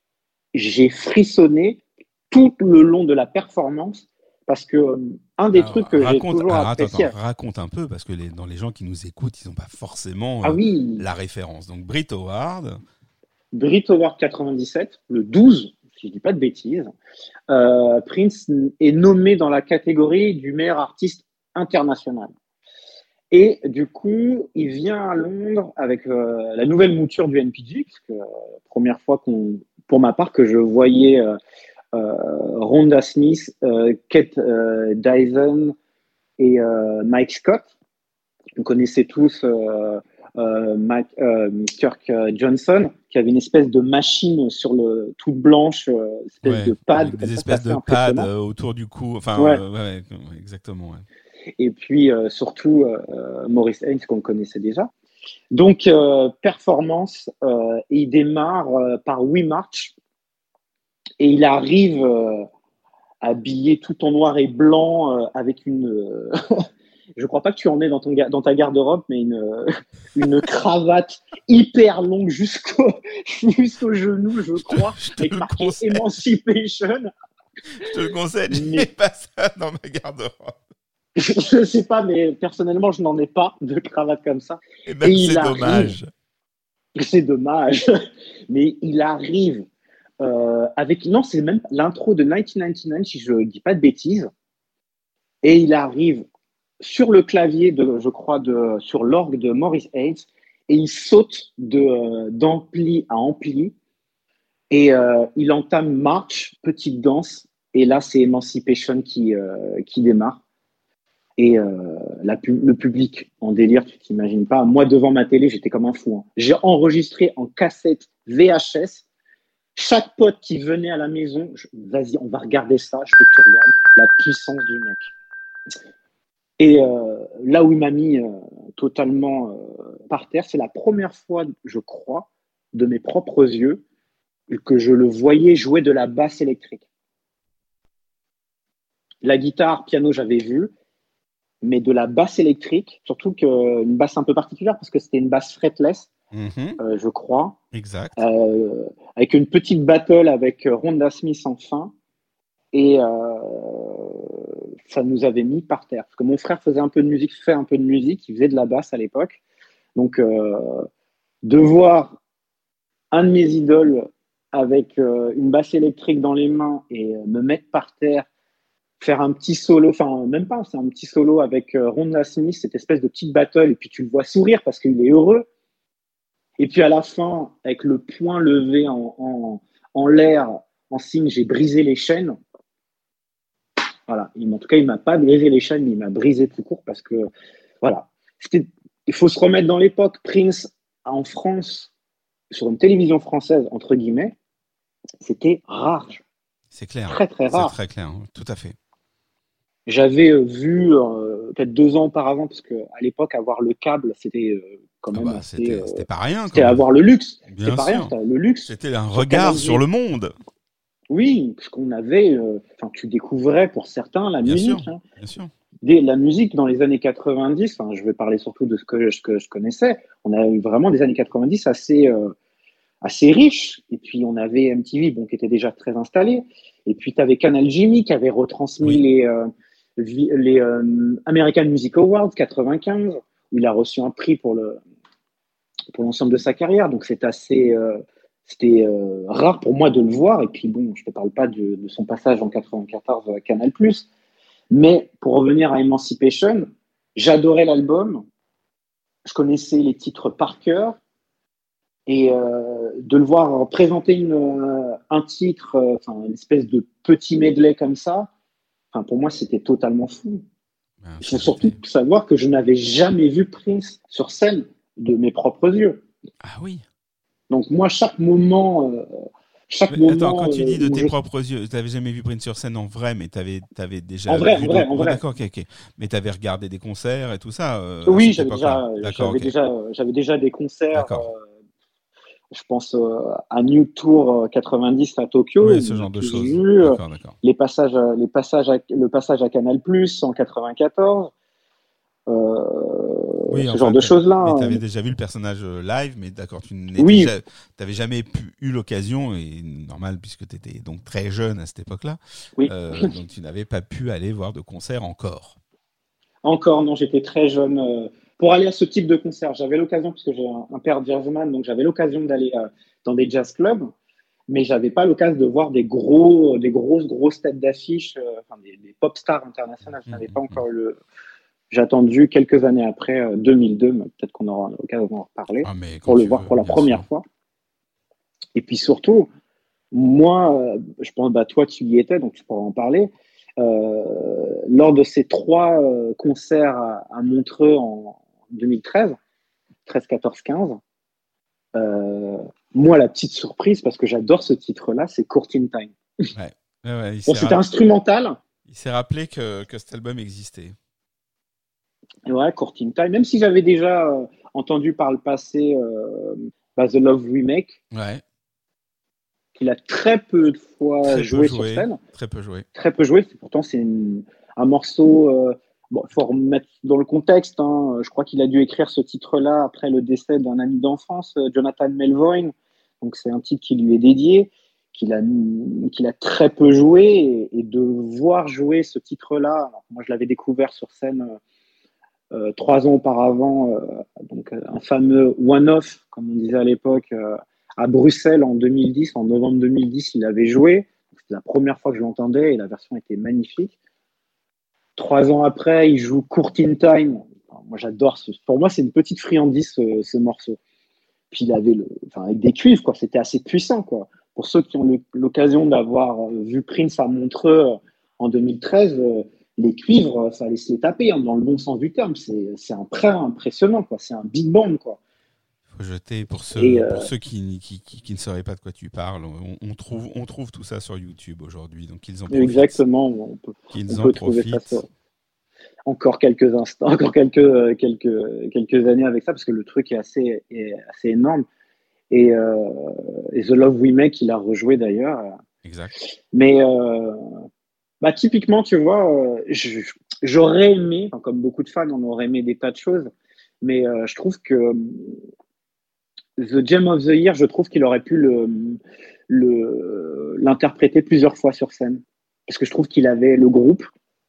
J'ai frissonné tout le long de la performance parce que euh, un des Alors, trucs que j'ai raconte, toujours alors, attends, apprécié. attends, raconte un peu parce que les, dans les gens qui nous écoutent, ils n'ont pas forcément Ah euh, oui, la référence. Donc Brit Howard, Brit Award quatre-vingt-dix-sept, le douze, si je dis pas de bêtises, euh, Prince est nommé dans la catégorie du meilleur artiste international. Et du coup, il vient à Londres avec euh, la nouvelle mouture du N P G, parce que euh, première fois qu'on, pour ma part, que je voyais euh, euh, Rhonda Smith, euh, Kate euh, Dyson et euh, Mike Scott. On connaissait tous euh, euh, Mac, euh, Kirk Johnson, qui avait une espèce de machine sur le toute blanche, euh, espèce ouais, de pad, avec comme des ça, espèces c'est de assez pads impressionnant. euh, autour du cou. Enfin, Ouais. euh, ouais, ouais, exactement. Ouais. Et puis euh, surtout euh, Maurice Haynes, qu'on connaissait déjà. Donc, euh, performance, euh, et il démarre euh, par We March, et il arrive euh, habillé tout en noir et blanc, euh, avec une... euh, je crois pas que tu en aies dans, ton, ga- dans ta garde-robe, mais une, euh, une cravate hyper longue jusqu'au jusqu'au genou, je Je te, crois, je te avec le marqué conseille. Emancipation. Je te le conseille. J'ai Mais- pas ça dans ma garde-robe. Je sais pas, mais personnellement, je n'en ai pas de cravate comme ça. Et ben, Et il c'est arrive. dommage. C'est dommage, mais il arrive euh, avec, non, c'est même l'intro de dix-neuf quatre-vingt-dix-neuf, si je dis pas de bêtises, et il arrive sur le clavier de, je crois, de, sur l'orgue de Maurice Haynes, et il saute de, euh, d'ampli à ampli, et euh, il entame March, petite danse, et là c'est Emancipation qui, euh, qui démarre. Et euh, la pu- le public en délire, tu t'imagines pas. Moi, devant ma télé, j'étais comme un fou. Hein. J'ai enregistré en cassette V H S. Chaque pote qui venait à la maison, je- vas-y, on va regarder ça. Je veux que tu regardes la puissance du mec. Et euh, là où il m'a mis euh, totalement euh, par terre, c'est la première fois, je crois, de mes propres yeux, que je le voyais jouer de la basse électrique. La guitare, piano, j'avais vu. Mais de la basse électrique, surtout qu'une basse un peu particulière, parce que c'était une basse fretless, Mhm, euh, je crois, exact. euh, avec une petite battle avec euh, Rhonda Smith en fin, et euh, ça nous avait mis par terre. Parce que mon frère faisait un peu de musique, fait un peu de musique, il faisait de la basse à l'époque. Donc, euh, de voir un de mes idoles avec euh, une basse électrique dans les mains et euh, me mettre par terre, faire un petit solo, enfin même pas, c'est un petit solo avec euh, Rhonda Smith, cette espèce de petite battle, et puis tu le vois sourire parce qu'il est heureux. Et puis à la fin, avec le poing levé en, en, en l'air, en signe j'ai brisé les chaînes. Voilà, il, en tout cas il m'a pas brisé les chaînes, mais il m'a brisé tout court parce que voilà, c'était, il faut se remettre dans l'époque. Prince en France, sur une télévision française entre guillemets, c'était rare, C'est clair. très très C'est rare. très clair, hein, tout à fait. J'avais euh, vu euh, peut-être deux ans auparavant, parce qu'à l'époque, avoir le câble, c'était euh, quand Ah même bah, assez, c'était, euh, c'était pas rien. c'était quand même. avoir le luxe. Bien C'était pas rien, sûr. c'était le luxe. C'était un Sur regard Canal sur J. le monde. Oui, parce qu'on avait, euh, enfin, tu découvrais pour certains la Bien musique. sûr. Hein. Bien sûr. Dès la musique dans les années quatre-vingt-dix, enfin, je vais parler surtout de ce que, ce que je connaissais. On a eu vraiment des années quatre-vingt-dix assez, euh, assez riches. Et puis on avait M T V, bon, qui était déjà très installé. Et puis tu avais Canal Jimmy qui avait retransmis Oui. les, euh, vi- les euh, American Music Awards quatre-vingt-quinze, où il a reçu un prix pour le pour l'ensemble de sa carrière. Donc c'est assez, euh, c'était euh, rare pour moi de le voir. Et puis bon, je te parle pas de, de son passage en quatre-vingt-quatorze à Canal+. Mais pour revenir à Emancipation, j'adorais l'album. Je connaissais les titres par cœur. Et euh, de le voir présenter une, euh, un titre, euh, enfin, une espèce de petit medley comme ça, enfin, pour moi, c'était totalement fou. Ben, Il faut c'est- surtout savoir que je n'avais jamais vu Prince sur scène. de mes propres yeux. Ah oui. Donc moi, chaque moment, euh, chaque Mais moment. attends, quand tu dis de euh, où tes je- propres yeux, tu n'avais jamais vu Prince sur scène en vrai, mais tu avais déjà En vrai, vu en vrai, d'autres- en Ouais, vrai. d'accord, ok, ok. Mais tu avais regardé des concerts et tout ça euh, à Oui, cette j'avais époque-là. déjà, D'accord, j'avais ok. déjà, j'avais déjà des concerts. D'accord. euh, je pense euh, à New Tour euh, quatre-vingt-dix à Tokyo, Oui, où ce on a genre de tous choses. vu euh, D'accord, d'accord. les passages, à- les passages, à- le passage à Canal+ en quatre-vingt-quatorze, euh, Oui, ce enfin, genre de t'as- choses-là. mais tu hein. avais déjà vu le personnage euh, live, mais d'accord, tu n'étais Oui, ja- t'avais jamais pu, eu l'occasion, et normal puisque tu étais donc très jeune à cette époque-là, oui. euh, donc tu n'avais pas pu aller voir de concert encore. Encore, non, j'étais très jeune euh, pour aller à ce type de concert. J'avais l'occasion, puisque j'ai un, un père jazzman, donc j'avais l'occasion d'aller euh, dans des jazz clubs, mais j'avais pas l'occasion de voir des gros, des grosses, grosses têtes d'affiche, euh, enfin des, des pop stars internationales. Je n'avais pas encore le. J'ai attendu quelques années après, euh, deux mille deux, mais peut-être qu'on aura l'occasion d'en reparler, Ah, mais quand pour le tu voir veux, pour la bien première sûr. fois. Et puis surtout, moi, euh, je pense, bah, toi, tu y étais, donc tu pourras en parler. Euh, lors de ces trois euh, concerts à, à Montreux en deux mille treize, treize, quatorze, quinze, euh, moi, la petite surprise, parce que j'adore ce titre-là, c'est Court in Time. Ouais. Ouais, ouais, il Bon, s'est c'était ra- instrumental. il s'est rappelé que, que cet album existait. Et ouais, Court in Time, même si j'avais déjà euh, entendu par le passé euh, bah, The Love We Make, Ouais. qu'il a très peu de fois Très peu joué sur joué. scène. Très peu joué. Très peu joué. Pourtant, c'est une- un morceau. Euh, bon, il faut remettre dans le contexte. Hein, je crois qu'il a dû écrire ce titre-là après le décès d'un ami d'enfance, euh, Jonathan Melvoin. Donc, c'est un titre qui lui est dédié, qu'il a, qu'il a très peu joué. Et, et de voir jouer ce titre-là, alors, moi, je l'avais découvert sur scène euh, euh, trois ans auparavant. Euh, donc, euh, un fameux one-off, comme on disait à l'époque, euh, à Bruxelles en deux mille dix, en novembre deux mille dix, il avait joué. C'était la première fois que je l'entendais et la version était magnifique. Trois ans après, il joue Court in Time. Enfin, moi, j'adore ce. Pour moi, c'est une petite friandise ce, ce morceau. Puis il avait le, enfin, avec des cuivres, quoi. C'était assez puissant, quoi. Pour ceux qui ont le- l'occasion d'avoir vu Prince à Montreux en deux mille treize, euh, les cuivres, ça allait se les taper, hein, dans le bon sens du terme. C'est, c'est un très impressionnant, quoi. C'est un big band, quoi. Faut jeter pour ceux, Et, euh, pour ceux qui, qui, qui, qui ne sauraient pas de quoi tu parles. On, on trouve, on trouve tout ça sur YouTube aujourd'hui, donc ils en profitent. Exactement. On peut, Qu'ils on en peut trouver ça profitent. sur, encore quelques instants, encore quelques, quelques, quelques années avec ça, parce que le truc est assez, est assez énorme. Et, euh, et The Love We Make, il a rejoué d'ailleurs. Exact. Mais euh, bah, typiquement, tu vois, euh, je- j'aurais aimé, enfin, comme beaucoup de fans, on aurait aimé des tas de choses, mais euh, je trouve que The Gem of the Year, je trouve qu'il aurait pu le, le, l'interpréter plusieurs fois sur scène. Parce que je trouve qu'il avait le groupe.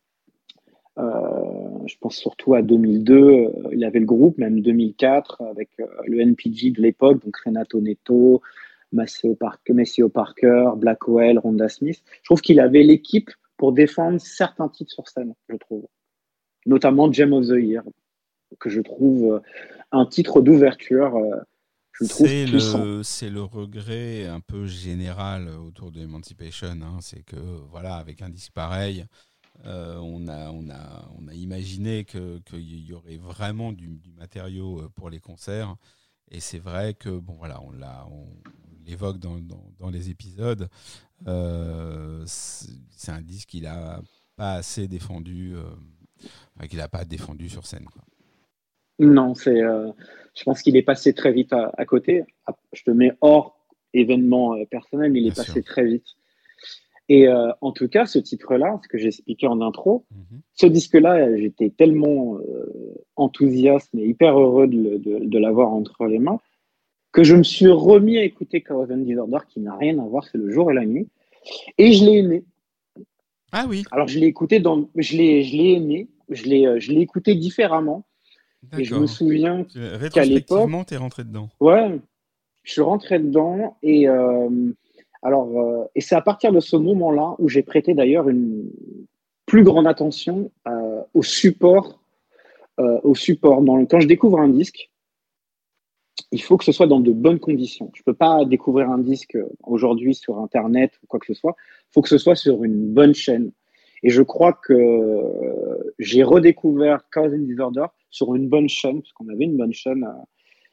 Euh, je pense surtout à deux mille deux, euh, il avait le groupe, même deux mille quatre, avec euh, le N P G de l'époque, donc Renato Neto, Maceo Parker, Maceo Parker, Blackwell, Rhonda Smith. Je trouve qu'il avait l'équipe pour défendre certains titres sur scène, je trouve. Notamment Gem of the Year, que je trouve euh, un titre d'ouverture, euh, je le trouve C'est puissant. le, c'est le regret un peu général autour de Emancipation. Hein. C'est que, voilà, avec un disque pareil, euh, on, a, on, a, on a imaginé que, qu'il y aurait vraiment du, du matériau pour les concerts. Et c'est vrai que, bon, voilà, on, l'a, on, on l'évoque dans, dans, dans les épisodes. Euh, c'est, c'est un disque qu'il n'a pas assez défendu, euh, enfin, qu'il n'a pas défendu sur scène, quoi. Non, c'est, euh, je pense qu'il est passé très vite à, à côté. Je te mets hors événement euh, personnel, mais il Bien est passé sûr. très vite. Et euh, en tout cas, ce titre-là, ce que j'ai expliqué en intro, Mm-hmm. ce disque-là, j'étais tellement euh, enthousiaste et hyper heureux de, le- de, de l'avoir entre les mains que je me suis remis à écouter Chaos and Disorder, qui n'a rien à voir, c'est le jour et la nuit, et je l'ai aimé. Ah oui, Alors je l'ai écouté, dans, je l'ai, je l'ai aimé, je l'ai, euh, je l'ai écouté différemment, et je me d'accord. souviens Tu- qu'à l'époque, Rétrospectivement, t'es rentré dedans. ouais, je suis rentré dedans et euh, alors euh, et c'est à partir de ce moment-là où j'ai prêté d'ailleurs une plus grande attention euh, au support, euh, au support. Dans le- quand je découvre un disque, il faut que ce soit dans de bonnes conditions. Je peux pas découvrir un disque aujourd'hui sur Internet ou quoi que ce soit. Il faut que ce soit sur une bonne chaîne. Et je crois que euh, j'ai redécouvert Chaos and Disorder sur une bonne chaîne, parce qu'on avait une bonne chaîne. euh,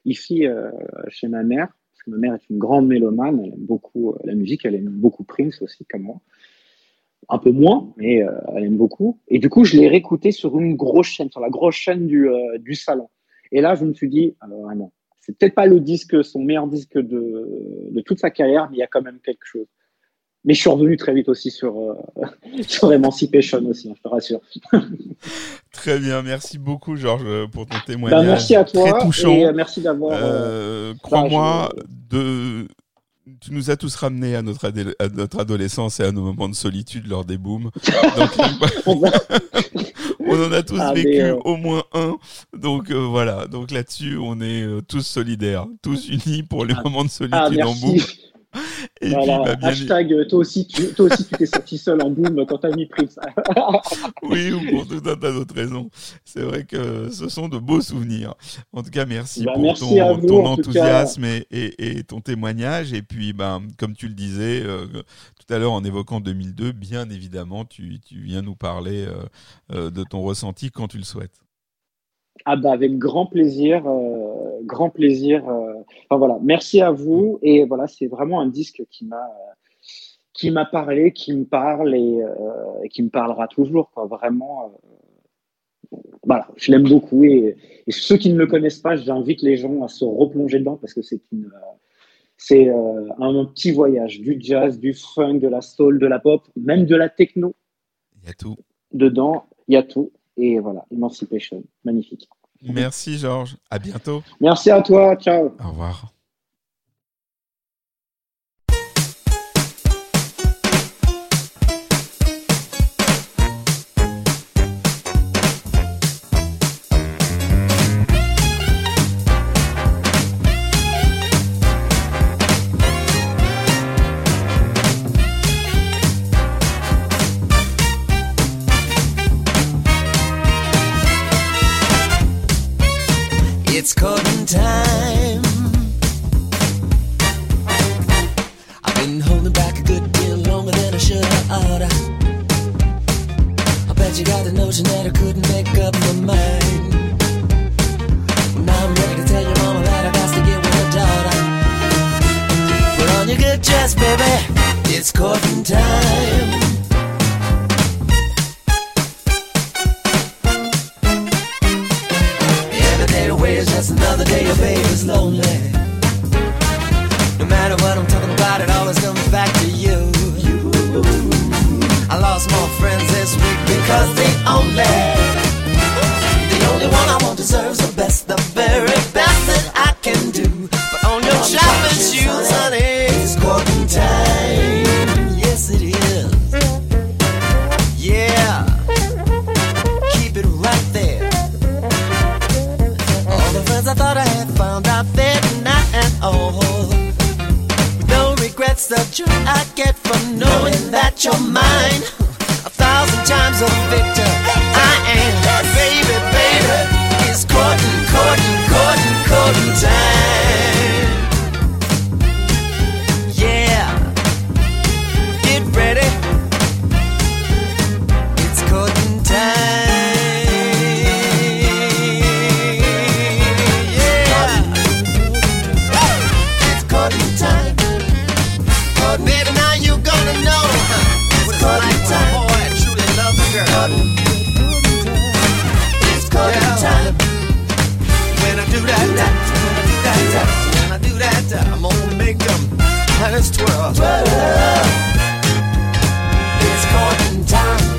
hi-fi euh, chez ma mère, parce que ma mère est une grande mélomane, elle aime beaucoup euh, la musique, elle aime beaucoup Prince aussi, comme moi. Un peu moins, mais euh, elle aime beaucoup. Et du coup, je l'ai réécouté sur une grosse chaîne, sur la grosse chaîne du, euh, du salon. Et là, je me suis dit, alors, ah non, c'est peut-être pas le disque, son meilleur disque de, de toute sa carrière, mais il y a quand même quelque chose. Mais je suis revenu très vite aussi sur, euh, sur Emancipation aussi, hein, je te rassure. Très bien, merci beaucoup Georges pour ton témoignage. Ben, merci à toi très touchant. et euh, merci d'avoir... Euh, euh, crois-moi, bah, de... tu nous as tous ramenés à notre, adé- à notre adolescence et à nos moments de solitude lors des booms. Donc, on va- on en a tous Ah, mais, vécu euh, au moins un. Donc euh, voilà, donc là-dessus, on est euh, tous solidaires, tous unis pour les Ah. moments de solitude Ah, en boom. merci. Et Voilà, puis, bah, bien hashtag, euh, toi aussi, tu, toi aussi, tu t'es sorti seul en boom quand t'as mis Prince. oui, ou pour tout un tas d'autres raisons. C'est vrai que ce sont de beaux souvenirs. En tout cas, merci Bah, pour merci ton, à vous, ton en tout enthousiasme et, et, et ton témoignage. Et puis, ben, comme tu le disais euh, tout à l'heure en évoquant deux mille deux, bien évidemment, tu, tu viens nous parler euh, euh, de ton ressenti quand tu le souhaites. Ah bah avec grand plaisir, euh, grand plaisir. euh, Enfin voilà, merci à vous et voilà, c'est vraiment un disque qui m'a euh, qui m'a parlé, qui me parle et, euh, et qui me parlera toujours quoi. Vraiment, euh, voilà, je l'aime beaucoup et, et ceux qui ne le connaissent pas, j'invite les gens à se replonger dedans parce que c'est une euh, c'est euh, un petit voyage du jazz, du funk, de la soul, de la pop, même de la techno. Il y a tout. Dedans, il y a tout. Et voilà, Emancipation, magnifique. Merci Georges, à bientôt. Merci à toi, ciao. Au revoir. It's courting time. I've been holding back a good deal longer than I should have oughta. I bet you got the notion that I couldn't make up my mind. Now I'm ready to tell your mama that I got to get with her daughter. Put on your good dress, baby. It's courting time. It's just another day your baby's lonely. No matter what I'm talking about, it always comes back to you. I lost more friends this week because the only The only one I want deserves the best, the very best that I can do. But on your shopping shoes, honey, it's courting time. Yes, it is. Yeah, keep it right there. I thought I had found out there not at all. With no regrets, the joy I get from knowing that you're mine. A thousand times a victor I am. Baby, baby, it's courting, courting, courting, courting time. Yeah, get ready. It's courting time. Baby, now you gonna know what it's like when a boy truly loves a girl. It's courting time. When I do that, that, when I do that, that, when I do that, that, I'm gonna make them planets twirl. It's courting time.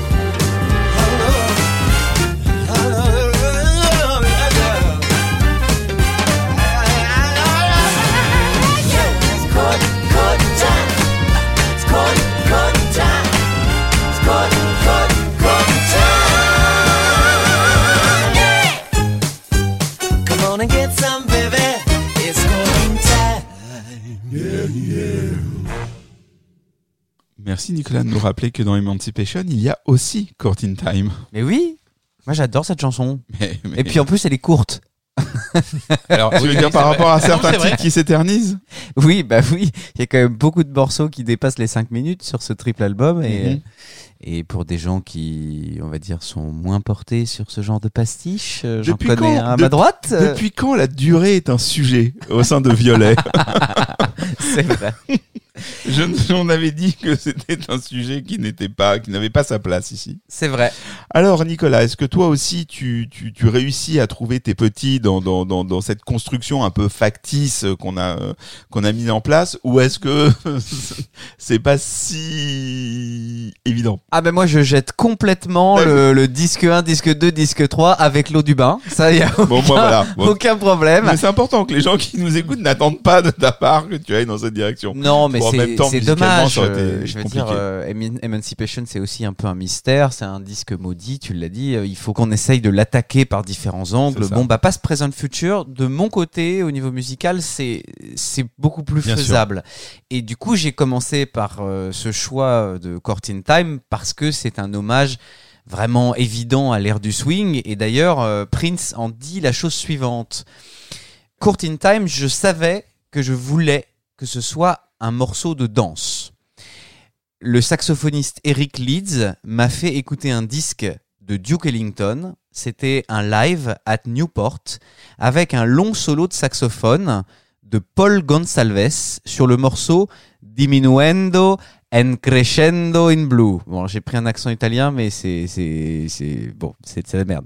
Merci Nicolas de nous rappeler que dans Emancipation, il y a aussi Courting Time. Mais oui, moi j'adore cette chanson. Mais, mais- Et puis en plus elle est courte. Alors, tu veux dire par rapport à certains c'est vrai. titres qui s'éternisent? Oui, bah oui, il y a quand même beaucoup de morceaux qui dépassent les cinq minutes sur ce triple album et, Mhm. et pour des gens qui, on va dire, sont moins portés sur ce genre de pastiche, euh, j'en Depuis connais quand un à De- ma droite. euh, Depuis quand la durée est un sujet au sein de Violet? C'est vrai. Je, on avait dit que c'était un sujet qui n'était pas, qui n'avait pas sa place ici. C'est vrai. Alors Nicolas, est-ce que toi aussi tu, tu, tu réussis à trouver tes petits dans, dans, dans, dans cette construction un peu factice qu'on a, euh, qu'on a mise en place, ou est-ce que c'est pas si évident? Ah ben moi je jette complètement le, le disque un, disque deux, disque trois avec l'eau du bain. Ça y a aucun, Bon, moi voilà. Bon. aucun problème. Mais c'est important que les gens qui nous écoutent n'attendent pas de ta part que tu ailles dans cette direction. Non, mais Bon, en même c'est temps, c'est musicalement, dommage. ça aurait été euh, Je veux compliqué. dire, euh, Emin- Emancipation, c'est aussi un peu un mystère. C'est un disque maudit, tu l'as dit. euh, Il faut qu'on essaye de l'attaquer par différents angles. C'est ça. Bon, bah, Past, Present, Future. De mon côté, au niveau musical, c'est c'est beaucoup plus Bien sûr. faisable. Et du coup, j'ai commencé par euh, ce choix de Court in Time parce que c'est un hommage vraiment évident à l'ère du swing. Et d'ailleurs, euh, Prince en dit la chose suivante. Court in Time, je savais que je voulais que ce soit un morceau de danse. Le saxophoniste Eric Leeds m'a fait écouter un disque de Duke Ellington. C'était un live at Newport avec un long solo de saxophone de Paul Gonsalves sur le morceau Diminuendo and Crescendo in Blue. Bon, j'ai pris un accent italien, mais c'est c'est c'est bon, c'est c'est la merde.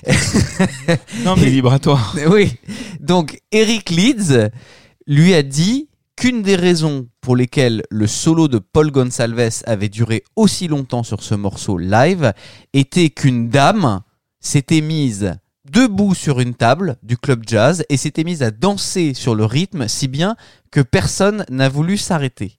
Non mais libre à toi. Oui. Donc Eric Leeds lui a dit qu'une des raisons pour lesquelles le solo de Paul Gonsalves avait duré aussi longtemps sur ce morceau live était qu'une dame s'était mise debout sur une table du club jazz et s'était mise à danser sur le rythme si bien que personne n'a voulu s'arrêter.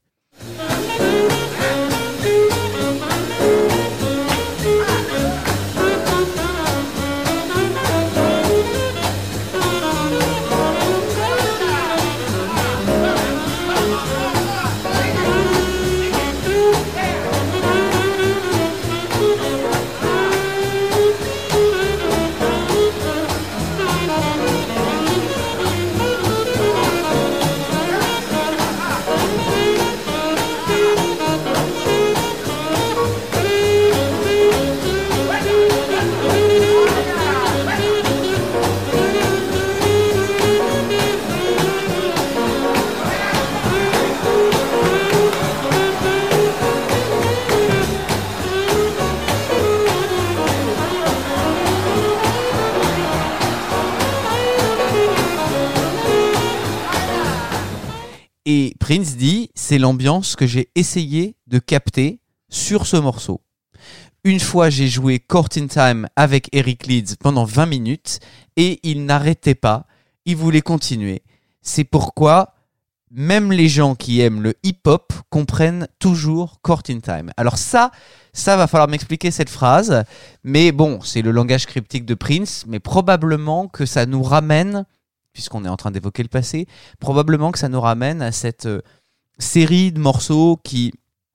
Et Prince dit, c'est l'ambiance que j'ai essayé de capter sur ce morceau. Une fois, j'ai joué Court in Time avec Eric Leeds pendant vingt minutes et il n'arrêtait pas, il voulait continuer. C'est pourquoi même les gens qui aiment le hip-hop comprennent toujours Court in Time. Alors ça, ça va falloir m'expliquer cette phrase, mais bon, c'est le langage cryptique de Prince, mais probablement que ça nous ramène, puisqu'on est en train d'évoquer le passé, probablement que ça nous ramène à cette euh, série de morceaux qui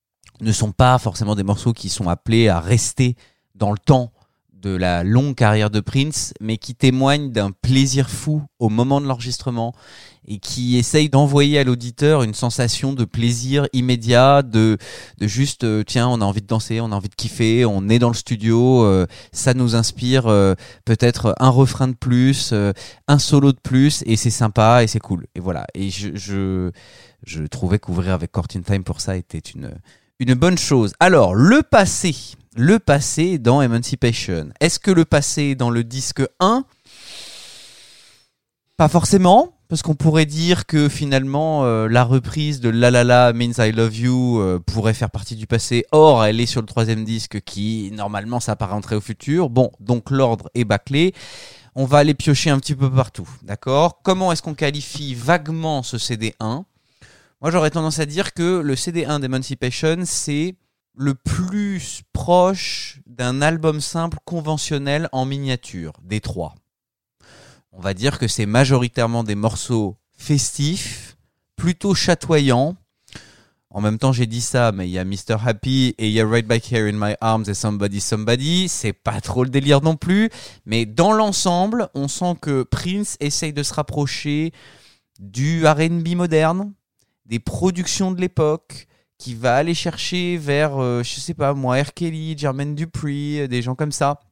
ne sont pas forcément des morceaux qui sont appelés à rester dans le temps de la longue carrière de Prince, mais qui témoignent d'un plaisir fou au moment de l'enregistrement et qui essayent d'envoyer à l'auditeur une sensation de plaisir immédiat, de, de juste, euh, tiens, on a envie de danser, on a envie de kiffer, on est dans le studio, euh, ça nous inspire euh, peut-être un refrain de plus, euh, un solo de plus, et c'est sympa et c'est cool. Et voilà. Et je, je, je trouvais qu'ouvrir avec Court in Time pour ça était une, une bonne chose. Alors, le passé. Le passé dans Emancipation. Est-ce que le passé dans le disque un ? Pas forcément, parce qu'on pourrait dire que finalement euh, la reprise de La La La Means I Love You euh, pourrait faire partie du passé. Or, elle est sur le troisième disque qui, normalement, s'apparenterait au futur. Bon, donc l'ordre est bâclé. On va aller piocher un petit peu partout, d'accord ? Comment est-ce qu'on qualifie vaguement ce C D un ? Moi, j'aurais tendance à dire que le C D un d'Emancipation, c'est le plus proche d'un album simple conventionnel en miniature, des trois. On va dire que c'est majoritairement des morceaux festifs, plutôt chatoyants, En même temps, j'ai dit ça, mais il y a mister Happy et il y a Right Back Here in My Arms et Somebody Somebody. C'est pas trop le délire non plus. Mais dans l'ensemble, on sent que Prince essaye de se rapprocher du R and B moderne, des productions de l'époque, qui va aller chercher vers, euh, je sais pas moi, R. Kelly, Jermaine Dupri, des gens comme ça.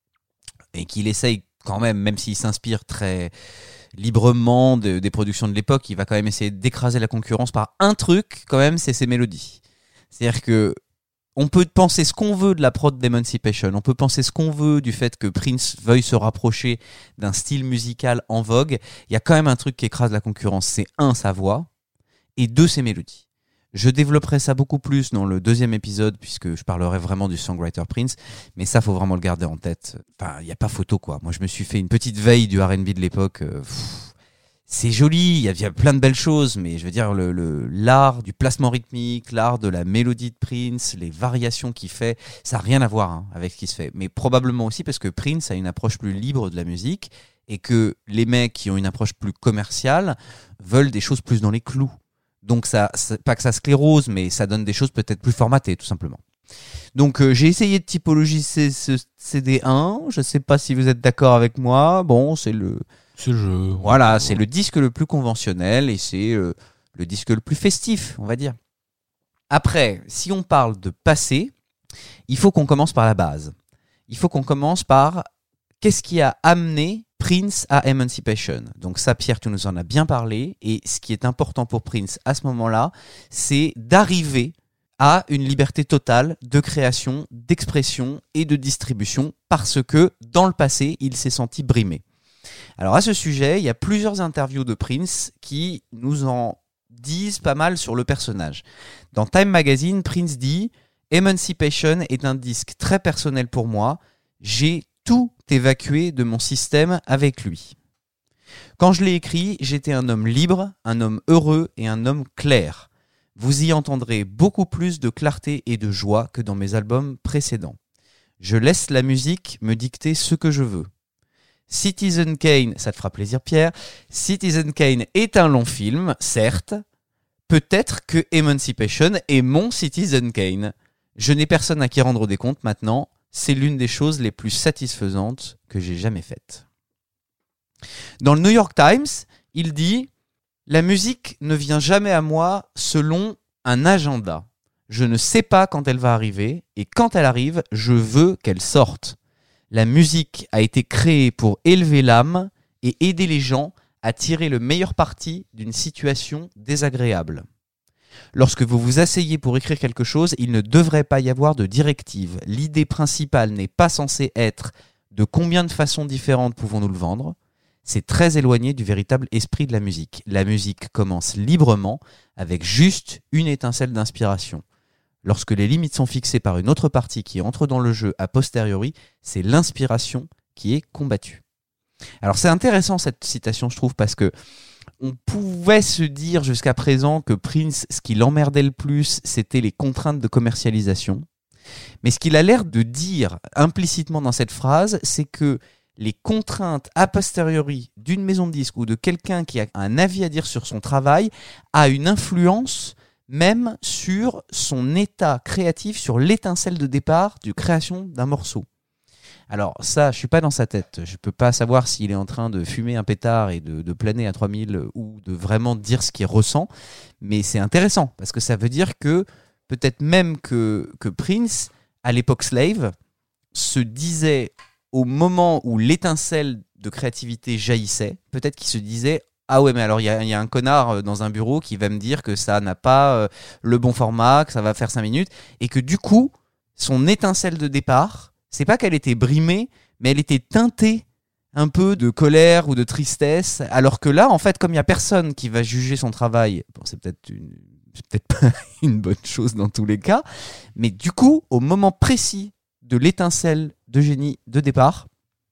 Et qu'il essaye quand même, même s'il s'inspire très librement de, des productions de l'époque, il va quand même essayer d'écraser la concurrence par un truc, quand même, c'est ses mélodies. C'est-à-dire que on peut penser ce qu'on veut de la prod d'Emancipation, on peut penser ce qu'on veut du fait que Prince veuille se rapprocher d'un style musical en vogue. Il y a quand même un truc qui écrase la concurrence, c'est un, sa voix, et deux, ses mélodies. Je développerai ça beaucoup plus dans le deuxième épisode, puisque je parlerai vraiment du songwriter Prince, mais ça, faut vraiment le garder en tête. Enfin, il n'y a pas photo, quoi. Moi, je me suis fait une petite veille du R and B de l'époque. Euh, pff, c'est joli, il y, y a plein de belles choses, mais je veux dire, le, le, l'art du placement rythmique, l'art de la mélodie de Prince, les variations qu'il fait, ça n'a rien à voir hein, avec ce qui se fait. Mais probablement aussi parce que Prince a une approche plus libre de la musique, et que les mecs qui ont une approche plus commerciale veulent des choses plus dans les clous. Donc ça, pas que ça sclérose, mais ça donne des choses peut-être plus formatées, tout simplement. Donc euh, j'ai essayé de typologiser ce C D un. Je ne sais pas si vous êtes d'accord avec moi. Bon, c'est le, Ce jeu. voilà, c'est le disque le plus conventionnel et c'est euh, le disque le plus festif, on va dire. Après, si on parle de passé, il faut qu'on commence par la base. Il faut qu'on commence par qu'est-ce qui a amené Prince à Emancipation. Donc ça, Pierre, tu nous en as bien parlé. Et ce qui est important pour Prince à ce moment-là, c'est d'arriver à une liberté totale de création, d'expression et de distribution parce que dans le passé, il s'est senti brimé. Alors à ce sujet, il y a plusieurs interviews de Prince qui nous en disent pas mal sur le personnage. Dans Time Magazine, Prince dit « Emancipation est un disque très personnel pour moi. J'ai tout évacué de mon système avec lui. Quand je l'ai écrit, j'étais un homme libre, un homme heureux et un homme clair. Vous y entendrez beaucoup plus de clarté et de joie que dans mes albums précédents. Je laisse la musique me dicter ce que je veux. Citizen Kane, ça te fera plaisir Pierre, Citizen Kane est un long film, certes. Peut-être que Emancipation est mon Citizen Kane. Je n'ai personne à qui rendre des comptes maintenant. C'est l'une des choses les plus satisfaisantes que j'ai jamais faites. » Dans le New York Times, il dit « La musique ne vient jamais à moi selon un agenda. Je ne sais pas quand elle va arriver et quand elle arrive, je veux qu'elle sorte. La musique a été créée pour élever l'âme et aider les gens à tirer le meilleur parti d'une situation désagréable. Lorsque vous vous asseyez pour écrire quelque chose, il ne devrait pas y avoir de directive. L'idée principale n'est pas censée être de combien de façons différentes pouvons-nous le vendre. C'est très éloigné du véritable esprit de la musique. La musique commence librement avec juste une étincelle d'inspiration. Lorsque les limites sont fixées par une autre partie qui entre dans le jeu a posteriori, c'est l'inspiration qui est combattue. » Alors c'est intéressant cette citation, je trouve, parce que on pouvait se dire jusqu'à présent que Prince, ce qui l'emmerdait le plus, c'était les contraintes de commercialisation. Mais ce qu'il a l'air de dire implicitement dans cette phrase, c'est que les contraintes a posteriori d'une maison de disques ou de quelqu'un qui a un avis à dire sur son travail a une influence même sur son état créatif, sur l'étincelle de départ de création d'un morceau. Alors ça, je suis pas dans sa tête. Je peux pas savoir s'il est en train de fumer un pétard et de, de planer à trois mille ou de vraiment dire ce qu'il ressent. Mais c'est intéressant parce que ça veut dire que peut-être même que, que Prince, à l'époque Slave, se disait au moment où l'étincelle de créativité jaillissait, peut-être qu'il se disait « Ah ouais, mais alors il y, y a un connard dans un bureau qui va me dire que ça n'a pas euh, le bon format, que ça va faire cinq minutes. » Et que du coup, son étincelle de départ, c'est pas qu'elle était brimée, mais elle était teintée un peu de colère ou de tristesse, alors que là, en fait, comme il y a personne qui va juger son travail, bon, c'est peut-être une, c'est peut-être pas une bonne chose dans tous les cas, mais du coup, au moment précis de l'étincelle de génie de départ,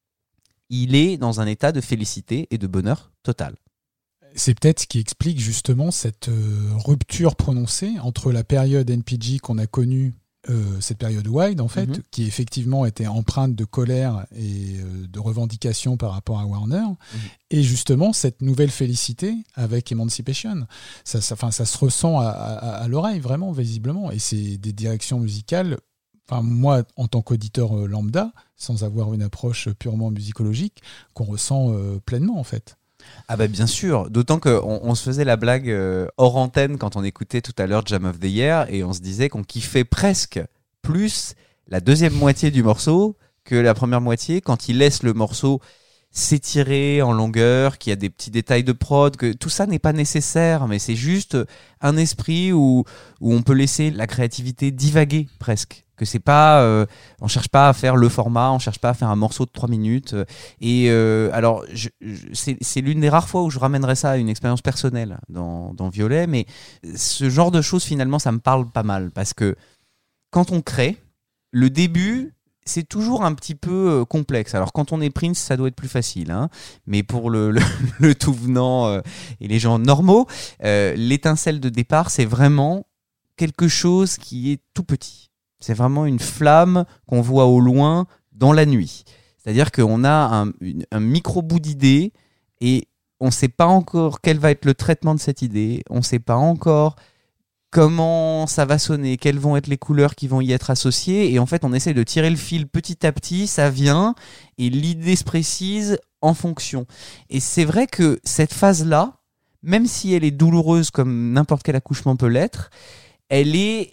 il est dans un état de félicité et de bonheur total. C'est peut-être ce qui explique justement cette euh, rupture prononcée entre la période N P G qu'on a connue euh, cette période wide en fait, Mhm. qui effectivement était empreinte de colère et euh, de revendication par rapport à Warner, et justement cette nouvelle félicité avec Emancipation. Ça, ça, enfin, ça se ressent à, à, à l'oreille vraiment visiblement, et c'est des directions musicales. Enfin, moi, en tant qu'auditeur euh, lambda, sans avoir une approche purement musicologique, qu'on ressent euh, pleinement en fait. Ah bah bien sûr, d'autant qu'on on se faisait la blague euh, hors antenne quand on écoutait tout à l'heure Jam of the Year, et on se disait qu'on kiffait presque plus la deuxième moitié du morceau que la première moitié, quand il laisse le morceau s'étirer en longueur, qu'il y a des petits détails de prod, que tout ça n'est pas nécessaire, mais c'est juste un esprit où, où on peut laisser la créativité divaguer presque. Que c'est pas, euh, on cherche pas à faire le format, on cherche pas à faire un morceau de trois minutes. Et euh, alors, je, je, c'est, c'est l'une des rares fois où je ramènerais ça à une expérience personnelle dans, dans Violet, mais ce genre de choses finalement, ça me parle pas mal parce que quand on crée, le début, c'est toujours un petit peu euh, complexe. Alors quand on est Prince, ça doit être plus facile, hein. Mais pour le, le, le tout venant euh, et les gens normaux, euh, l'étincelle de départ, c'est vraiment quelque chose qui est tout petit. C'est vraiment une flamme qu'on voit au loin dans la nuit. C'est-à-dire qu'on a un, une, un micro-bout d'idée et on ne sait pas encore quel va être le traitement de cette idée. On ne sait pas encore comment ça va sonner, quelles vont être les couleurs qui vont y être associées. Et en fait, on essaie de tirer le fil petit à petit, ça vient et l'idée se précise en fonction. Et c'est vrai que cette phase-là, même si elle est douloureuse comme n'importe quel accouchement peut l'être, elle est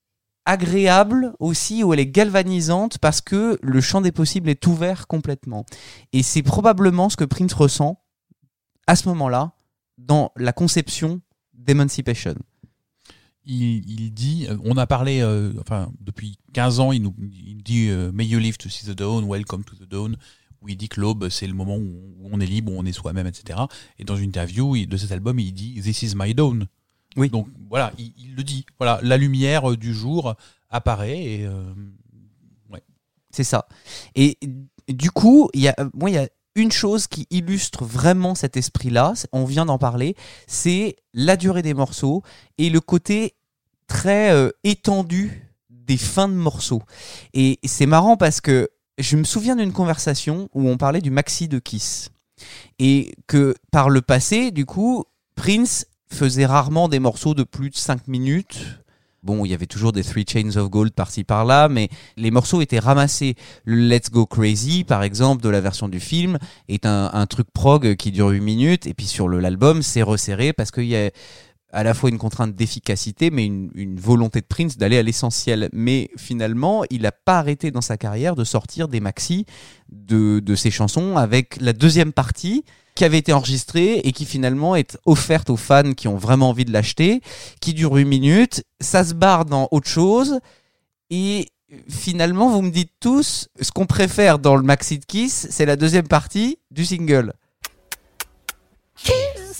agréable aussi, où elle est galvanisante parce que le champ des possibles est ouvert complètement. Et c'est probablement ce que Prince ressent à ce moment-là dans la conception d'Emancipation. Il, il dit, on a parlé, euh, enfin, depuis quinze ans, il nous il dit euh, May you live to see the dawn, welcome to the dawn, où il dit que l'aube, c'est le moment où on, où on est libre, où on est soi-même, et cetera. Et dans une interview de cet album, il dit This is my dawn. Oui. Donc voilà, il, il le dit. Voilà, la lumière du jour apparaît et euh, ouais. C'est ça. Et du coup, il y a, moi, il y a une chose qui illustre vraiment cet esprit-là. On vient d'en parler. C'est la durée des morceaux et le côté très euh, étendu des fins de morceaux. Et c'est marrant parce que je me souviens d'une conversation où on parlait du maxi de Kiss et que par le passé, du coup, Prince faisait rarement des morceaux de plus de cinq minutes. Bon, il y avait toujours des Three Chains of Gold par-ci par-là, mais les morceaux étaient ramassés. Le Let's Go Crazy, par exemple, de la version du film, est un, un truc prog qui dure huit minutes, et puis sur le, l'album, c'est resserré parce qu'il y a à la fois une contrainte d'efficacité, mais une, une volonté de Prince d'aller à l'essentiel. Mais finalement, il n'a pas arrêté dans sa carrière de sortir des maxis de, de ses chansons avec la deuxième partie, qui avait été enregistrée et qui finalement est offerte aux fans qui ont vraiment envie de l'acheter, qui dure huit minutes, ça se barre dans autre chose, et finalement, vous me dites tous, ce qu'on préfère dans le maxi de Kiss, c'est la deuxième partie du single. Kiss.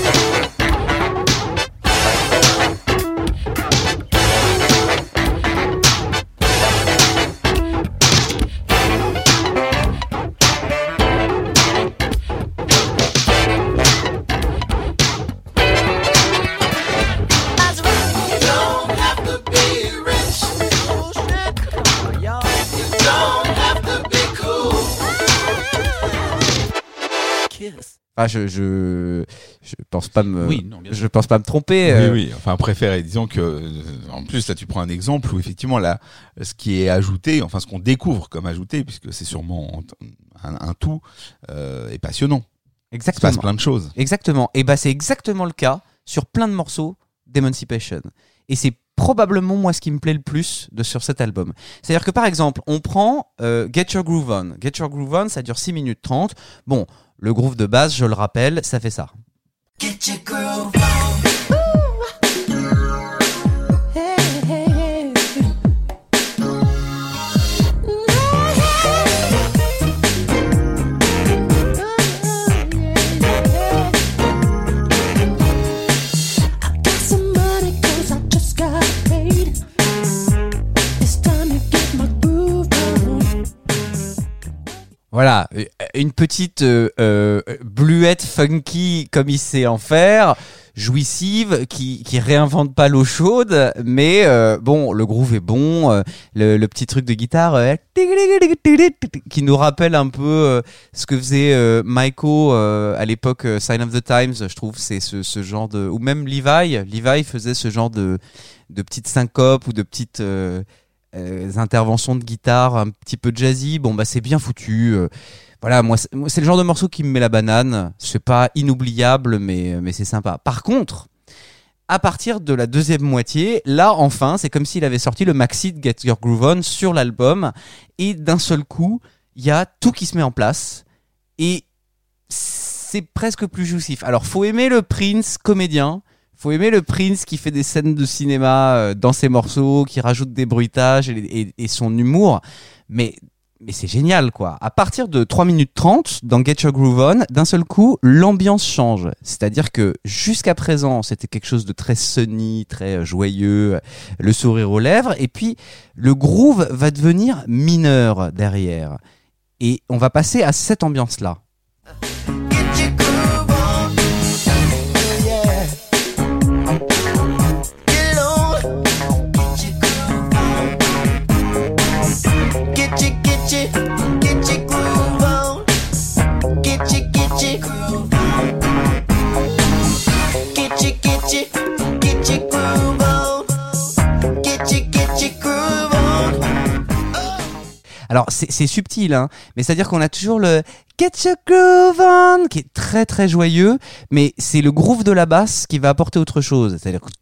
Ah, je, je, je pense pas me, Oui, non, bien sûr. je pense pas me tromper. Oui, euh, oui. Enfin, préféré. Disons que, euh, en plus, là, tu prends un exemple où effectivement, là, ce qui est ajouté, enfin, ce qu'on découvre comme ajouté, puisque c'est sûrement un, un tout, euh, est passionnant. Il se Exactement. passe plein de choses. Exactement. Et bah, c'est exactement le cas sur plein de morceaux d'Emancipation. Et c'est probablement moi ce qui me plaît le plus de, sur cet album. C'est-à-dire que par exemple, on prend euh, Get Your Groove On. Get Your Groove On, ça dure six minutes trente. Bon, le groove de base, je le rappelle, ça fait ça. Get your groove on. Hey, hey, hey. I got some money 'cause I just got paid. It's time to get my groove on. Voilà, une petite euh, euh, bluette funky comme il sait en faire, jouissive, qui qui réinvente pas l'eau chaude, mais euh, bon, le groove est bon, euh, le, le petit truc de guitare euh, qui nous rappelle un peu euh, ce que faisait euh, Maiko euh, à l'époque euh, Sign of the Times, je trouve, c'est ce ce genre de, ou même Levi, Levi faisait ce genre de de petites syncopes ou de petites euh, Euh, interventions de guitare un petit peu jazzy, bon bah c'est bien foutu. Euh, voilà, moi c'est, moi c'est le genre de morceau qui me met la banane. C'est pas inoubliable, mais mais c'est sympa. Par contre, à partir de la deuxième moitié, là enfin, c'est comme s'il avait sorti le maxi de Get Your Groove On sur l'album, et d'un seul coup, il y a tout qui se met en place et c'est presque plus jouissif. Alors faut aimer le Prince comédien. Faut aimer le Prince qui fait des scènes de cinéma euh, dans ses morceaux, qui rajoute des bruitages et, et, et son humour. Mais, mais c'est génial, quoi. À partir de trois minutes trente, dans Get Your Groove On, d'un seul coup, l'ambiance change. C'est-à-dire que jusqu'à présent, c'était quelque chose de très sunny, très joyeux, le sourire aux lèvres. Et puis, le groove va devenir mineur derrière. Et on va passer à cette ambiance-là. Alors c'est, c'est subtil, hein, mais c'est-à-dire qu'on a toujours le Get Your Groove On qui est très très joyeux, mais c'est le groove de la basse qui va apporter autre chose. C'est-à-dire que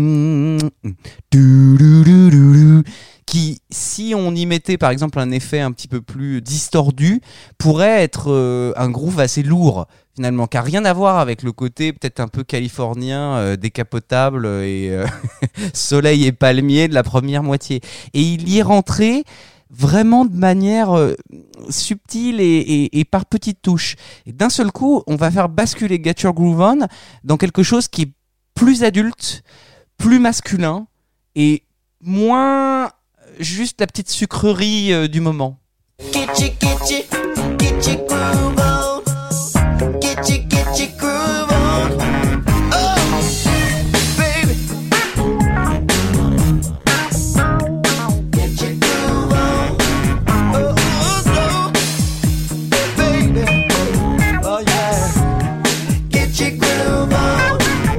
qui, si on y mettait par exemple un effet un petit peu plus distordu, pourrait être euh, un groove assez lourd finalement, qui a rien à voir avec le côté peut-être un peu californien, euh, décapotable et euh, soleil et palmier de la première moitié. Et il y est rentré vraiment de manière euh, subtile et, et, et par petites touches. Et d'un seul coup, on va faire basculer Get Your Groove On dans quelque chose qui est plus adulte, plus masculin et moins juste la petite sucrerie euh, du moment. Get you, get you, get you groove on. Get you, get you groove on. Oh, baby. Get you groove on. Oh, oh, oh, baby. Oh, yeah. Get you groove on.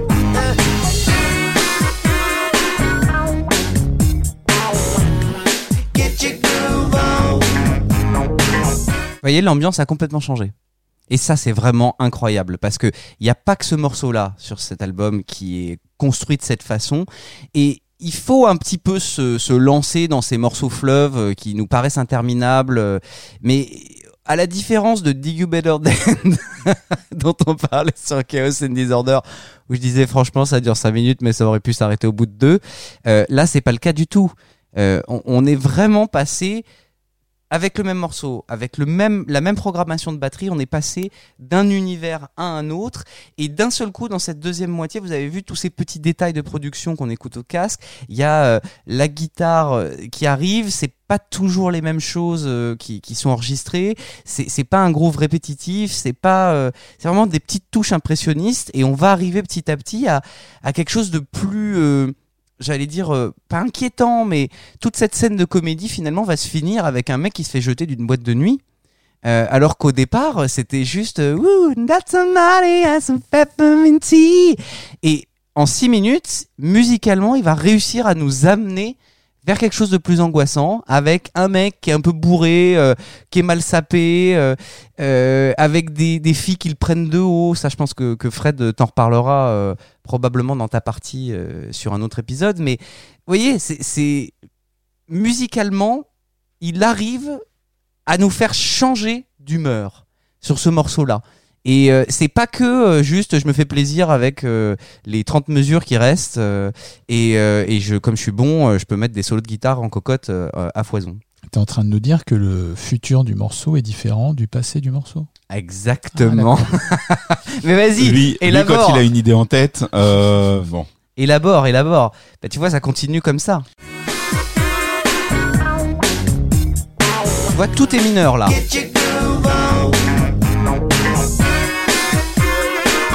Vous voyez, l'ambiance a complètement changé. Et ça, c'est vraiment incroyable parce que il y a pas que ce morceau-là sur cet album qui est construit de cette façon. Et il faut un petit peu se, se lancer dans ces morceaux fleuves qui nous paraissent interminables. Mais à la différence de Dig You Better Than dont on parlait sur Chaos and Disorder, où je disais franchement ça dure cinq minutes mais ça aurait pu s'arrêter au bout de deux. Euh, là, c'est pas le cas du tout. Euh, on, on est vraiment passé avec le même morceau, avec le même, la même programmation de batterie, on est passé d'un univers à un autre. Et d'un seul coup, dans cette deuxième moitié, vous avez vu tous ces petits détails de production qu'on écoute au casque. Il y a euh, la guitare euh, qui arrive, c'est pas toujours les mêmes choses euh, qui, qui sont enregistrées. C'est, c'est pas un groove répétitif, c'est pas, euh, c'est vraiment des petites touches impressionnistes. Et on va arriver petit à petit à, à quelque chose de plus... Euh, j'allais dire, euh, pas inquiétant, mais toute cette scène de comédie, finalement, va se finir avec un mec qui se fait jeter d'une boîte de nuit. Euh, alors qu'au départ, c'était juste euh, « Woo, that's somebody has some peppermint tea ». Et en six minutes, musicalement, il va réussir à nous amener vers quelque chose de plus angoissant, avec un mec qui est un peu bourré, euh, qui est mal sapé, euh, euh, avec des, des filles qui le prennent de haut. Ça, je pense que, que Fred t'en reparlera euh, probablement dans ta partie euh, sur un autre épisode. Mais vous voyez, c'est, c'est musicalement, il arrive à nous faire changer d'humeur sur ce morceau-là. Et euh, c'est pas que euh, juste je me fais plaisir avec euh, les trente mesures qui restent euh, et, euh, et je, comme je suis bon, euh, je peux mettre des solos de guitare en cocotte euh, à foison. T'es en train de nous dire que le futur du morceau est différent du passé du morceau ? Exactement. Ah, mais vas-y, lui, élabore. Lui, quand il a une idée en tête, euh, bon. Élabore, élabore. Bah, tu vois, ça continue comme ça. Tu vois, tout est mineur là.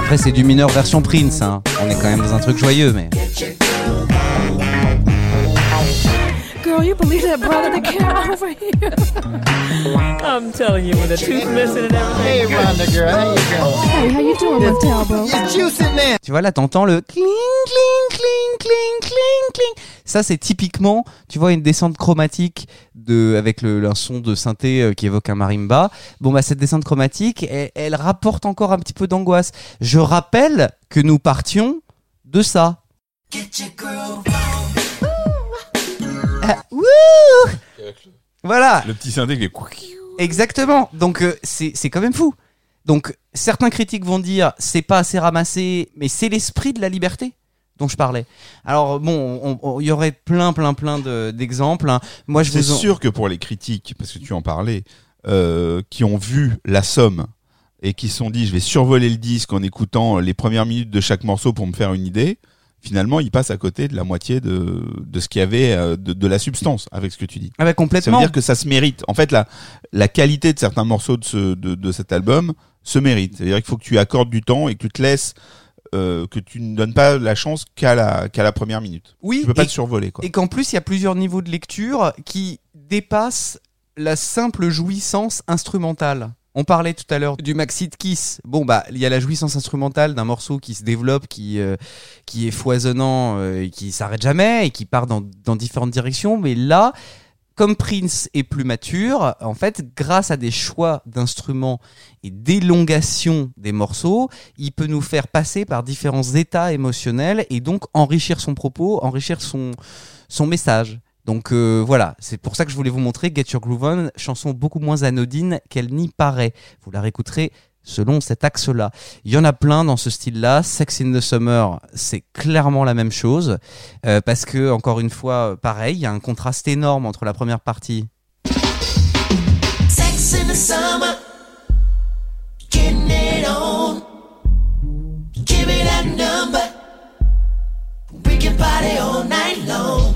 Après, c'est du mineur version Prince, hein. On est quand même dans un truc joyeux, mais... Girl, you believe that brother that came over here? I'm telling you, with a tooth missing and everything. Hey, Rhonda girl, how you going? Hey, how you doing, Miss Talbot? It's juicing there. Tu vois, là, t'entends le cling, cling, cling, cling, cling, cling. Ça, c'est typiquement, tu vois, une descente chromatique de, avec le, un son de synthé euh, qui évoque un marimba. Bon, bah, cette descente chromatique, elle, elle rapporte encore un petit peu d'angoisse. Je rappelle que nous partions de ça. Ah, wouh! Voilà. Le petit synthé qui est... Exactement. Donc euh, c'est c'est quand même fou. Donc certains critiques vont dire c'est pas assez ramassé, mais c'est l'esprit de la liberté dont je parlais. Alors bon, il y aurait plein plein plein de, d'exemples. Hein. Moi je C'est vous en... sûr que pour les critiques, parce que tu en parlais, euh, qui ont vu la somme et qui se sont dit je vais survoler le disque en écoutant les premières minutes de chaque morceau pour me faire une idée. Finalement, il passe à côté de la moitié de, de ce qu'il y avait de, de la substance avec ce que tu dis. Ah bah complètement. Ça veut dire que ça se mérite. En fait, la, la qualité de certains morceaux de, ce, de, de cet album se mérite. C'est-à-dire qu'il faut que tu accordes du temps et que tu te laisses, euh, que tu ne donnes pas la chance qu'à la, qu'à la première minute. Oui. Tu peux pas et, te survoler, quoi. Et qu'en plus, il y a plusieurs niveaux de lecture qui dépassent la simple jouissance instrumentale. On parlait tout à l'heure du Maxi de Kiss. Bon, bah, il y a la jouissance instrumentale d'un morceau qui se développe, qui, euh, qui est foisonnant, euh, et qui s'arrête jamais et qui part dans, dans différentes directions. Mais là, comme Prince est plus mature, en fait, grâce à des choix d'instruments et d'élongation des morceaux, il peut nous faire passer par différents états émotionnels et donc enrichir son propos, enrichir son, son message. Donc euh, voilà, c'est pour ça que je voulais vous montrer Get Your Groove On, chanson beaucoup moins anodine qu'elle n'y paraît. Vous la réécouterez selon cet axe-là. Il y en a plein dans ce style-là. Sex in the Summer, c'est clairement la même chose. Euh, parce que, encore une fois, pareil, il y a un contraste énorme entre la première partie. Sex in the summer, getting it on. Give me that number, we can party all night long.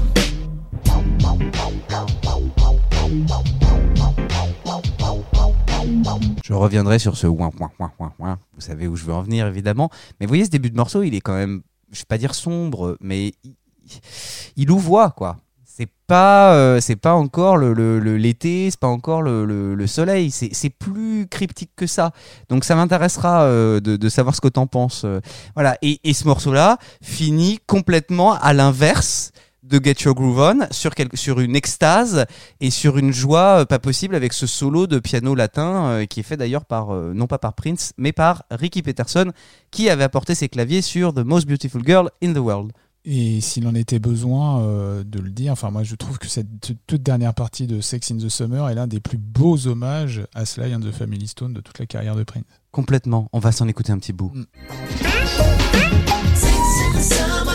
Je reviendrai sur ce ouin, ouin, ouin, ouin, ouin. Vous savez où je veux en venir, évidemment. Mais vous voyez, ce début de morceau, il est quand même, je vais pas dire sombre, mais il, il louvoie, quoi. C'est pas, euh, c'est pas encore le, le, le, l'été, c'est pas encore le, le, le soleil, c'est, c'est plus cryptique que ça. Donc ça m'intéressera euh, de, de savoir ce que t'en penses. Euh, voilà. Et, et ce morceau-là finit complètement à l'inverse de Get Your Groove On, sur, quelque, sur une extase et sur une joie euh, pas possible avec ce solo de piano latin euh, qui est fait d'ailleurs par, euh, non pas par Prince, mais par Ricky Peterson, qui avait apporté ses claviers sur The Most Beautiful Girl in the World. Et s'il en était besoin euh, de le dire, enfin moi je trouve que cette toute dernière partie de Sex in the Summer est l'un des plus beaux hommages à Sly and the Family Stone de toute la carrière de Prince. Complètement, on va s'en écouter un petit bout. Mm. Sex in the summer.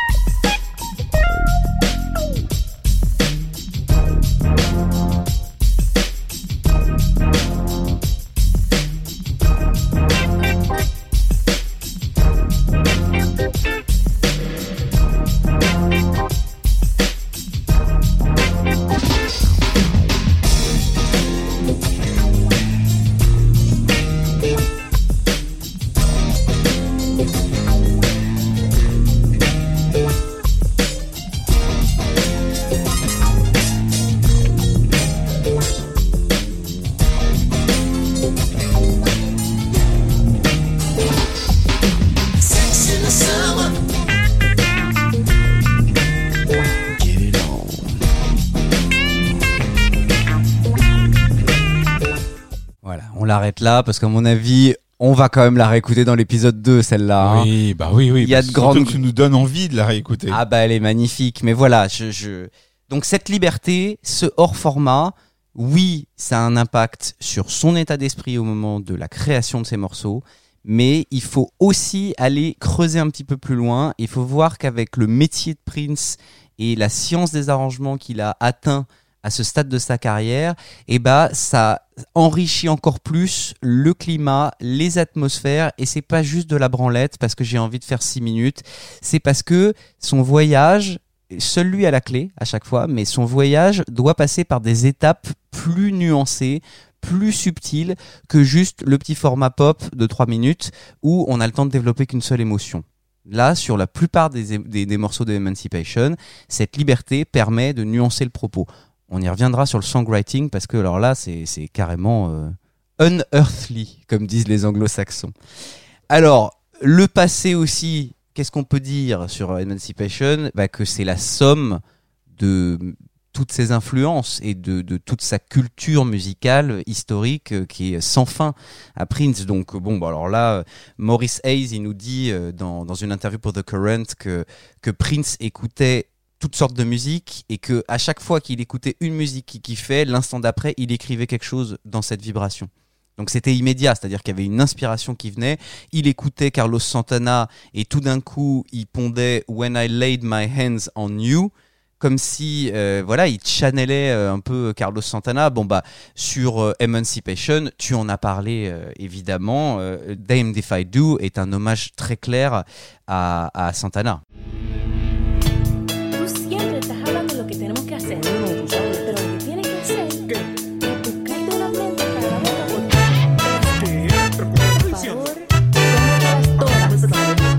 On l'arrête là parce qu'à mon avis, on va quand même la réécouter dans l'épisode deux, celle-là. Oui, hein. bah oui, oui. Il y a de grandes. Que tu nous donnes envie de la réécouter. Ah bah elle est magnifique. Mais voilà, je, je... donc cette liberté, ce hors format, oui, ça a un impact sur son état d'esprit au moment de la création de ces morceaux. Mais il faut aussi aller creuser un petit peu plus loin. Il faut voir qu'avec le métier de Prince et la science des arrangements qu'il a atteint à ce stade de sa carrière, eh ben, ça enrichit encore plus le climat, les atmosphères, et c'est pas juste de la branlette parce que j'ai envie de faire six minutes, c'est parce que son voyage, seul lui a la clé à chaque fois, mais son voyage doit passer par des étapes plus nuancées, plus subtil que juste le petit format pop de trois minutes où on a le temps de développer qu'une seule émotion. Là, sur la plupart des, des, des morceaux de Emancipation, cette liberté permet de nuancer le propos. On y reviendra sur le songwriting parce que alors là, c'est, c'est carrément euh, unearthly, comme disent les anglo-saxons. Alors, le passé aussi, qu'est-ce qu'on peut dire sur Emancipation ? Bah, que c'est la somme de toutes ses influences et de, de toute sa culture musicale historique euh, qui est sans fin à Prince. Donc bon, bah alors là, Maurice Hayes, il nous dit euh, dans, dans une interview pour The Current que, que Prince écoutait toutes sortes de musique et que à chaque fois qu'il écoutait une musique qu'il kiffait, l'instant d'après, il écrivait quelque chose dans cette vibration. Donc c'était immédiat, c'est-à-dire qu'il y avait une inspiration qui venait, il écoutait Carlos Santana et tout d'un coup, il pondait « When I laid my hands on you », comme si euh, voilà, il channelait euh, un peu Carlos Santana. Bon bah sur euh, Emancipation, tu en as parlé euh, évidemment, euh, Damned If I Do est un hommage très clair à, à Santana. Tú siempre estás hablando de lo que tenemos que hacer. Pero lo que tienes que hacer es buscarte una mente para la boca por Por favor, tómatelas todas.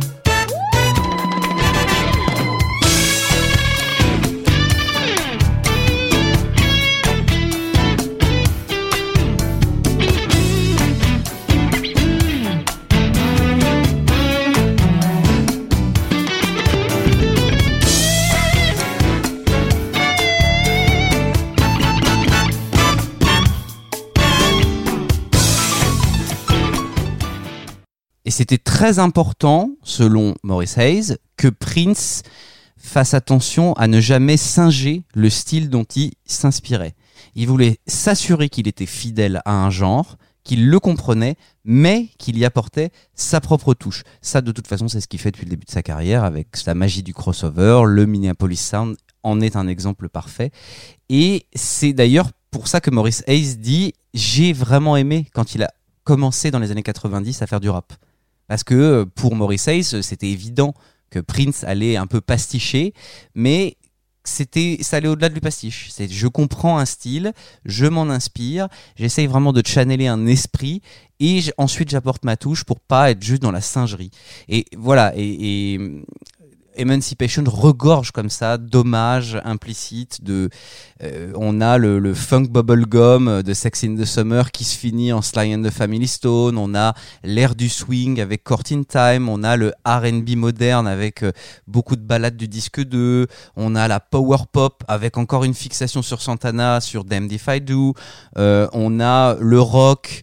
Et c'était très important, selon Maurice Hayes, que Prince fasse attention à ne jamais singer le style dont il s'inspirait. Il voulait s'assurer qu'il était fidèle à un genre, qu'il le comprenait, mais qu'il y apportait sa propre touche. Ça, de toute façon, c'est ce qu'il fait depuis le début de sa carrière, avec la magie du crossover. Le Minneapolis Sound en est un exemple parfait. Et c'est d'ailleurs pour ça que Maurice Hayes dit « J'ai vraiment aimé quand il a commencé dans les années quatre-vingt-dix à faire du rap ». Parce que pour Maurice Hayes, c'était évident que Prince allait un peu pasticher, mais c'était, ça allait au-delà du pastiche. C'est, je comprends un style, je m'en inspire, j'essaye vraiment de channeler un esprit, et j- ensuite j'apporte ma touche pour pas être juste dans la singerie. Et voilà, et, et Emancipation regorge comme ça d'hommages implicites. De, euh, on a le, le funk bubblegum de Sex in the Summer qui se finit en Sly and the Family Stone. On a l'air du swing avec Court in Time. On a le R and B moderne avec euh, beaucoup de ballades du disque deux. On a la power pop avec encore une fixation sur Santana, sur Damned If I Do. Euh, on a le rock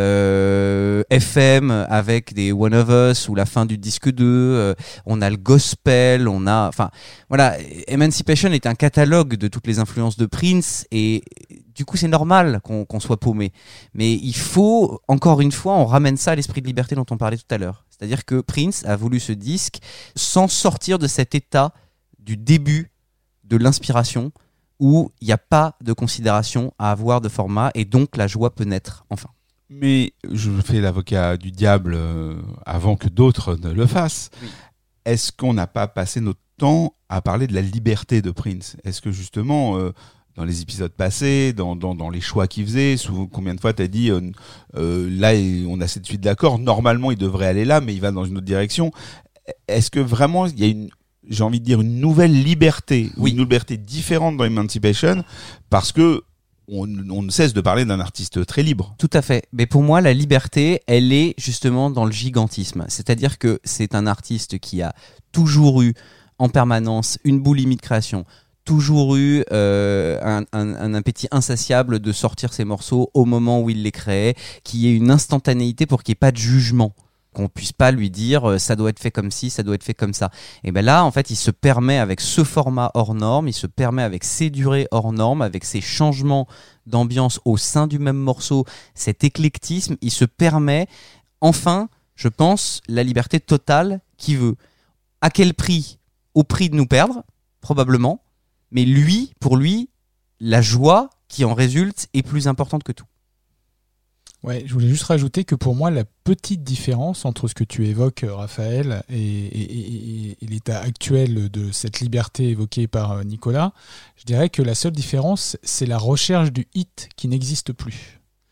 Euh, F M avec des One of Us ou la fin du disque deux, euh, on a le gospel, on a, enfin voilà, Emancipation est un catalogue de toutes les influences de Prince et du coup c'est normal qu'on, qu'on soit paumé, mais il faut, encore une fois, on ramène ça à l'esprit de liberté dont on parlait tout à l'heure, c'est-à-dire que Prince a voulu ce disque sans sortir de cet état du début de l'inspiration où il n'y a pas de considération à avoir de format et donc la joie peut naître enfin. Mais je fais l'avocat du diable euh, avant que d'autres ne le fassent. Oui. Est-ce qu'on n'a pas passé notre temps à parler de la liberté de Prince ? Est-ce que justement, euh, dans les épisodes passés, dans, dans, dans les choix qu'il faisait, sous combien de fois tu as dit euh, euh, là, on a cette suite d'accords, normalement il devrait aller là, mais il va dans une autre direction. Est-ce que vraiment il y a une, j'ai envie de dire, une nouvelle liberté, oui. Une liberté différente dans Emancipation, parce que On, on ne cesse de parler d'un artiste très libre. Tout à fait. Mais pour moi, la liberté, elle est justement dans le gigantisme. C'est-à-dire que c'est un artiste qui a toujours eu en permanence une boulimie de création, toujours eu euh, un, un, un appétit insatiable de sortir ses morceaux au moment où il les créait, qu'il y ait une instantanéité pour qu'il n'y ait pas de jugement. Qu'on puisse pas lui dire euh, ça doit être fait comme ci, ça doit être fait comme ça. Et ben là, en fait, il se permet avec ce format hors norme, il se permet avec ces durées hors norme, avec ces changements d'ambiance au sein du même morceau, cet éclectisme, il se permet enfin, je pense, la liberté totale qu'il veut. À quel prix ? Au prix de nous perdre, probablement, mais lui, pour lui, la joie qui en résulte est plus importante que tout. Ouais, je voulais juste rajouter que pour moi, la petite différence entre ce que tu évoques, Raphaël, et, et, et, et l'état actuel de cette liberté évoquée par Nicolas, je dirais que la seule différence, c'est la recherche du hit qui n'existe plus.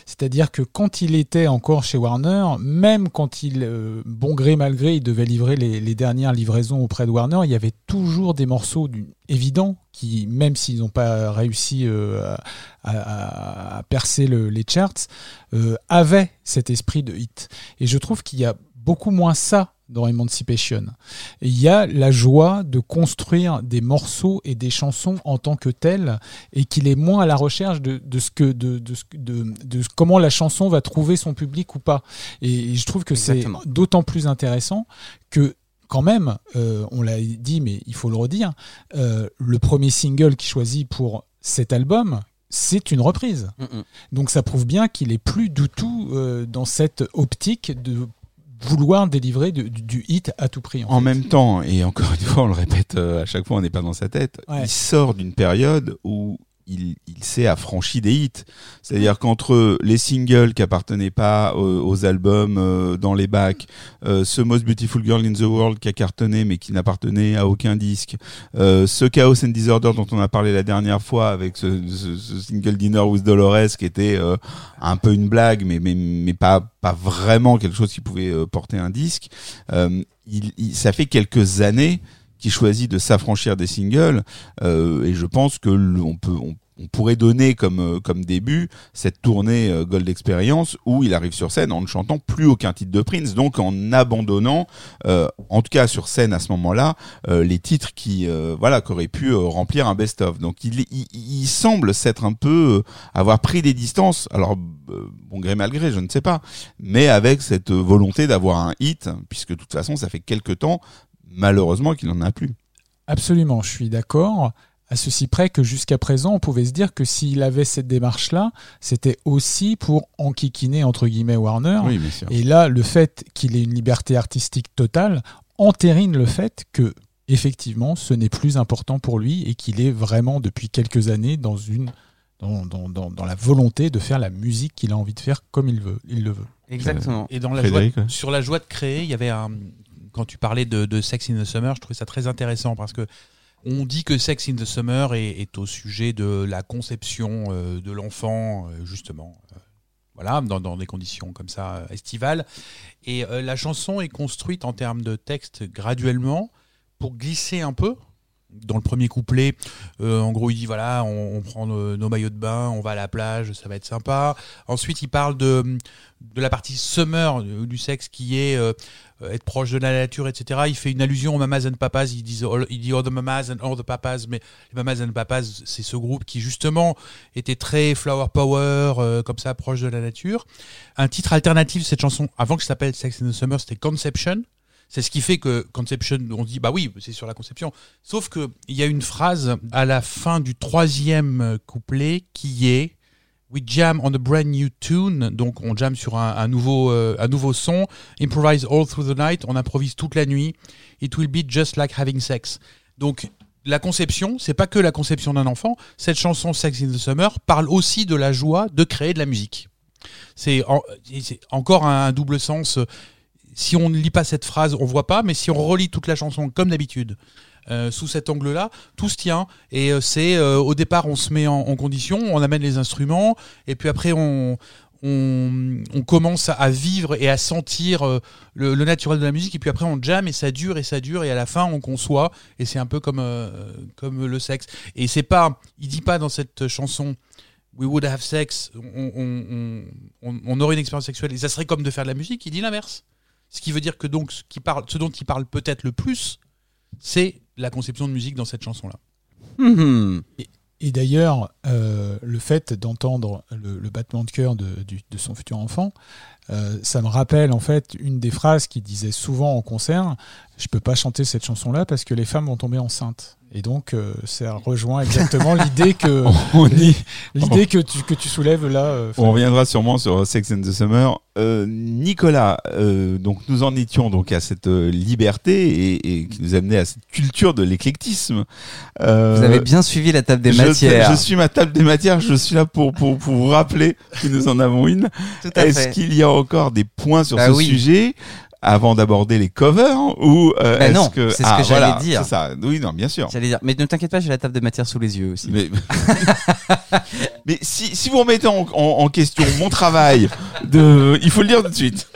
C'est-à-dire que quand il était encore chez Warner, même quand il, euh, bon gré mal gré, il devait livrer les, les dernières livraisons auprès de Warner, il y avait toujours des morceaux du, évidents qui, même s'ils n'ont pas réussi euh, à, à, à percer le, les charts, euh, avaient cet esprit de hit. Et je trouve qu'il y a beaucoup moins ça dans Emancipation. Et il y a la joie de construire des morceaux et des chansons en tant que tels, et qu'il est moins à la recherche de, de, ce que, de, de, de, de comment la chanson va trouver son public ou pas. Et, et je trouve que Exactement. c'est d'autant plus intéressant que quand même, euh, on l'a dit, mais il faut le redire, euh, le premier single qu'il choisit pour cet album, c'est une reprise. Mm-mm. Donc ça prouve bien qu'il est plus du tout euh, dans cette optique de vouloir délivrer de- du, du hit à tout prix. En, En fait. même temps, et encore une fois, on le répète euh, à chaque fois, on n'est pas dans sa tête, Ouais. il sort d'une période où il, il s'est affranchi des hits. C'est-à-dire qu'entre les singles qui appartenaient pas aux, aux albums euh, dans les bacs, euh, ce Most Beautiful Girl in the World qui a cartonné mais qui n'appartenait à aucun disque, euh, ce Chaos and Disorder dont on a parlé la dernière fois avec ce, ce, ce single Dinner with Dolores qui était euh, un peu une blague mais mais mais pas pas vraiment quelque chose qui pouvait euh, porter un disque. Euh, il, il, ça fait quelques années qu'il choisit de s'affranchir des singles euh, et je pense que l- on peut on, on pourrait donner comme euh, comme début cette tournée euh, Gold Experience où il arrive sur scène en ne chantant plus aucun titre de Prince, donc en abandonnant euh, en tout cas sur scène à ce moment-là euh, les titres qui euh, voilà qu'auraient pu euh, remplir un best-of. Donc il, il il semble s'être un peu euh, avoir pris des distances, alors euh, bon gré mal gré, je ne sais pas, mais avec cette euh, volonté d'avoir un hit, puisque de toute façon ça fait quelques temps malheureusement qu'il n'en a plus. Absolument, je suis d'accord. À ceci près que jusqu'à présent, on pouvait se dire que s'il avait cette démarche-là, c'était aussi pour enquiquiner entre guillemets Warner. Oui, bien sûr. Et là, le fait qu'il ait une liberté artistique totale entérine le fait que, effectivement, ce n'est plus important pour lui et qu'il est vraiment depuis quelques années dans une dans, dans, dans, dans la volonté de faire la musique qu'il a envie de faire comme il veut. Il le veut. Exactement. Et dans la joie, Frédéric, ouais. sur la joie de créer, il y avait un. Quand tu parlais de, de Sex in the Summer, je trouvais ça très intéressant parce que on dit que Sex in the Summer est, est au sujet de la conception euh, de l'enfant, euh, justement, euh, voilà, dans, dans des conditions comme ça euh, estivales. Et euh, la chanson est construite en termes de texte graduellement pour glisser un peu. Dans le premier couplet, euh, en gros, il dit voilà, on, on prend nos, nos maillots de bain, on va à la plage, ça va être sympa. Ensuite, il parle de de la partie summer euh, du sexe qui est euh, être proche de la nature, et cetera. Il fait une allusion aux mamas and papas. Il dit all, il dit all the mamas and all the papas, mais les mamas and papas, c'est ce groupe qui justement était très flower power, euh, comme ça, proche de la nature. Un titre alternatif de cette chanson, avant que ça s'appelle Sex in the Summer, c'était Conception. C'est ce qui fait que Conception, on dit bah oui, c'est sur la conception. Sauf que il y a une phrase à la fin du troisième couplet qui est We jam on a brand new tune, donc on jam sur un, un nouveau euh, un nouveau son. Improvise all through the night, on improvise toute la nuit. It will be just like having sex. Donc la conception, c'est pas que la conception d'un enfant. Cette chanson Sex in the Summer parle aussi de la joie de créer de la musique. C'est, en, c'est encore un double sens. Si on ne lit pas cette phrase, on voit pas, mais si on relit toute la chanson comme d'habitude, euh, sous cet angle-là, tout se tient. Et euh, c'est euh, au départ, on se met en, en condition, on amène les instruments, et puis après, on, on, on commence à vivre et à sentir euh, le, le naturel de la musique, et puis après, on jam, et ça dure, et ça dure, et à la fin, on conçoit, et c'est un peu comme, euh, comme le sexe. Et c'est pas, il dit pas dans cette chanson, We would have sex, on, on, on, on aurait une expérience sexuelle, et ça serait comme de faire de la musique, il dit l'inverse. Ce qui veut dire que donc ce, qui parle, ce dont il parle peut-être le plus, c'est la conception de musique dans cette chanson-là. Mhm. Et, et d'ailleurs, euh, le fait d'entendre le, le battement de cœur de, du- de son futur enfant, euh, ça me rappelle en fait une des phrases qu'il disait souvent en concert. Je peux pas chanter cette chanson-là parce que les femmes vont tomber enceintes. Et donc, euh, ça rejoint exactement l'idée que On y- l'idée que tu que tu soulèves là. euh, On reviendra sûrement sur Sex and the Summer. Euh, Nicolas, euh, donc nous en étions donc à cette euh, liberté et, et qui nous amenait à cette culture de l'éclectisme. Euh, Vous avez bien suivi la table des je, matières. Je suis ma table des matières. Je suis là pour pour, pour vous rappeler que nous en avons une. Tout à Est-ce fait. qu'il y a encore des points sur Bah ce oui. sujet? avant d'aborder les covers ou euh, Bah est-ce non, que c'est ce ah, que j'allais voilà, dire. C'est ça. Oui, non, bien sûr. J'allais dire, mais ne t'inquiète pas, j'ai la table de matière sous les yeux aussi. Mais, mais si, si vous remettez en, en, en question mon travail, de, il faut le dire tout de suite.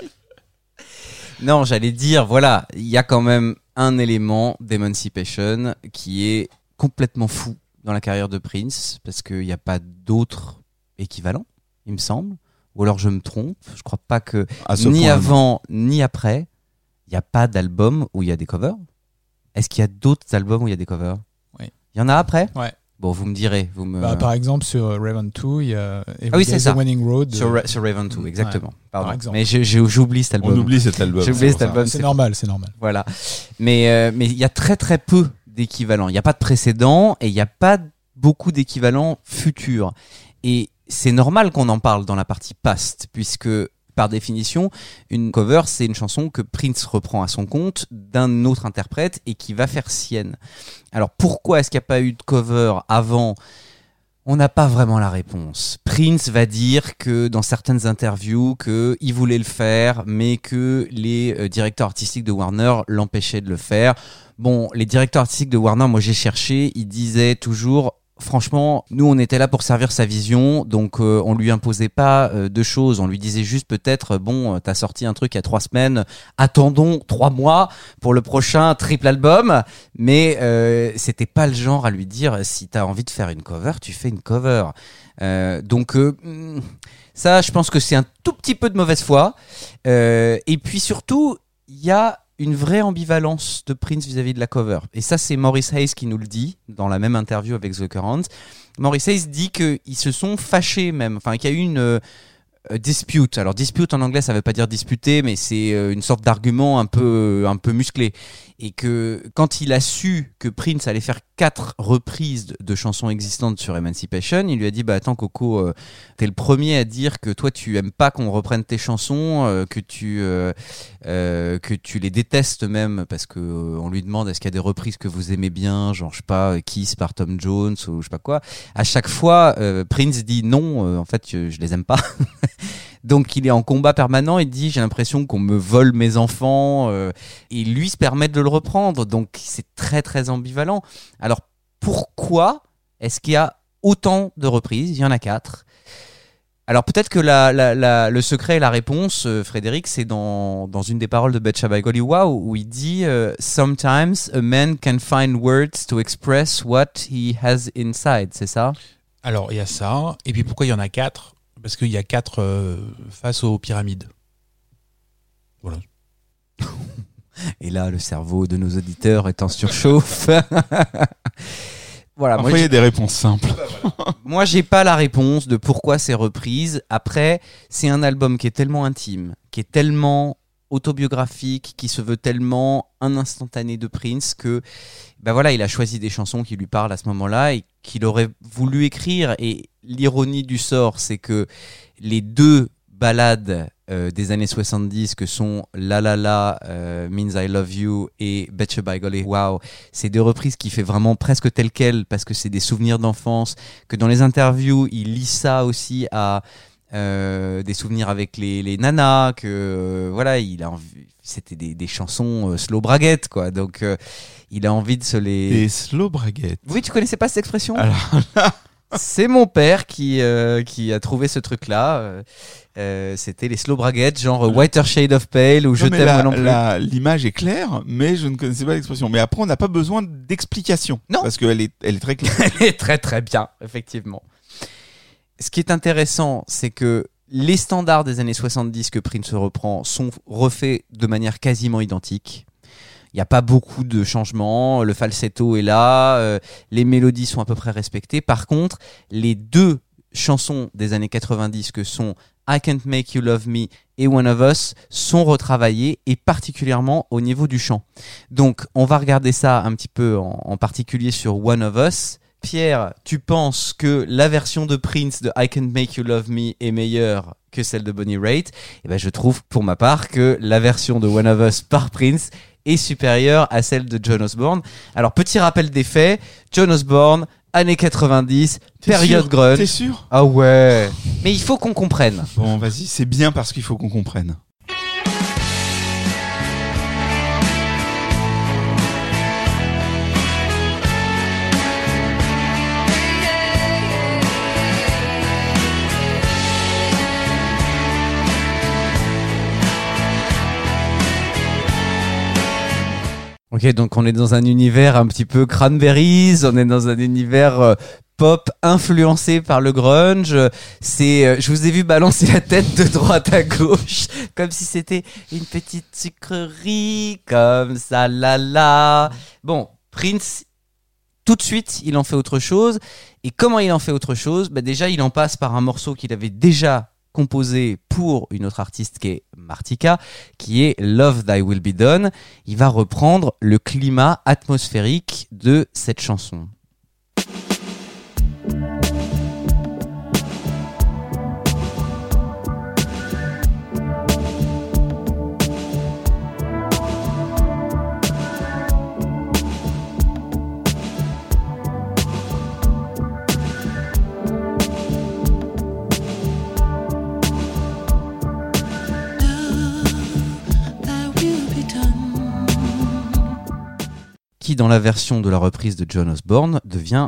Non, j'allais dire, voilà, il y a quand même un élément d'Emancipation qui est complètement fou dans la carrière de Prince, parce qu'il n'y a pas d'autre équivalent, il me semble. Ou alors je me trompe, je crois pas que À ce ni point, avant ni après, il n'y a pas d'album où il y a des covers. Est-ce qu'il y a d'autres albums où il y a des covers? Oui. Il y en a après? Ouais. Bon, vous me direz. Vous me... Bah, par exemple, sur euh, Raven deux, il y a Every Ah oui, Day c'est is ça. a Winning Road. sur, euh, Ra- sur Raven deux, exactement. Ouais, Pardon. par exemple. Mais je- je- j'oublie cet album. On oublie cet album. J'ai c'est oublié pour cet ça. album. C'est normal, c'est normal. Voilà. Mais euh, mais il y a très très peu d'équivalents. Il n'y a pas de précédent et il n'y a pas beaucoup d'équivalents futurs. Et c'est normal qu'on en parle dans la partie past, puisque par définition, une cover, c'est une chanson que Prince reprend à son compte d'un autre interprète et qui va faire sienne. Alors pourquoi est-ce qu'il n'y a pas eu de cover avant ? On n'a pas vraiment la réponse. Prince va dire que dans certaines interviews qu'il voulait le faire, mais que les euh, directeurs artistiques de Warner l'empêchaient de le faire. Bon, les directeurs artistiques de Warner, moi j'ai cherché, ils disaient toujours... Franchement, nous on était là pour servir sa vision, donc euh, on lui imposait pas euh, de choses, on lui disait juste peut-être, bon, euh, t'as sorti un truc il y a trois semaines, attendons trois mois pour le prochain triple album, mais euh, c'était pas le genre à lui dire, si t'as envie de faire une cover, tu fais une cover. Euh, donc euh, ça, je pense que c'est un tout petit peu de mauvaise foi, euh, et puis surtout, il y a une vraie ambivalence de Prince vis-à-vis de la cover. Et ça, c'est Maurice Hayes qui nous le dit dans la même interview avec The Current. Maurice Hayes dit qu'ils se sont fâchés même, enfin qu'il y a eu une euh, dispute. Alors dispute en anglais, ça veut pas dire disputer, mais c'est euh, une sorte d'argument un peu, un peu musclé. Et que quand il a su que Prince allait faire quatre reprises de, de chansons existantes sur Emancipation, il lui a dit bah attends Coco, euh, t'es le premier à dire que toi tu aimes pas qu'on reprenne tes chansons, euh, que tu euh, euh, que tu les détestes même parce que euh, on lui demande est-ce qu'il y a des reprises que vous aimez bien, genre je sais pas Kiss par Tom Jones ou je sais pas quoi. À chaque fois, euh, Prince dit non, euh, en fait je, je les aime pas. Donc il est en combat permanent, il dit j'ai l'impression qu'on me vole mes enfants euh, et lui se permet de le reprendre, donc c'est très très ambivalent. Alors pourquoi est-ce qu'il y a autant de reprises? Il y en a quatre. Alors peut-être que la, la, la, le secret et la réponse, euh, Frédéric, c'est dans, dans une des paroles de Betcha by Golly Wow où il dit euh, « Sometimes a man can find words to express what he has inside », c'est ça? Alors, il y a ça. Et puis, pourquoi il y en a quatre? Parce qu'il y a quatre euh, face aux pyramides. Voilà. Et là, le cerveau de nos auditeurs est en surchauffe. Voilà, moi, Enfin, il y j'ai- a des réponses simples. moi, j'ai pas la réponse de pourquoi c'est reprise. Après, c'est un album qui est tellement intime, qui est tellement autobiographique, qui se veut tellement un instantané de Prince que, ben voilà, il a choisi des chansons qui lui parlent à ce moment-là et qu'il aurait voulu écrire. Et l'ironie du sort, c'est que les deux ballades euh, des années soixante-dix que sont La La La, euh, Means I Love You et Betcha by Golly Wow, c'est deux reprises qui fait vraiment presque tel quel parce que c'est des souvenirs d'enfance, que dans les interviews il lit ça aussi à euh, des souvenirs avec les, les nanas, que euh, voilà, il a envie, c'était des, des chansons euh, slow braguettes quoi, donc euh, il a envie de se les... Des slow braguettes. Oui, tu connaissais pas cette expression? Alors C'est mon père qui, euh, qui a trouvé ce truc-là. Euh, euh, c'était les slow braguettes, genre euh, Whiter Shade of Pale ou Je non, mais t'aime la- moi non plus. la- l'image est claire, mais je ne connaissais pas l'expression. Mais après, on n'a pas besoin d'explication. Non. Parce qu'elle est, elle est très claire. Elle est très très bien, effectivement. Ce qui est intéressant, c'est que les standards des années soixante-dix que Prince reprend sont refaits de manière quasiment identique. Il n'y a pas beaucoup de changements, le falsetto est là, euh, les mélodies sont à peu près respectées. Par contre, les deux chansons des années quatre-vingt-dix que sont I Can't Make You Love Me et One of Us sont retravaillées et particulièrement au niveau du chant. Donc on va regarder ça un petit peu en, en particulier sur One of Us. Pierre, tu penses que la version de Prince de I Can't Make You Love Me est meilleure que celle de Bonnie Raitt? Et ben je trouve pour ma part que la version de One of Us par Prince est supérieure à celle de John Osborne. Alors petit rappel des faits, John Osborne, années quatre-vingt-dix, T'es période sûr grunge. T'es sûr? Ah ouais. Mais il faut qu'on comprenne. Bon, vas-y, c'est bien parce qu'il faut qu'on comprenne. Ok, donc on est dans un univers un petit peu Cranberries, on est dans un univers euh, pop influencé par le grunge. C'est, euh, je vous ai vu balancer la tête de droite à gauche, comme si c'était une petite sucrerie, comme ça, là, là. Bon, Prince, tout de suite, il en fait autre chose. Et comment il en fait autre chose ? Bah déjà, il en passe par un morceau qu'il avait déjà composé pour une autre artiste qui est Martika, qui est Love Thy Will Be Done. Il va reprendre le climat atmosphérique de cette chanson. Qui, dans la version de la reprise de John Osborne, devient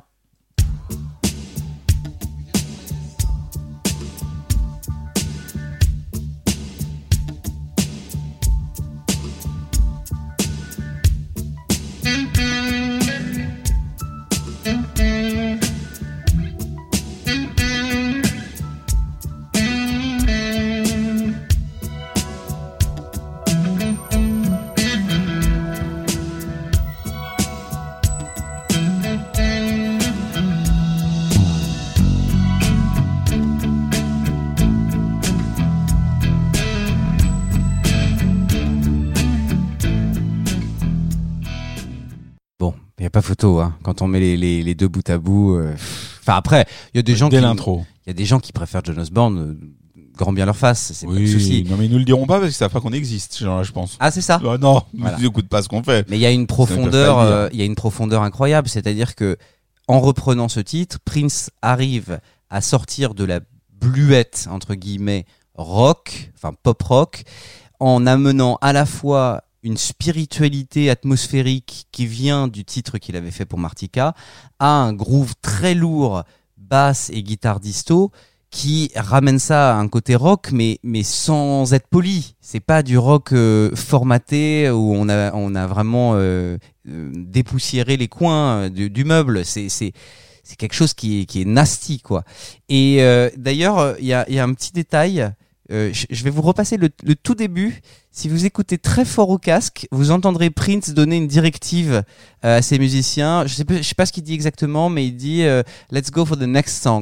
pas photo, hein. Quand on met les, les, les deux bout à bout. Euh... Enfin après, il y a des gens dès qui, l'intro. Il y a des gens qui préfèrent John Osborne, euh, grand bien leur face, c'est oui, pas le souci. Non mais ils nous le diront pas parce qu'ils savent pas qu'on existe, ces gens-là, je pense. Ah c'est ça. Ah, non, voilà. Ils n'écoutent pas ce qu'on fait. Mais il y a une profondeur, euh, il y a une profondeur incroyable, c'est-à-dire que en reprenant ce titre, Prince arrive à sortir de la bluette entre guillemets rock, enfin pop rock, en amenant à la fois une spiritualité atmosphérique qui vient du titre qu'il avait fait pour Martika, à un groove très lourd, basse et guitare disto, qui ramène ça à un côté rock, mais, mais sans être poli. C'est pas du rock euh, formaté où on a, on a vraiment euh, euh, dépoussiéré les coins du, du meuble. C'est, c'est, c'est quelque chose qui est, qui est nasty, quoi. Et euh, d'ailleurs, il y a, y a un petit détail. Euh, je vais vous repasser le, le tout début. Si vous écoutez très fort au casque, vous entendrez Prince donner une directive euh, à ses musiciens. Je sais pas, je sais pas ce qu'il dit exactement, mais il dit euh, « Let's go for the next song ».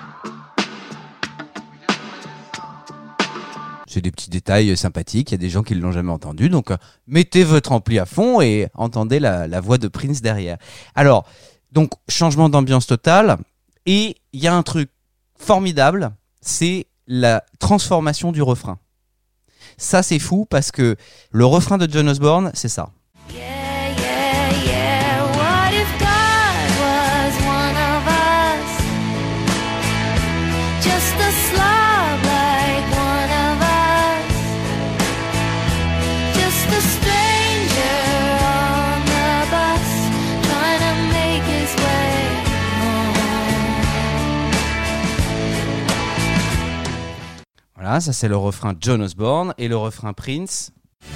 C'est des petits détails sympathiques. Il y a des gens qui ne l'ont jamais entendu. Donc, euh, mettez votre ampli à fond et entendez la, la voix de Prince derrière. Alors, donc, changement d'ambiance totale. Et il y a un truc formidable, c'est la transformation du refrain. Ça, c'est fou parce que le refrain de John Osborne, c'est ça. Yeah, yeah, yeah. What if God was one of us? Just a slob like one of us. Just a stranger on the bus trying to make his way home. Voilà, ça c'est le refrain John Osborne et le refrain Prince.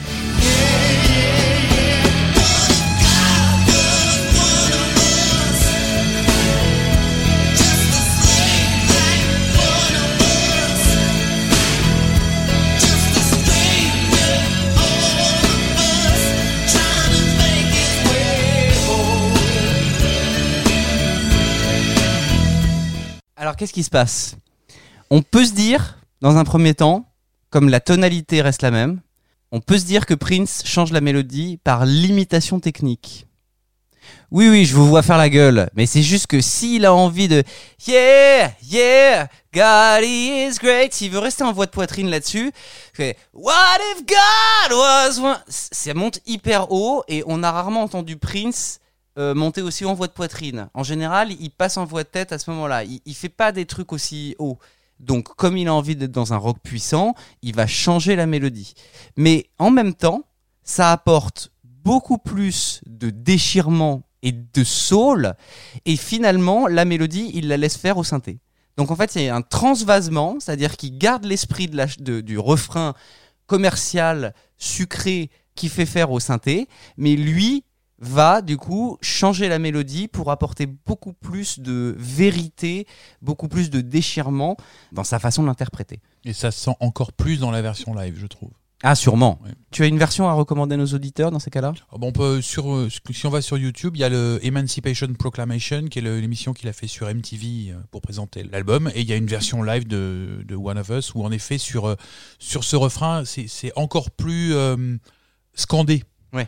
Alors qu'est-ce qui se passe ? On peut se dire, dans un premier temps, comme la tonalité reste la même, on peut se dire que Prince change la mélodie par l'imitation technique. Oui, oui, je vous vois faire la gueule, mais c'est juste que s'il a envie de « Yeah, yeah, God is great », s'il veut rester en voix de poitrine là-dessus, c'est « What if God was one », ça monte hyper haut et on a rarement entendu Prince euh, monter aussi en voix de poitrine. En général, il passe en voix de tête à ce moment-là. Il, il fait pas des trucs aussi hauts. Donc, comme il a envie d'être dans un rock puissant, il va changer la mélodie. Mais en même temps, ça apporte beaucoup plus de déchirement et de soul. Et finalement, la mélodie, il la laisse faire au synthé. Donc, en fait, il y a un transvasement, c'est-à-dire qu'il garde l'esprit de la, de, du refrain commercial, sucré, qui fait faire au synthé, mais lui va du coup changer la mélodie pour apporter beaucoup plus de vérité, beaucoup plus de déchirement dans sa façon de l'interpréter. Et ça se sent encore plus dans la version live, je trouve. Ah, sûrement. Ouais. Tu as une version à recommander à nos auditeurs dans ces cas-là ? Ah bon, on peut, sur, euh, si on va sur YouTube, il y a le Emancipation Proclamation, qui est le- l'émission qu'il a fait sur M T V euh, pour présenter l'album. Et il y a une version live de, de One of Us où, en effet, sur, euh, sur ce refrain, c'est, c'est encore plus euh, scandé. Ouais.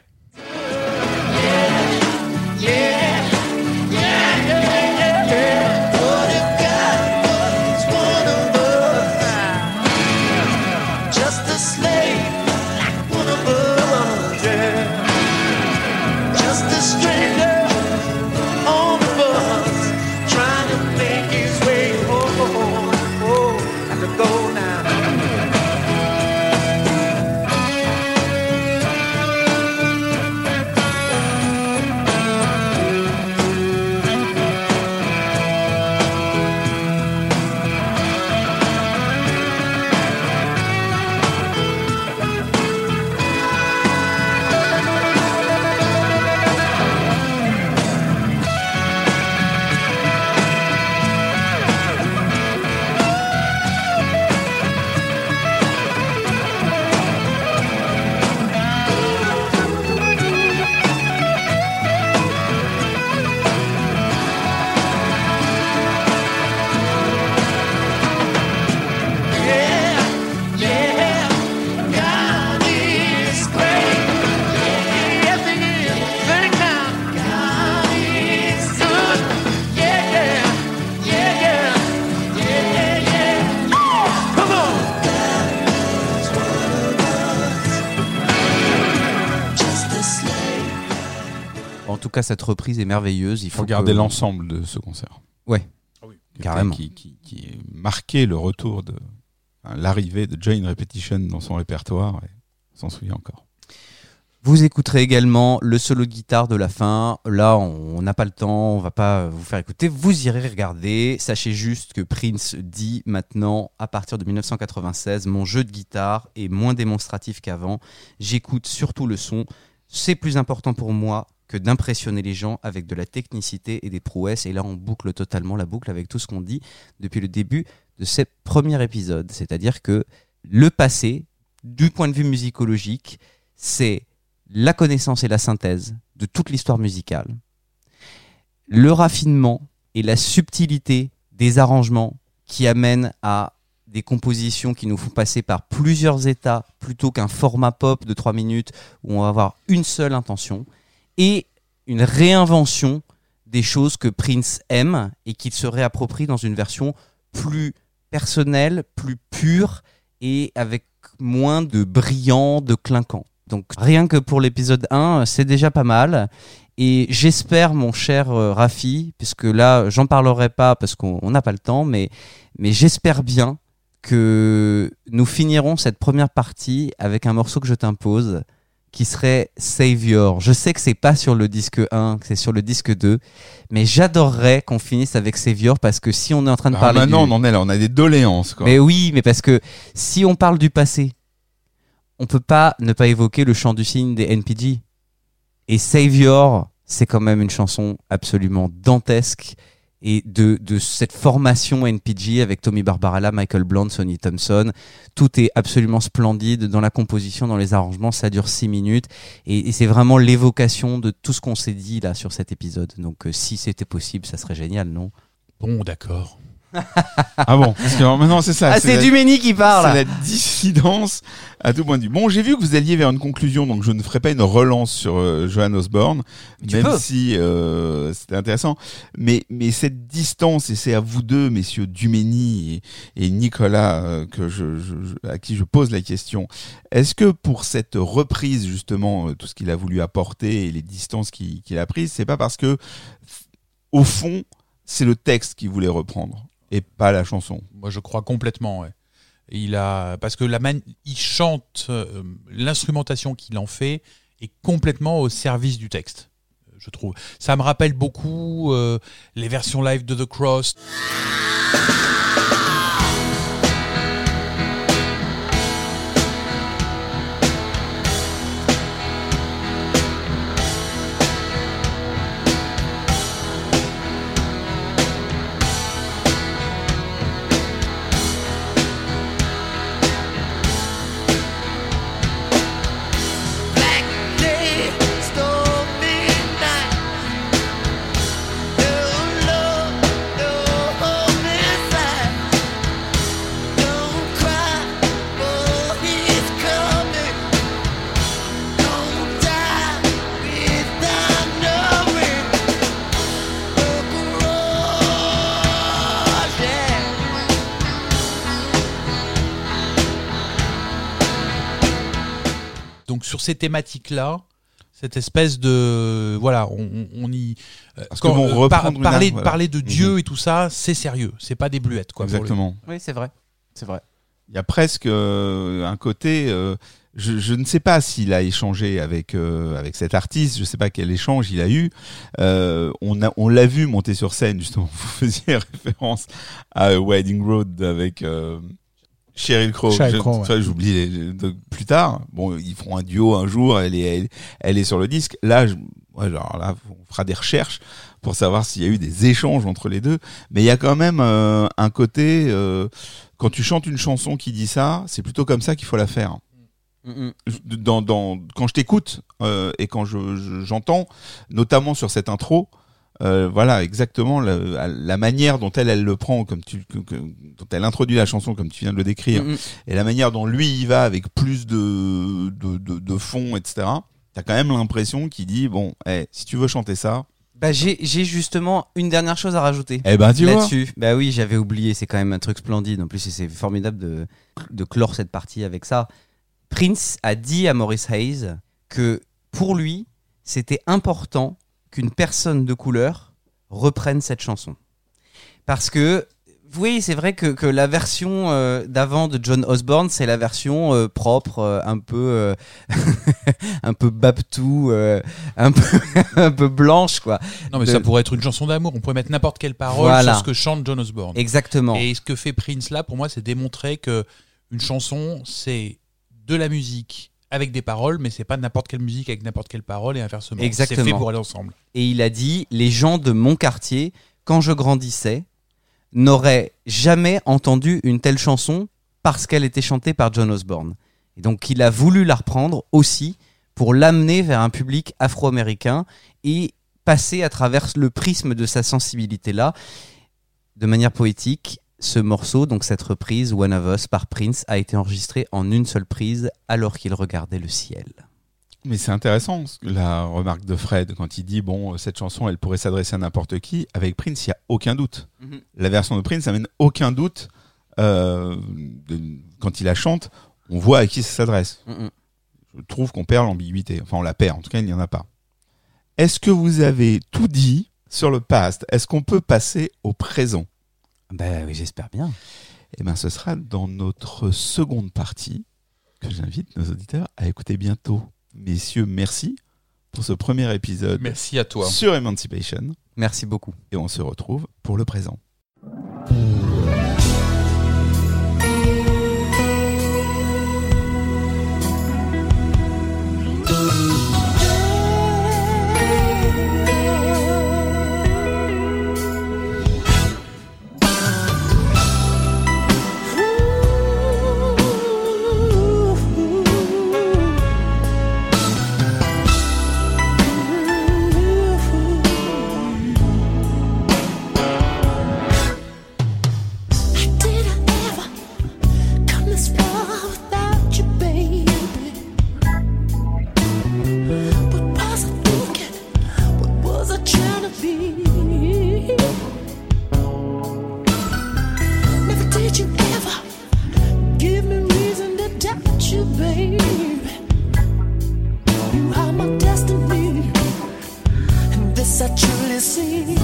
Just a slave, like one of us, yeah. Just a stranger on the bus, trying to make his way home. Oh, got to go now. En tout cas, cette reprise est merveilleuse. Il Il faut faut regarder que- l'ensemble de ce concert. Ouais, Qui- carrément. Qui, qui, qui marquait le retour de enfin, l'arrivée de Joy in Repetition dans son répertoire. Et on s'en souvient encore. Vous écouterez également le solo de guitare de la fin. Là, on n'a pas le temps, on va pas vous faire écouter. Vous irez regarder. Sachez juste que Prince dit maintenant, à partir de dix-neuf cent quatre-vingt-seize, mon jeu de guitare est moins démonstratif qu'avant. J'écoute surtout le son. C'est plus important pour moi que d'impressionner les gens avec de la technicité et des prouesses. Et là, on boucle totalement la boucle avec tout ce qu'on dit depuis le début de ce premier épisode. C'est-à-dire que le passé, du point de vue musicologique, c'est la connaissance et la synthèse de toute l'histoire musicale, le raffinement et la subtilité des arrangements qui amènent à des compositions qui nous font passer par plusieurs états plutôt qu'un format pop de trois minutes où on va avoir une seule intention, et une réinvention des choses que Prince aime et qu'il se réapproprie dans une version plus personnelle, plus pure et avec moins de brillant, de clinquant. Donc rien que pour l'épisode un, c'est déjà pas mal. Et j'espère, mon cher euh, Rafi, puisque là, j'en parlerai pas parce qu'on n'a pas le temps, mais, mais j'espère bien que nous finirons cette première partie avec un morceau que je t'impose, qui serait Savior. Je sais que c'est pas sur le disque un, que c'est sur le disque deux, mais j'adorerais qu'on finisse avec Savior, parce que si on est en train de Ah, parler maintenant, du... on en est là, on a des doléances. Quoi. Mais oui, mais parce que si on parle du passé, on peut pas ne pas évoquer le chant du cygne des N P G. Et Savior, c'est quand même une chanson absolument dantesque. Et de, de cette formation N P G avec Tommy Barbarella, Michael Blunt, Sonny Thompson, tout est absolument splendide dans la composition, dans les arrangements. Ça dure six minutes. Et, et c'est vraiment l'évocation de tout ce qu'on s'est dit là sur cet épisode. Donc euh, si c'était possible, ça serait génial, non ? Bon, d'accord. Ah bon, parce que alors, maintenant c'est ça. Ah, c'est la- Dumény qui C'est parle. la dissidence à tout point de vue. Bon, j'ai vu que vous alliez vers une conclusion, donc je ne ferai pas une relance sur euh, Johan Osborne, Tu même peux. si euh, c'était intéressant. Mais, mais cette distance, et c'est à vous deux, messieurs Dumény et, et Nicolas, euh, que je, je, je- à qui je pose la question, est-ce que pour cette reprise, justement, euh, tout ce qu'il a voulu apporter et les distances qu'il qu'il a prises, c'est pas parce que, au fond, c'est le texte qu'il voulait reprendre et pas la chanson? Moi, je crois complètement. Ouais. Il a parce que la man... il chante euh, l'instrumentation qu'il en fait est complètement au service du texte. Je trouve. Ça me rappelle beaucoup euh, les versions live de The Cross. donc sur ces thématiques-là, cette espèce de voilà, on, on y Parce quand, que bon, euh, reprendre une parler, art, voilà. parler de Dieu Mhm. et tout ça, c'est sérieux, c'est pas des bluettes quoi. pour le- Exactement. Oui, c'est vrai. C'est vrai. Il y a presque euh, un côté. Euh, je, je ne sais pas s'il a échangé avec euh, avec cet artiste. Je sais pas quel échange il a eu. Euh, on a on l'a vu monter sur scène justement. Vous faisiez référence à Winding Road avec euh, Sheryl Crow. Sheryl Je- Crow, ouais. ça, j'oublie les- les- de- plus tard. Bon, ils feront un duo un jour. Elle est elle, elle est sur le disque. Là, je, ouais, alors là, on fera des recherches pour savoir s'il y a eu des échanges entre les deux. Mais il y a quand même euh, un côté. Euh, quand tu chantes une chanson qui dit ça, c'est plutôt comme ça qu'il faut la faire. Mm-mm. Dans, dans, quand je t'écoute euh, et quand je, je- j'entends, notamment sur cette intro, euh, voilà exactement la, la manière dont elle, elle le prend, comme tu, que, que- dont elle introduit la chanson, comme tu viens de le décrire, Mm-mm. et la manière dont lui y va avec plus de, de, de, de fond, et cetera. T'as quand même l'impression qu'il dit bon, hey, si tu veux chanter ça, Bah, j'ai, j'ai justement une dernière chose à rajouter. eh ben tu vois. Là-dessus. Bah oui, j'avais oublié, c'est quand même un truc splendide. En plus, c'est formidable de, de clore cette partie avec ça. Prince a dit à Maurice Hayes que pour lui, c'était important qu'une personne de couleur reprenne cette chanson. Parce que, oui, c'est vrai que, que la version euh, d'avant de John Osborne, c'est la version euh, propre, euh, un peu, euh, un peu babtou, euh, un peu, un peu blanche, quoi. Non mais de- ça pourrait être une chanson d'amour. On pourrait mettre n'importe quelle parole Voilà. sur ce que chante John Osborne. Exactement. Et ce que fait Prince là, pour moi, c'est démontrer que une chanson, c'est de la musique avec des paroles, mais c'est pas n'importe quelle musique avec n'importe quelle parole et inversement. Exactement. C'est fait pour aller ensemble. Et il a dit, les gens de mon quartier, quand je grandissais, n'auraient jamais entendu une telle chanson parce qu'elle était chantée par John Osborne. Et donc il a voulu la reprendre aussi pour l'amener vers un public afro-américain et passer à travers le prisme de sa sensibilité-là, de manière poétique. Ce morceau, donc cette reprise One of Us par Prince, a été enregistré en une seule prise alors qu'il regardait le ciel. Mais c'est intéressant la remarque de Fred quand il dit bon, cette chanson elle pourrait s'adresser à n'importe qui. Avec Prince, il y a aucun doute. Mhm. La version de Prince amène aucun doute. Euh, de- quand il la chante, on voit à qui ça s'adresse. Mm-mm. Je trouve qu'on perd l'ambiguïté. Enfin, on la perd. En tout cas, il n'y en a pas. Est-ce que vous avez tout dit sur le past? Est-ce qu'on peut passer au présent? Ben oui, j'espère bien. Eh bien, ce sera dans notre seconde partie que j'invite nos auditeurs à écouter bientôt. Messieurs, merci pour ce premier épisode Merci à toi. sur Emancipation. Merci beaucoup. Et on se retrouve pour le présent. Did I ever come this far without you, baby? What was I thinking? What was I trying to be? Never did you ever give me reason to doubt you, baby. You are my destiny, and this I truly see.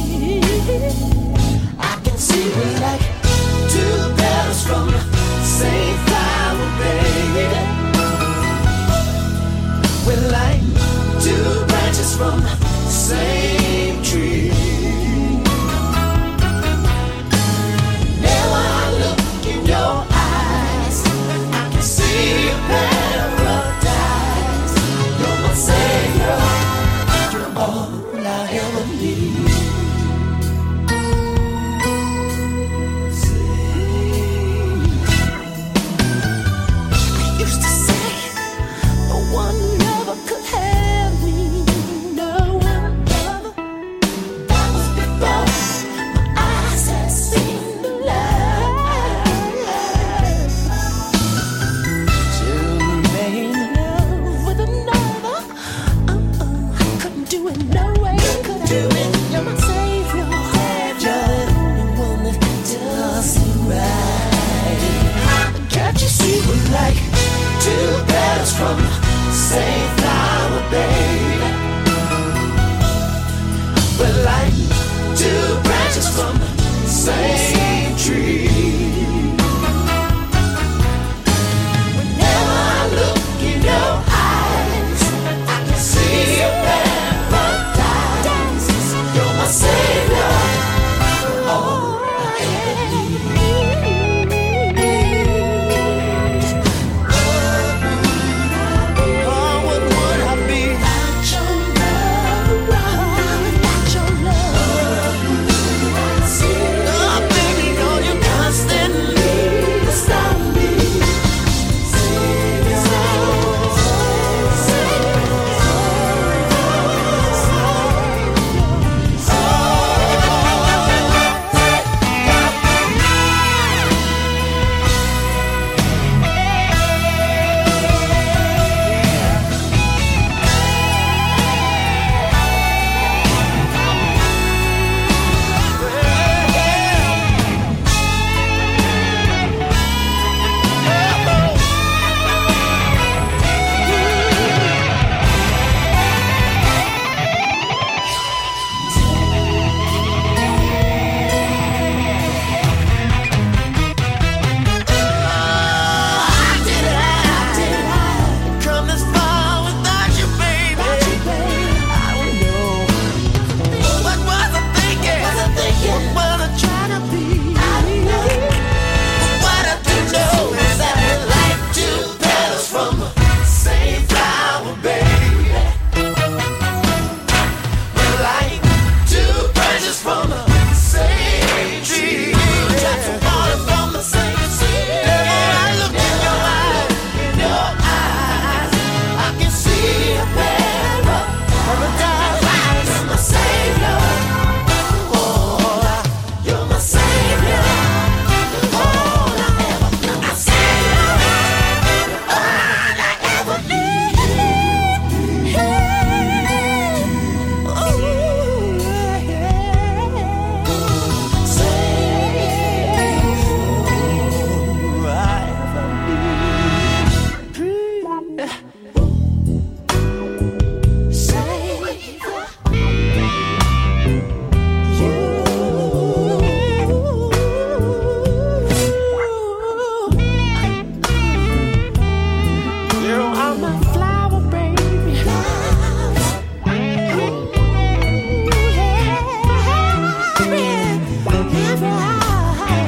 I can see we're like two petals from the same flower, baby. We're like two branches from the same tree. Now I look in your eyes, I can see a paradise. You're my savior, you're all I ever need. I used to say no one ever could have me. No one ever. That was before my eyes had seen the light. To remain in love with another, uh-uh, I couldn't do it. No way could I do it. You're my savior, you're the only one that does it right. Can't you see we're like two petals from the same flower, baby. We're like two branches from the same tree. Whenever I look in your eyes, I can see a paradise. You're my savior. Oh.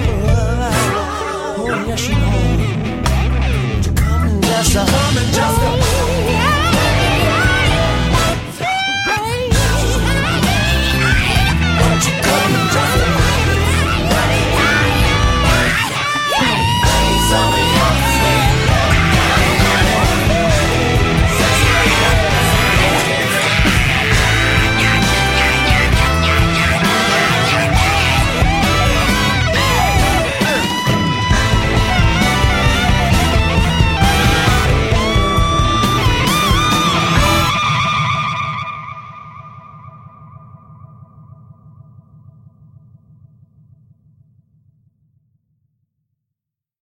Just a, just a